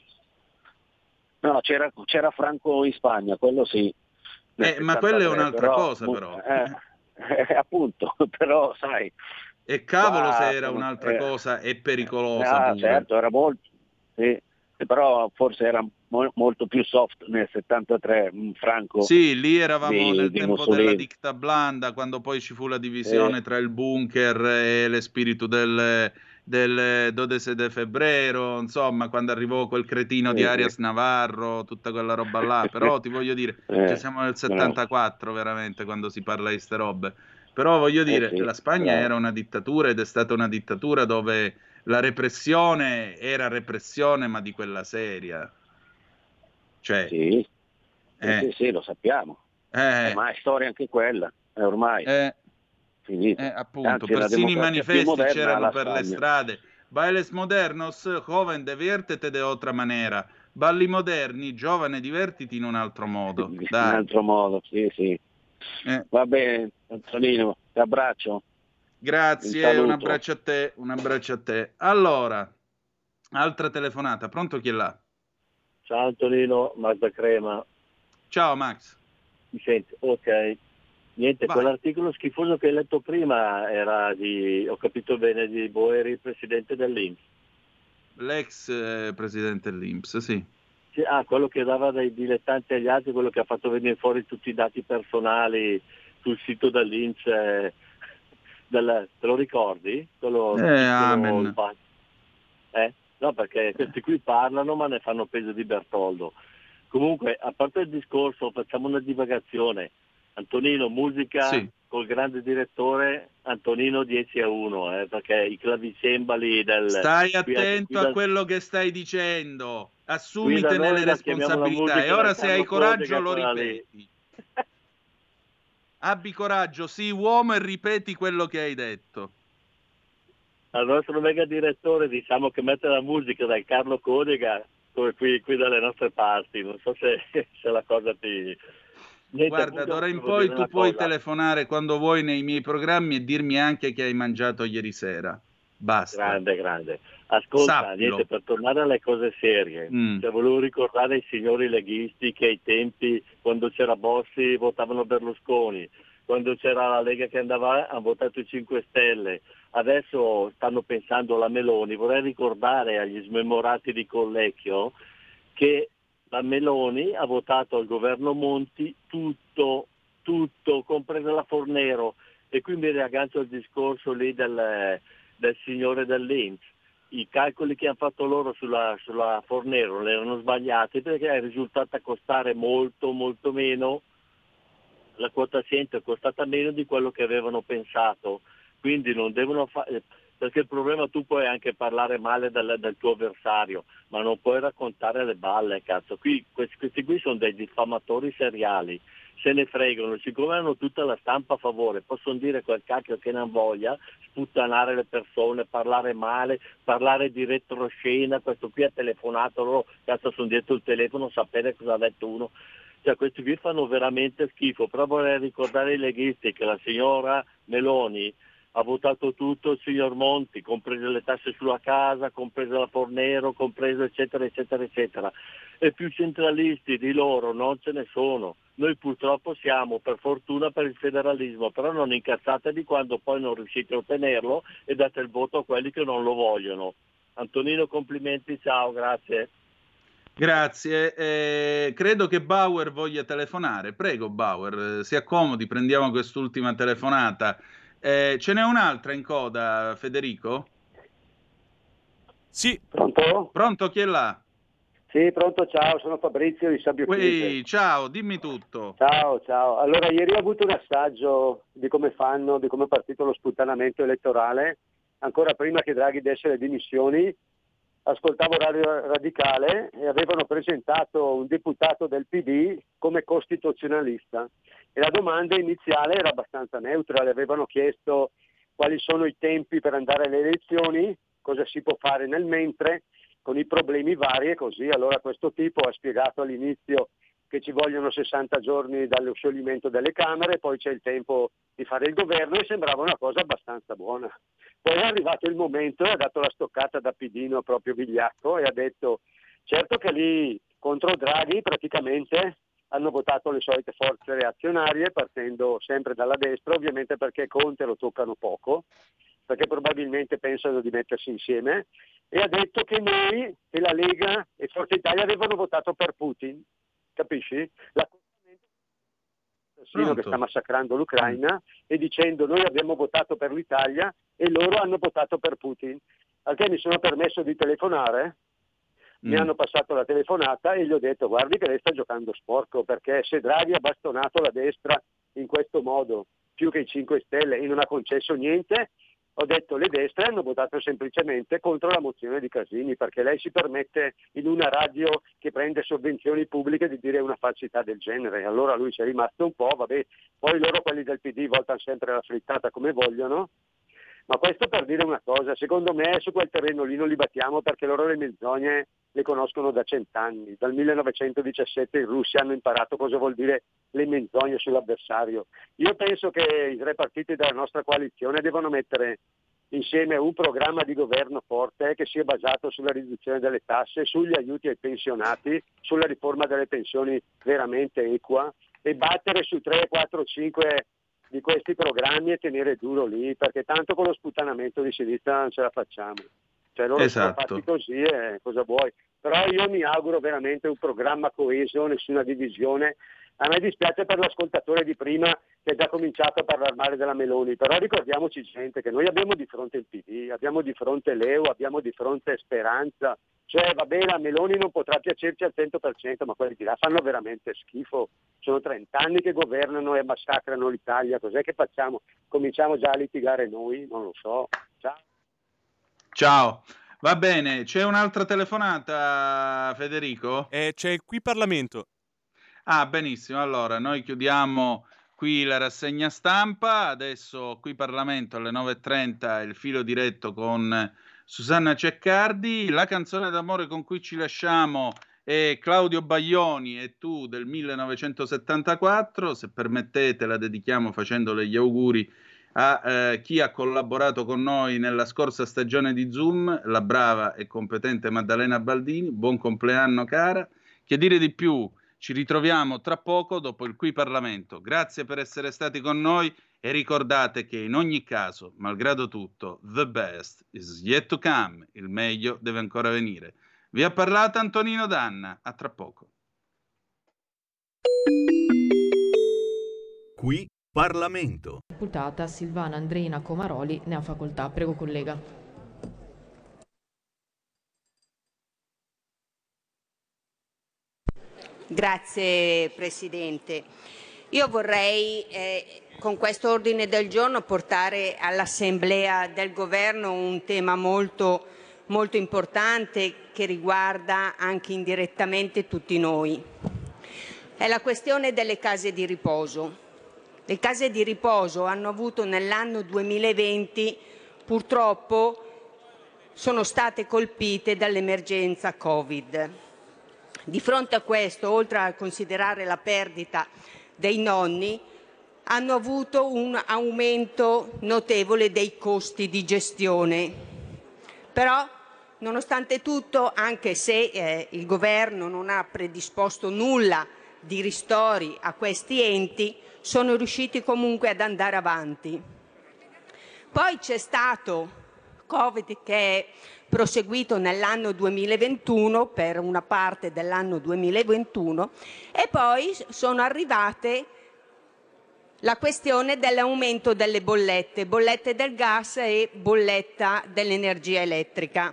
O: No, c'era Franco in Spagna, quello sì.
C: Ma quella è un'altra cosa però.
O: Appunto, però sai.
C: E cavolo se era un'altra cosa e pericolosa pure.
O: Certo, era molto. Sì, però forse era molto più soft nel 73 Franco.
C: Sì, lì eravamo nel tempo Mussolini. Della dicta blanda, quando poi ci fu la divisione tra il bunker e lo spirito del 12 de febbraio, insomma, quando arrivò quel cretino di Arias Navarro, tutta quella roba là. Però ti voglio dire, ci siamo nel 74 veramente quando si parla di ste robe. Però voglio dire, la Spagna era una dittatura ed è stata una dittatura dove la repressione era repressione, ma di quella seria. Cioè,
O: sì, lo sappiamo. Ma è storia anche quella, è ormai finita.
C: Appunto,
O: Anzi,
C: persino i manifesti c'erano per le strade. Bailes modernos, joven, diviértete de otra manera. Balli moderni, giovane, divertiti in un altro modo.
O: Dai. In un altro modo, sì. Va bene, Antonino, ti abbraccio.
C: Grazie, un abbraccio a te. Allora, altra telefonata, pronto, chi è là?
P: Ciao Antonino, Max da Crema.
C: Ciao Max.
P: Mi senti? Ok. Niente,
C: Vai.
P: Quell'articolo schifoso che hai letto prima era ho capito bene, di Boeri, presidente dell'Inps.
C: L'ex presidente dell'Inps, sì.
P: Quello che dava dai dilettanti agli altri, quello che ha fatto venire fuori tutti i dati personali sul sito dell'Inps. Te lo ricordi?
C: Amen.
P: No, perché questi qui parlano ma ne fanno peso di Bertoldo. Comunque, a parte il discorso, facciamo una divagazione. Antonino, musica col grande direttore Antonino 10-1, perché i clavicembali
C: Stai attento a quello che stai dicendo, assumitene le responsabilità e ora se hai coraggio lo ripeti. Abbi coraggio, sii uomo e ripeti quello che hai detto.
P: Al nostro mega direttore diciamo che mette la musica dal Carlo Coniga come qui dalle nostre parti, non so se la cosa ti...
C: Guarda, d'ora in poi tu puoi telefonare quando vuoi nei miei programmi e dirmi anche che hai mangiato ieri sera. Basta.
P: Grande. Ascolta,
C: Sappilo.
P: niente, per tornare alle cose serie, volevo ricordare ai signori leghisti che ai tempi, quando c'era Bossi, votavano Berlusconi, quando c'era la Lega che andava, hanno votato i 5 Stelle, adesso stanno pensando alla Meloni. Vorrei ricordare agli smemorati di Collecchio che la Meloni ha votato al governo Monti tutto, compresa la Fornero, e qui mi riaggancio al discorso lì del signore dell'Inps. I calcoli che hanno fatto loro sulla Fornero erano sbagliati, perché è risultata costare molto meno, la quota 100 è costata meno di quello che avevano pensato, quindi non devono fare, perché il problema, tu puoi anche parlare male del tuo avversario, ma non puoi raccontare le balle, cazzo. Questi qui sono dei diffamatori seriali, se ne fregano, siccome hanno tutta la stampa a favore, possono dire quel cacchio che non voglia, sputtanare le persone, parlare male, parlare di retroscena. Questo qui ha telefonato, loro cazzo sono dietro il telefono, sapere cosa ha detto uno. Cioè, questi qui fanno veramente schifo. Però vorrei ricordare ai leghisti che la signora Meloni ha votato tutto il signor Monti, comprese le tasse sulla casa, compresa la Fornero, compreso eccetera. E più centralisti di loro non ce ne sono. Noi purtroppo siamo, per fortuna, per il federalismo, però non incazzatevi quando poi non riuscite a ottenerlo e date il voto a quelli che non lo vogliono. Antonino, complimenti, ciao, grazie.
C: Grazie. Credo che Bauer voglia telefonare. Prego Bauer, si accomodi, prendiamo quest'ultima telefonata. Ce n'è un'altra in coda, Federico?
B: Sì.
Q: Pronto?
C: Pronto, chi è là?
Q: Sì, pronto, ciao, sono Fabrizio di Sabbio Chiese.
C: Ciao, dimmi tutto.
Q: Ciao. Allora, ieri ho avuto un assaggio di come è partito lo sputtanamento elettorale. Ancora prima che Draghi desse le dimissioni, ascoltavo Radio Radicale e avevano presentato un deputato del PD come costituzionalista. E la domanda iniziale era abbastanza neutra, le avevano chiesto quali sono i tempi per andare alle elezioni, cosa si può fare nel mentre, con i problemi vari e così. Allora questo tipo ha spiegato all'inizio che ci vogliono 60 giorni dallo scioglimento delle Camere, poi c'è il tempo di fare il governo, e sembrava una cosa abbastanza buona. Poi è arrivato il momento e ha dato la stoccata da Pidino proprio vigliacco e ha detto: certo che lì contro Draghi praticamente hanno votato le solite forze reazionarie, partendo sempre dalla destra, ovviamente perché Conte lo toccano poco, perché probabilmente pensano di mettersi insieme, e ha detto che noi, che la Lega e Forza Italia avevano votato per Putin, capisci? Che sta massacrando l'Ucraina e dicendo noi abbiamo votato per l'Italia e loro hanno votato per Putin. Al che mi sono permesso di telefonare, mi hanno passato la telefonata e gli ho detto: guardi che lei sta giocando sporco, perché se Draghi ha bastonato la destra in questo modo, più che i 5 Stelle, e non ha concesso niente, ho detto le destre hanno votato semplicemente contro la mozione di Casini, perché lei si permette in una radio che prende sovvenzioni pubbliche di dire una falsità del genere. Allora lui ci è rimasto un po', vabbè, poi loro quelli del PD votano sempre la frittata come vogliono, ma questo per dire una cosa: secondo me su quel terreno lì non li battiamo, perché loro le menzogne le conoscono da 100 anni. Dal 1917 in Russia hanno imparato cosa vuol dire le menzogne sull'avversario. Io penso che i 3 partiti della nostra coalizione devono mettere insieme un programma di governo forte che sia basato sulla riduzione delle tasse, sugli aiuti ai pensionati, sulla riforma delle pensioni veramente equa, e battere su 3, 4, 5 di questi programmi e tenere duro lì, perché tanto con lo sputtanamento di sinistra non ce la facciamo. Cioè loro sono fatti così e cosa vuoi? Però io mi auguro veramente un programma coeso, nessuna divisione. A me dispiace per l'ascoltatore di prima che ha già cominciato a parlare male della Meloni, però ricordiamoci gente che noi abbiamo di fronte il PD, abbiamo di fronte l'EU, abbiamo di fronte Speranza. Cioè va bene, la Meloni non potrà piacerci al 100%, ma quelli di là fanno veramente schifo. Sono 30 anni che governano e massacrano l'Italia, cos'è che facciamo? Cominciamo già a litigare noi? Non lo so.
C: Ciao. Va bene, c'è un'altra telefonata, Federico?
B: C'è qui Parlamento.
C: Ah, benissimo. Allora, noi chiudiamo qui la rassegna stampa. Adesso qui Parlamento alle 9:30 il filo diretto con Susanna Ceccardi. La canzone d'amore con cui ci lasciamo è Claudio Baglioni e tu del 1974. Se permettete la dedichiamo facendole gli auguri a chi ha collaborato con noi nella scorsa stagione di Zoom, la brava e competente Maddalena Baldini. Buon compleanno cara. Che dire di più? Ci ritroviamo tra poco dopo il Qui Parlamento. Grazie per essere stati con noi e ricordate che in ogni caso, malgrado tutto, the best is yet to come. Il meglio deve ancora venire. Vi ha parlato Antonino Danna. A tra poco.
R: Qui Parlamento.
S: Deputata Silvana Andreina Comaroli ne ha facoltà. Prego collega.
T: Grazie Presidente. Io vorrei con questo ordine del giorno portare all'Assemblea del Governo un tema molto importante che riguarda anche indirettamente tutti noi. È la questione delle case di riposo. Le case di riposo hanno avuto nell'anno 2020, purtroppo, sono state colpite dall'emergenza Covid. Di fronte a questo, oltre a considerare la perdita dei nonni, hanno avuto un aumento notevole dei costi di gestione. Però, nonostante tutto, anche se il Governo non ha predisposto nulla di ristori a questi enti, sono riusciti comunque ad andare avanti. Poi c'è stato Covid che è proseguito nell'anno 2021, per una parte dell'anno 2021, e poi sono arrivate la questione dell'aumento delle bollette del gas e bolletta dell'energia elettrica.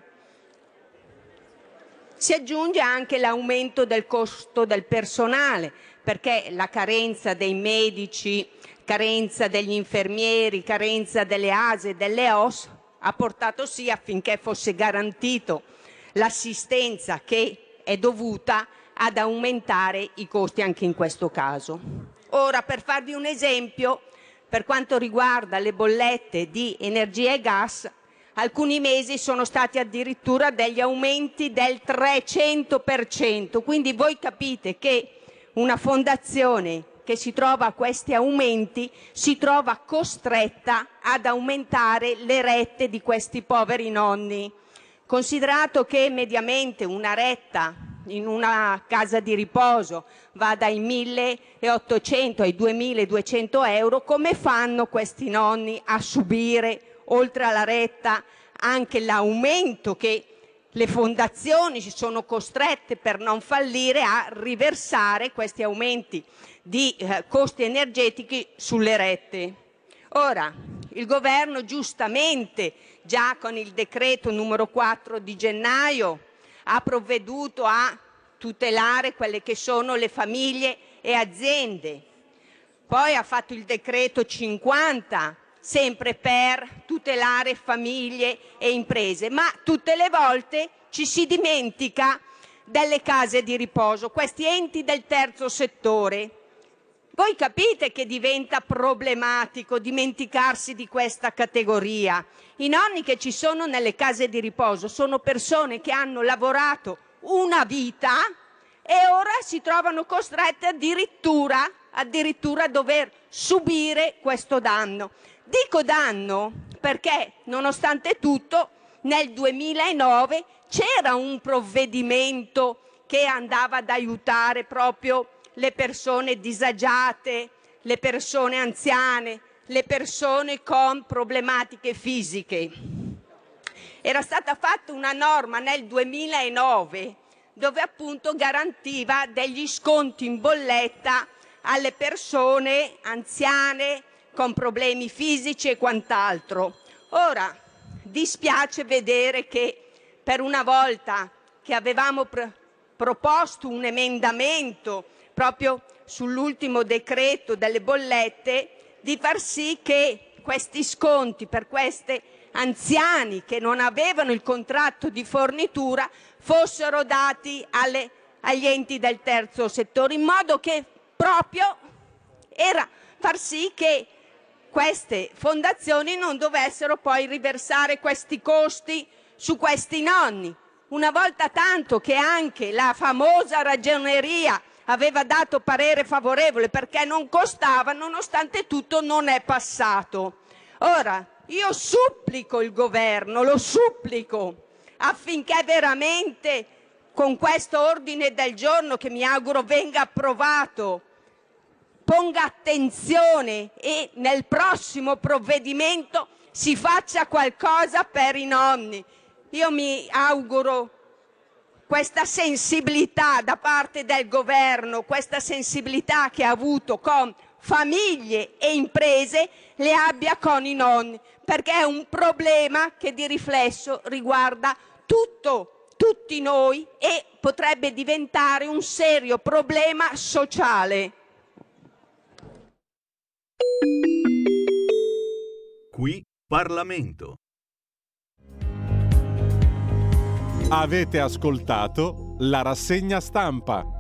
T: Si aggiunge anche l'aumento del costo del personale, perché la carenza dei medici, carenza degli infermieri, carenza delle ASE e delle OSS ha portato sì affinché fosse garantito l'assistenza che è dovuta ad aumentare i costi anche in questo caso. Ora, per farvi un esempio, per quanto riguarda le bollette di energia e gas, alcuni mesi sono stati addirittura degli aumenti del 300%, quindi voi capite che una fondazione che si trova a questi aumenti si trova costretta ad aumentare le rette di questi poveri nonni. Considerato che mediamente una retta in una casa di riposo va dai 1.800 ai 2.200 euro, come fanno questi nonni a subire, oltre alla retta, anche l'aumento che le fondazioni si sono costrette, per non fallire, a riversare questi aumenti di costi energetici sulle rette? Ora, il governo giustamente, già con il decreto numero 4 di gennaio, ha provveduto a tutelare quelle che sono le famiglie e aziende. Poi ha fatto il decreto 50, sempre per tutelare famiglie e imprese, ma tutte le volte ci si dimentica delle case di riposo, questi enti del terzo settore. Voi capite che diventa problematico dimenticarsi di questa categoria. I nonni che ci sono nelle case di riposo sono persone che hanno lavorato una vita e ora si trovano costrette addirittura a dover subire questo danno. Dico danno perché, nonostante tutto, nel 2009 c'era un provvedimento che andava ad aiutare proprio le persone disagiate, le persone anziane, le persone con problematiche fisiche. Era stata fatta una norma nel 2009 dove appunto garantiva degli sconti in bolletta alle persone anziane con problemi fisici e quant'altro. Ora, dispiace vedere che per una volta che avevamo proposto un emendamento proprio sull'ultimo decreto delle bollette, di far sì che questi sconti per questi anziani che non avevano il contratto di fornitura fossero dati agli enti del terzo settore, in modo che proprio era far sì che queste fondazioni non dovessero poi riversare questi costi su questi nonni. Una volta tanto che anche la famosa ragioneria aveva dato parere favorevole perché non costava, nonostante tutto non è passato. Ora, io supplico il governo, lo supplico, affinché veramente con questo ordine del giorno, che mi auguro venga approvato, ponga attenzione e nel prossimo provvedimento si faccia qualcosa per i nonni. Io mi auguro questa sensibilità da parte del governo, questa sensibilità che ha avuto con famiglie e imprese, le abbia con i nonni, perché è un problema che di riflesso riguarda tutti noi e potrebbe diventare un serio problema sociale.
R: Qui Parlamento.
A: Avete ascoltato la rassegna stampa.